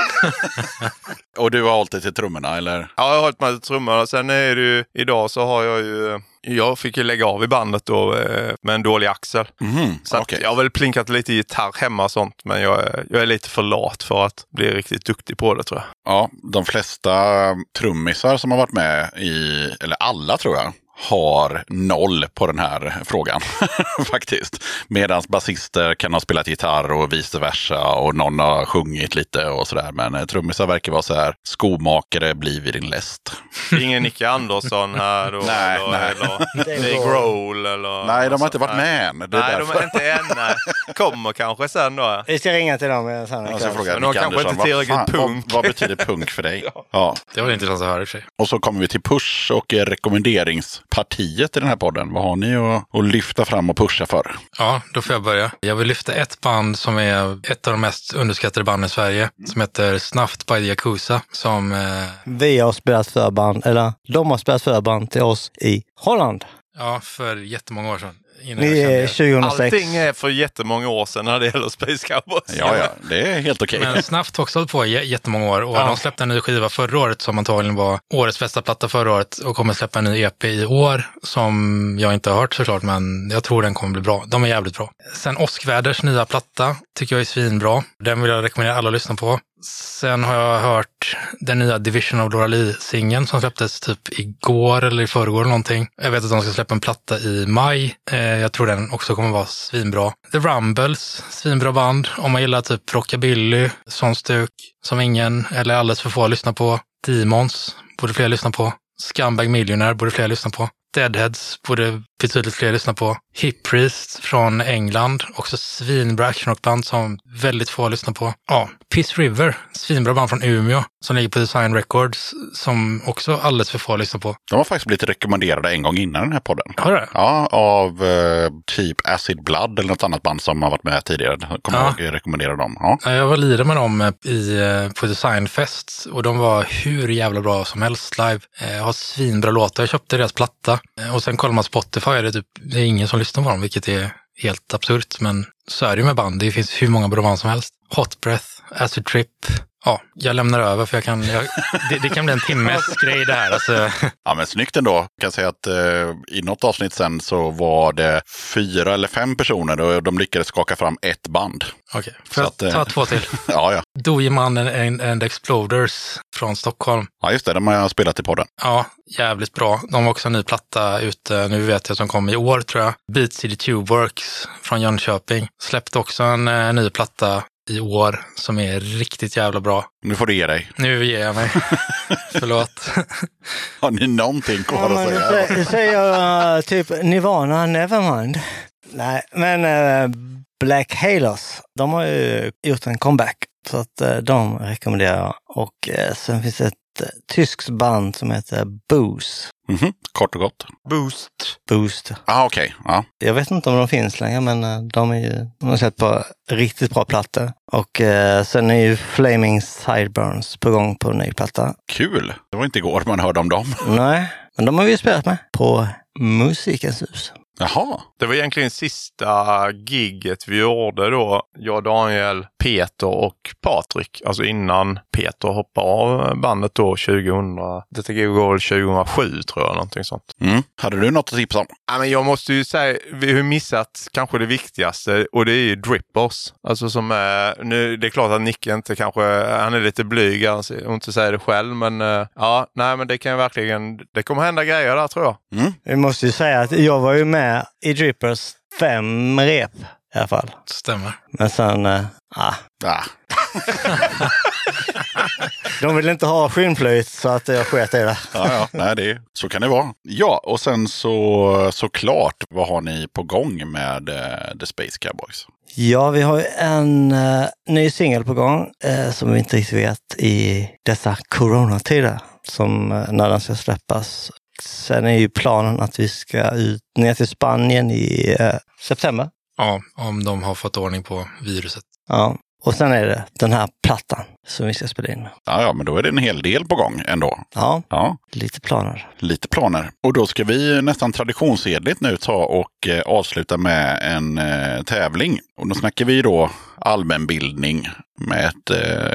Och du har hållit dig till trummorna, eller? Ja, jag har hållit mig till trummorna. Sen är det ju, idag så har jag fick ju lägga av i bandet då med en dålig axel. Så att jag har väl plinkat lite gitarr hemma och sånt, men jag är lite för lat för att bli riktigt duktig på det, tror jag. Ja, de flesta trummisar som har varit med eller alla tror jag, har 0 på den här frågan faktiskt. Medan basister kan ha spelat gitarr och vice versa och någon har sjungit lite och sådär. Men trummisar verkar vara så här: skomakare, bli vid din läst. Ingen Nicke Andersson här då? Nej. Eller Dave Grohl eller... Nej, de har inte varit med än. Nej, de är inte än. Nej. Kommer kanske sen då. Vi ska ringa till dem sen. Och så frågar de Nicke kanske Andersson, inte tillräckligt punk. Vad betyder punk för dig? Ja. Det var intressant att höra i och för sig. Och så kommer vi till push- och rekommenderingspartiet i den här podden. Vad har ni att lyfta fram och pusha för? Ja, då får jag börja. Jag vill lyfta ett band som är ett av de mest underskattade banden i Sverige. Som heter Snuffed by the Yakuza. Som... Vi har spelat förband, eller de har spelat förband till oss i Holland. Ja, för jättemånga år sedan. Ni är 2006. Allting är för jättemånga år sedan när det gäller Space Cowboys. Ja, det är helt okej. Men Snuffed också hållit på jättemånga år. Och de släppte en ny skiva förra året som antagligen var årets bästa platta förra året. Och kommer släppa en ny EP i år som jag inte har hört såklart, men jag tror den kommer bli bra. De är jävligt bra. Sen Åskväders nya platta tycker jag är svinbra. Den vill jag rekommendera alla att lyssna på. Sen har jag hört den nya Division of Laura-Lee-singeln som släpptes typ igår eller i förrgår eller någonting. Jag vet att de ska släppa en platta i maj. Jag tror den också kommer vara svinbra. The Rumbles, svinbra band. Om man gillar typ rockabilly, sån stuk som ingen eller alldeles för få lyssnar på. Demons borde fler lyssna på. Scumbag Millionaire borde fler lyssna på. Deadheads borde betydligt fler lyssna på. Hip Priest från England, också svinbra actionrockband som väldigt få lyssnar på. Ja, Piss River, svinbra band från Umeå som ligger på Design Records som också alldeles för få lyssnar på. De har faktiskt blivit rekommenderade en gång innan den här podden. Har det? Ja, av typ Acid Blood eller något annat band som har varit med tidigare. Kommer jag ihåg rekommendera dem. Ja. Jag var lirare med dem på Designfest och de var hur jävla bra som helst live. Har svinbra låtar. Jag köpte deras platta och sen kollar man Spotify det är ingen som lyssnar på dem, vilket är helt absurt. Men så är det ju med band. Det finns hur många bra band som helst. Hot Breath, Acid Trip. Ja, jag lämnar över för det kan bli en timmes grej det här. Alltså. Ja, men snyggt ändå. Jag kan säga att i något avsnitt sen så var det 4 eller 5 personer och de lyckades skaka fram ett band. Okej, får jag ta 2 till? Ja. Dojeman and Exploders från Stockholm. Ja, just det. De har jag spelat i podden. Ja, jävligt bra. De har också en ny platta ute. Nu vet jag som kom i år tror jag. Beat City Tubeworks från Jönköping. Släppte också en ny platta i år som är riktigt jävla bra. Nu får du ge dig. Nu ger jag mig. Förlåt. Har ni någonting kvar att säga? Du säger typ Nirvana, Nevermind. Nej, men Black Halos, de har ju gjort en comeback. Så att de rekommenderar jag. Och sen finns ett tyskt band som heter Boost. Kort och gott. Boost. Okej. Ja. Jag vet inte om de finns längre, men de har sett på riktigt bra plattor. Och sen är ju Flaming Sideburns på gång på en ny platta. Kul! Det var inte igår man hörde om dem. Nej, men de har vi ju spelat med på Musikens hus. Jaha. Det var egentligen sista gigget vi gjorde då. Jag, Daniel, Peter och Patrik. Alltså innan Peter hoppade av bandet då 2007 tror jag, någonting sånt. Hade du något att tipsa om? Ja, men jag måste ju säga, vi har missat kanske det viktigaste och det är ju Drippers. Alltså som är, nu det är klart att Nicke inte kanske, han är lite blyg och inte säger det själv, men ja, nej men det kan verkligen, det kommer hända grejer där tror jag. Vi måste ju säga att jag var ju med i Drippers 5 rep i alla fall. Stämmer. Men sen, de vill inte ha skinnflöjt så att jag sket i det. Ja, nej, så kan det vara. Ja, och sen såklart, vad har ni på gång med The Space Cowboys? Ja, vi har ju en ny singel på gång som vi inte riktigt vet i dessa coronatider som när den ska släppas. Sen är ju planen att vi ska ut ner till Spanien i september. Ja, om de har fått ordning på viruset. Ja, och sen är det den här plattan som vi ska spela in. Ja, men då är det en hel del på gång ändå. Ja. Lite planer. Och då ska vi nästan traditionsenligt nu ta och avsluta med en tävling. Och då snackar vi då allmänbildning med ett,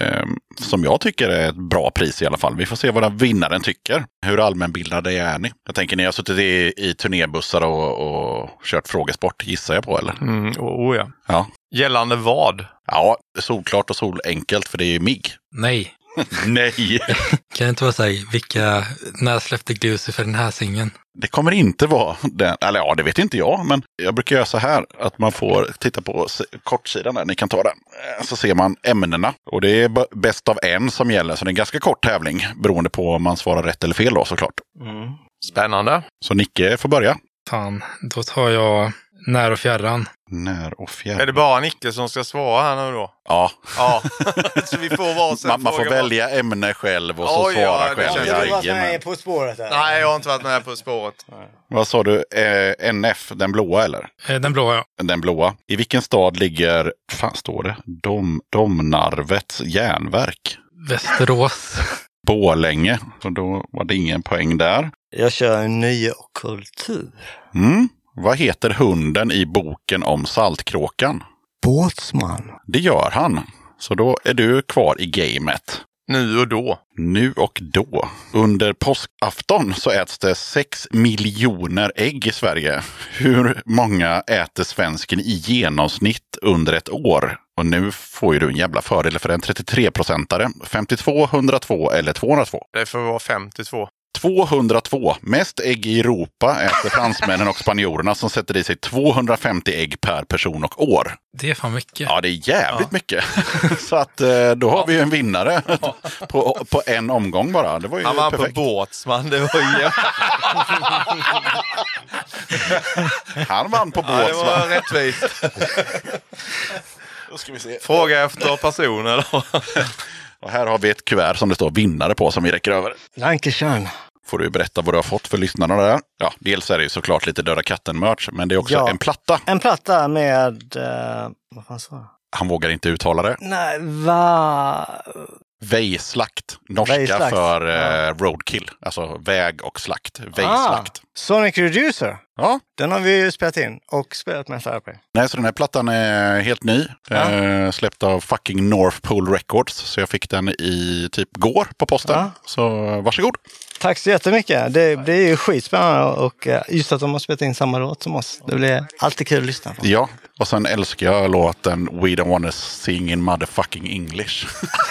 som jag tycker är ett bra pris i alla fall. Vi får se vad vinnaren tycker. Hur allmänbildade är ni? Jag tänker ni har suttit i turnébussar och kört frågesport, gissar jag på, eller? Ja. Gällande vad? Ja, solklart och solenkelt, för det är MIG. Nej. Nej. Kan det inte vara så här, när släppte Glucy för den här singeln? Det kommer inte vara den, eller ja, det vet inte jag, men jag brukar göra så här att man får titta på kortsidan där, ni kan ta den. Så ser man ämnena och det är bäst av en som gäller, så det är en ganska kort tävling beroende på om man svarar rätt eller fel då såklart. Spännande. Så Nicke får börja. Fan, då tar jag När och fjärran. När och fjärran. Är det bara Nicke som ska svara här nu då? Ja. Så vi får vara man får välja ämne själv och så svara själv. Har du varit med På spåret? Eller? Nej, jag har inte varit med På spåret. Vad sa du? NF, den blåa eller? Den blåa, ja. Den blåa. I vilken stad ligger, fan står det? Domnarvets järnverk. Västerås. Borlänge. Så då var det ingen poäng där. Jag kör nöje och kultur. Vad heter hunden i boken om Saltkråkan? Båtsman. Det gör han. Så då är du kvar i gamet. Nu och då. Nu och då. Under påskafton så äts det 6 miljoner ägg i Sverige. Hur många äter svensken i genomsnitt under ett år? Och nu får ju du en jävla fördel för en 33-procentare. 52, 102 eller 202. Det får vara 52. 202. Mest ägg i Europa äter fransmännen och spanjorerna som sätter i sig 250 ägg per person och år. Det är fan mycket. Ja, det är jävligt mycket. Så att då har vi ju en vinnare på en omgång bara. Det var ju han var perfekt. på båtsman. Det var ju... Han vann på båtsman. Ja, det var rättvist. Då ska vi se. Fråga efter personer då. Och här har vi ett kuvert som det står vinnare på som vi räcker över. Dankeschön. Får du berätta vad du har fått för lyssnarna där. Ja, dels är det ju såklart lite Döda katten-merch, men det är också en platta. En platta med... vad fan sa jag? Han vågar inte uttala det. Nej, Vägslakt. Norska Vägslakt. för roadkill. Alltså väg och slakt. Vägslakt. Sonic Reducer. Ja. Den har vi ju spelat in och spelat med Therapy. Nej, så den här plattan är helt ny. Släppt av fucking North Pole Records. Så jag fick den i typ går på posten. Ja. Så varsågod. Tack så jättemycket. Det är ju skitspännande och just att de har spelat in samma låt som oss. Det blir alltid kul att lyssna på. Ja, och sen älskar jag låten We Don't Wanna Sing in Motherfucking English.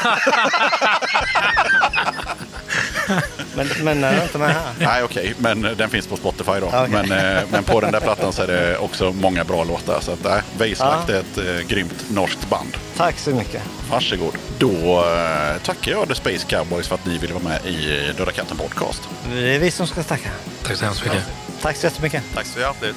Men är det inte med här? Nej, okej. Men den finns på Spotify då. Okay. Men på den där plattan så är det också många bra låtar. Så att Vägslakt är ett grymt norskt band. Tack så mycket. Varsågod. Då tackar jag The Space Cowboys för att ni ville vara med i Döda katten podcast. Det är vi som ska tacka. Tack så hemskt mycket. Tack så jättemycket. Tack så hjärtligt.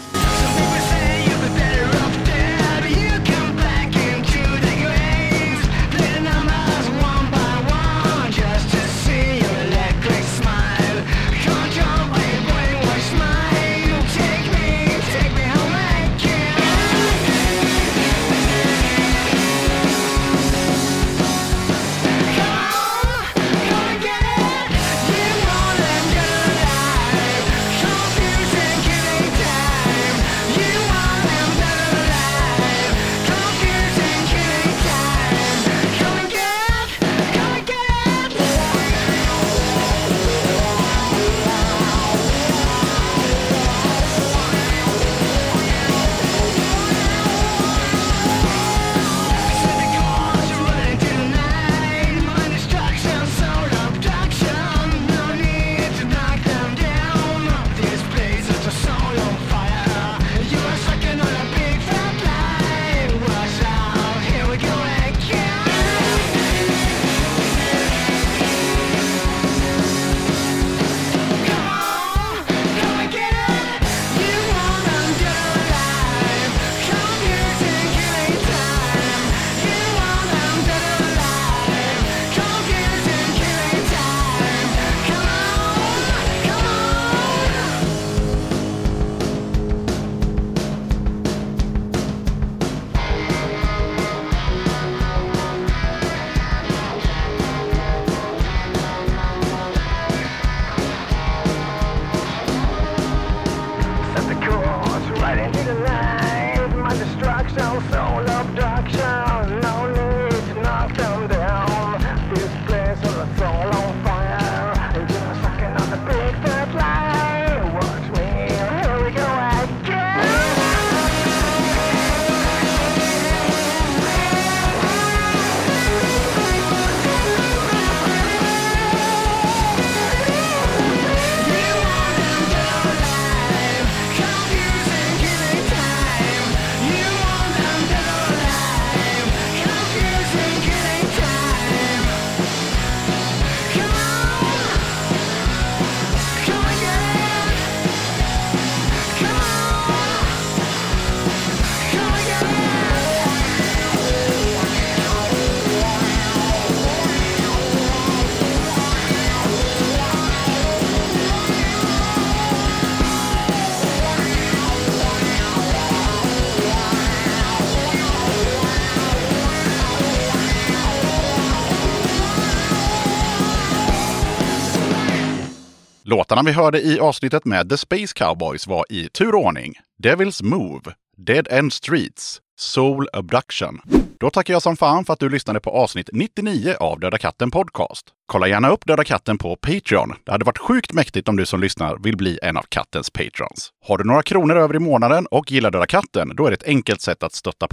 Låtarna vi hörde i avsnittet med The Space Cowboys var i turordning Devil's Move, Dead End Streets, Soul Abduction. Då tackar jag som fan för att du lyssnade på avsnitt 99 av Döda katten podcast. Kolla gärna upp Döda katten på Patreon. Det hade varit sjukt mäktigt om du som lyssnar vill bli en av kattens patrons. Har du några kronor över i månaden och gillar Döda katten, då är det ett enkelt sätt att stötta podden.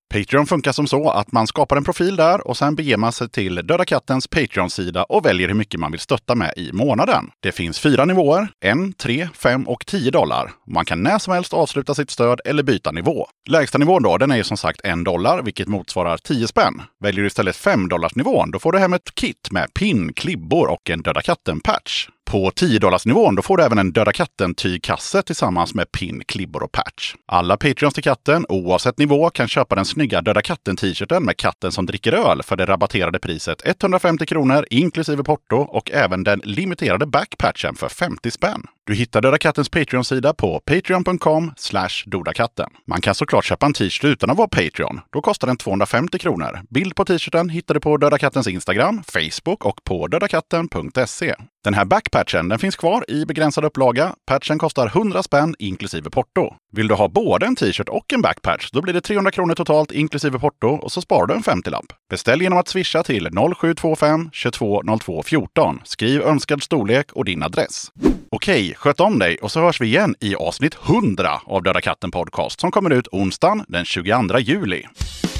Patreon funkar som så att man skapar en profil där och sen beger man sig till Döda Kattens Patreon-sida och väljer hur mycket man vill stötta med i månaden. Det finns 4 nivåer, 1, 3, 5 och $10. Man kan när som helst avsluta sitt stöd eller byta nivå. Lägsta nivån då, den är ju som sagt $1, vilket motsvarar 10 spänn. Väljer du istället $5-nivån, då får du hem ett kit med pin, klibbor och en Döda Katten-patch. På $10-nivån då får du även en Döda Katten-tygkasse tillsammans med pin, klibbor och patch. Alla Patreons till katten, oavsett nivå, kan köpa den snygga Döda Katten-t-shirten med katten som dricker öl för det rabatterade priset 150 kronor inklusive porto och även den limiterade backpatchen för 50 spänn. Du hittar Döda Kattens Patreon-sida på patreon.com/dodakatten. Man kan såklart köpa en t-shirt utan att vara Patreon. Då kostar den 250 kronor. Bild på t-shirten hittar du på Döda Kattens Instagram, Facebook och på dödakatten.se. Den här backpatchen den finns kvar i begränsad upplaga. Patchen kostar 100 spänn inklusive porto. Vill du ha både en t-shirt och en backpatch, då blir det 300 kronor totalt inklusive porto och så sparar du en 50-lapp. Beställ genom att swisha till 0725 22 02 14. Skriv önskad storlek och din adress. Okej, sköt om dig och så hörs vi igen i avsnitt 100 av Döda Katten Podcast som kommer ut onsdagen den 22 juli.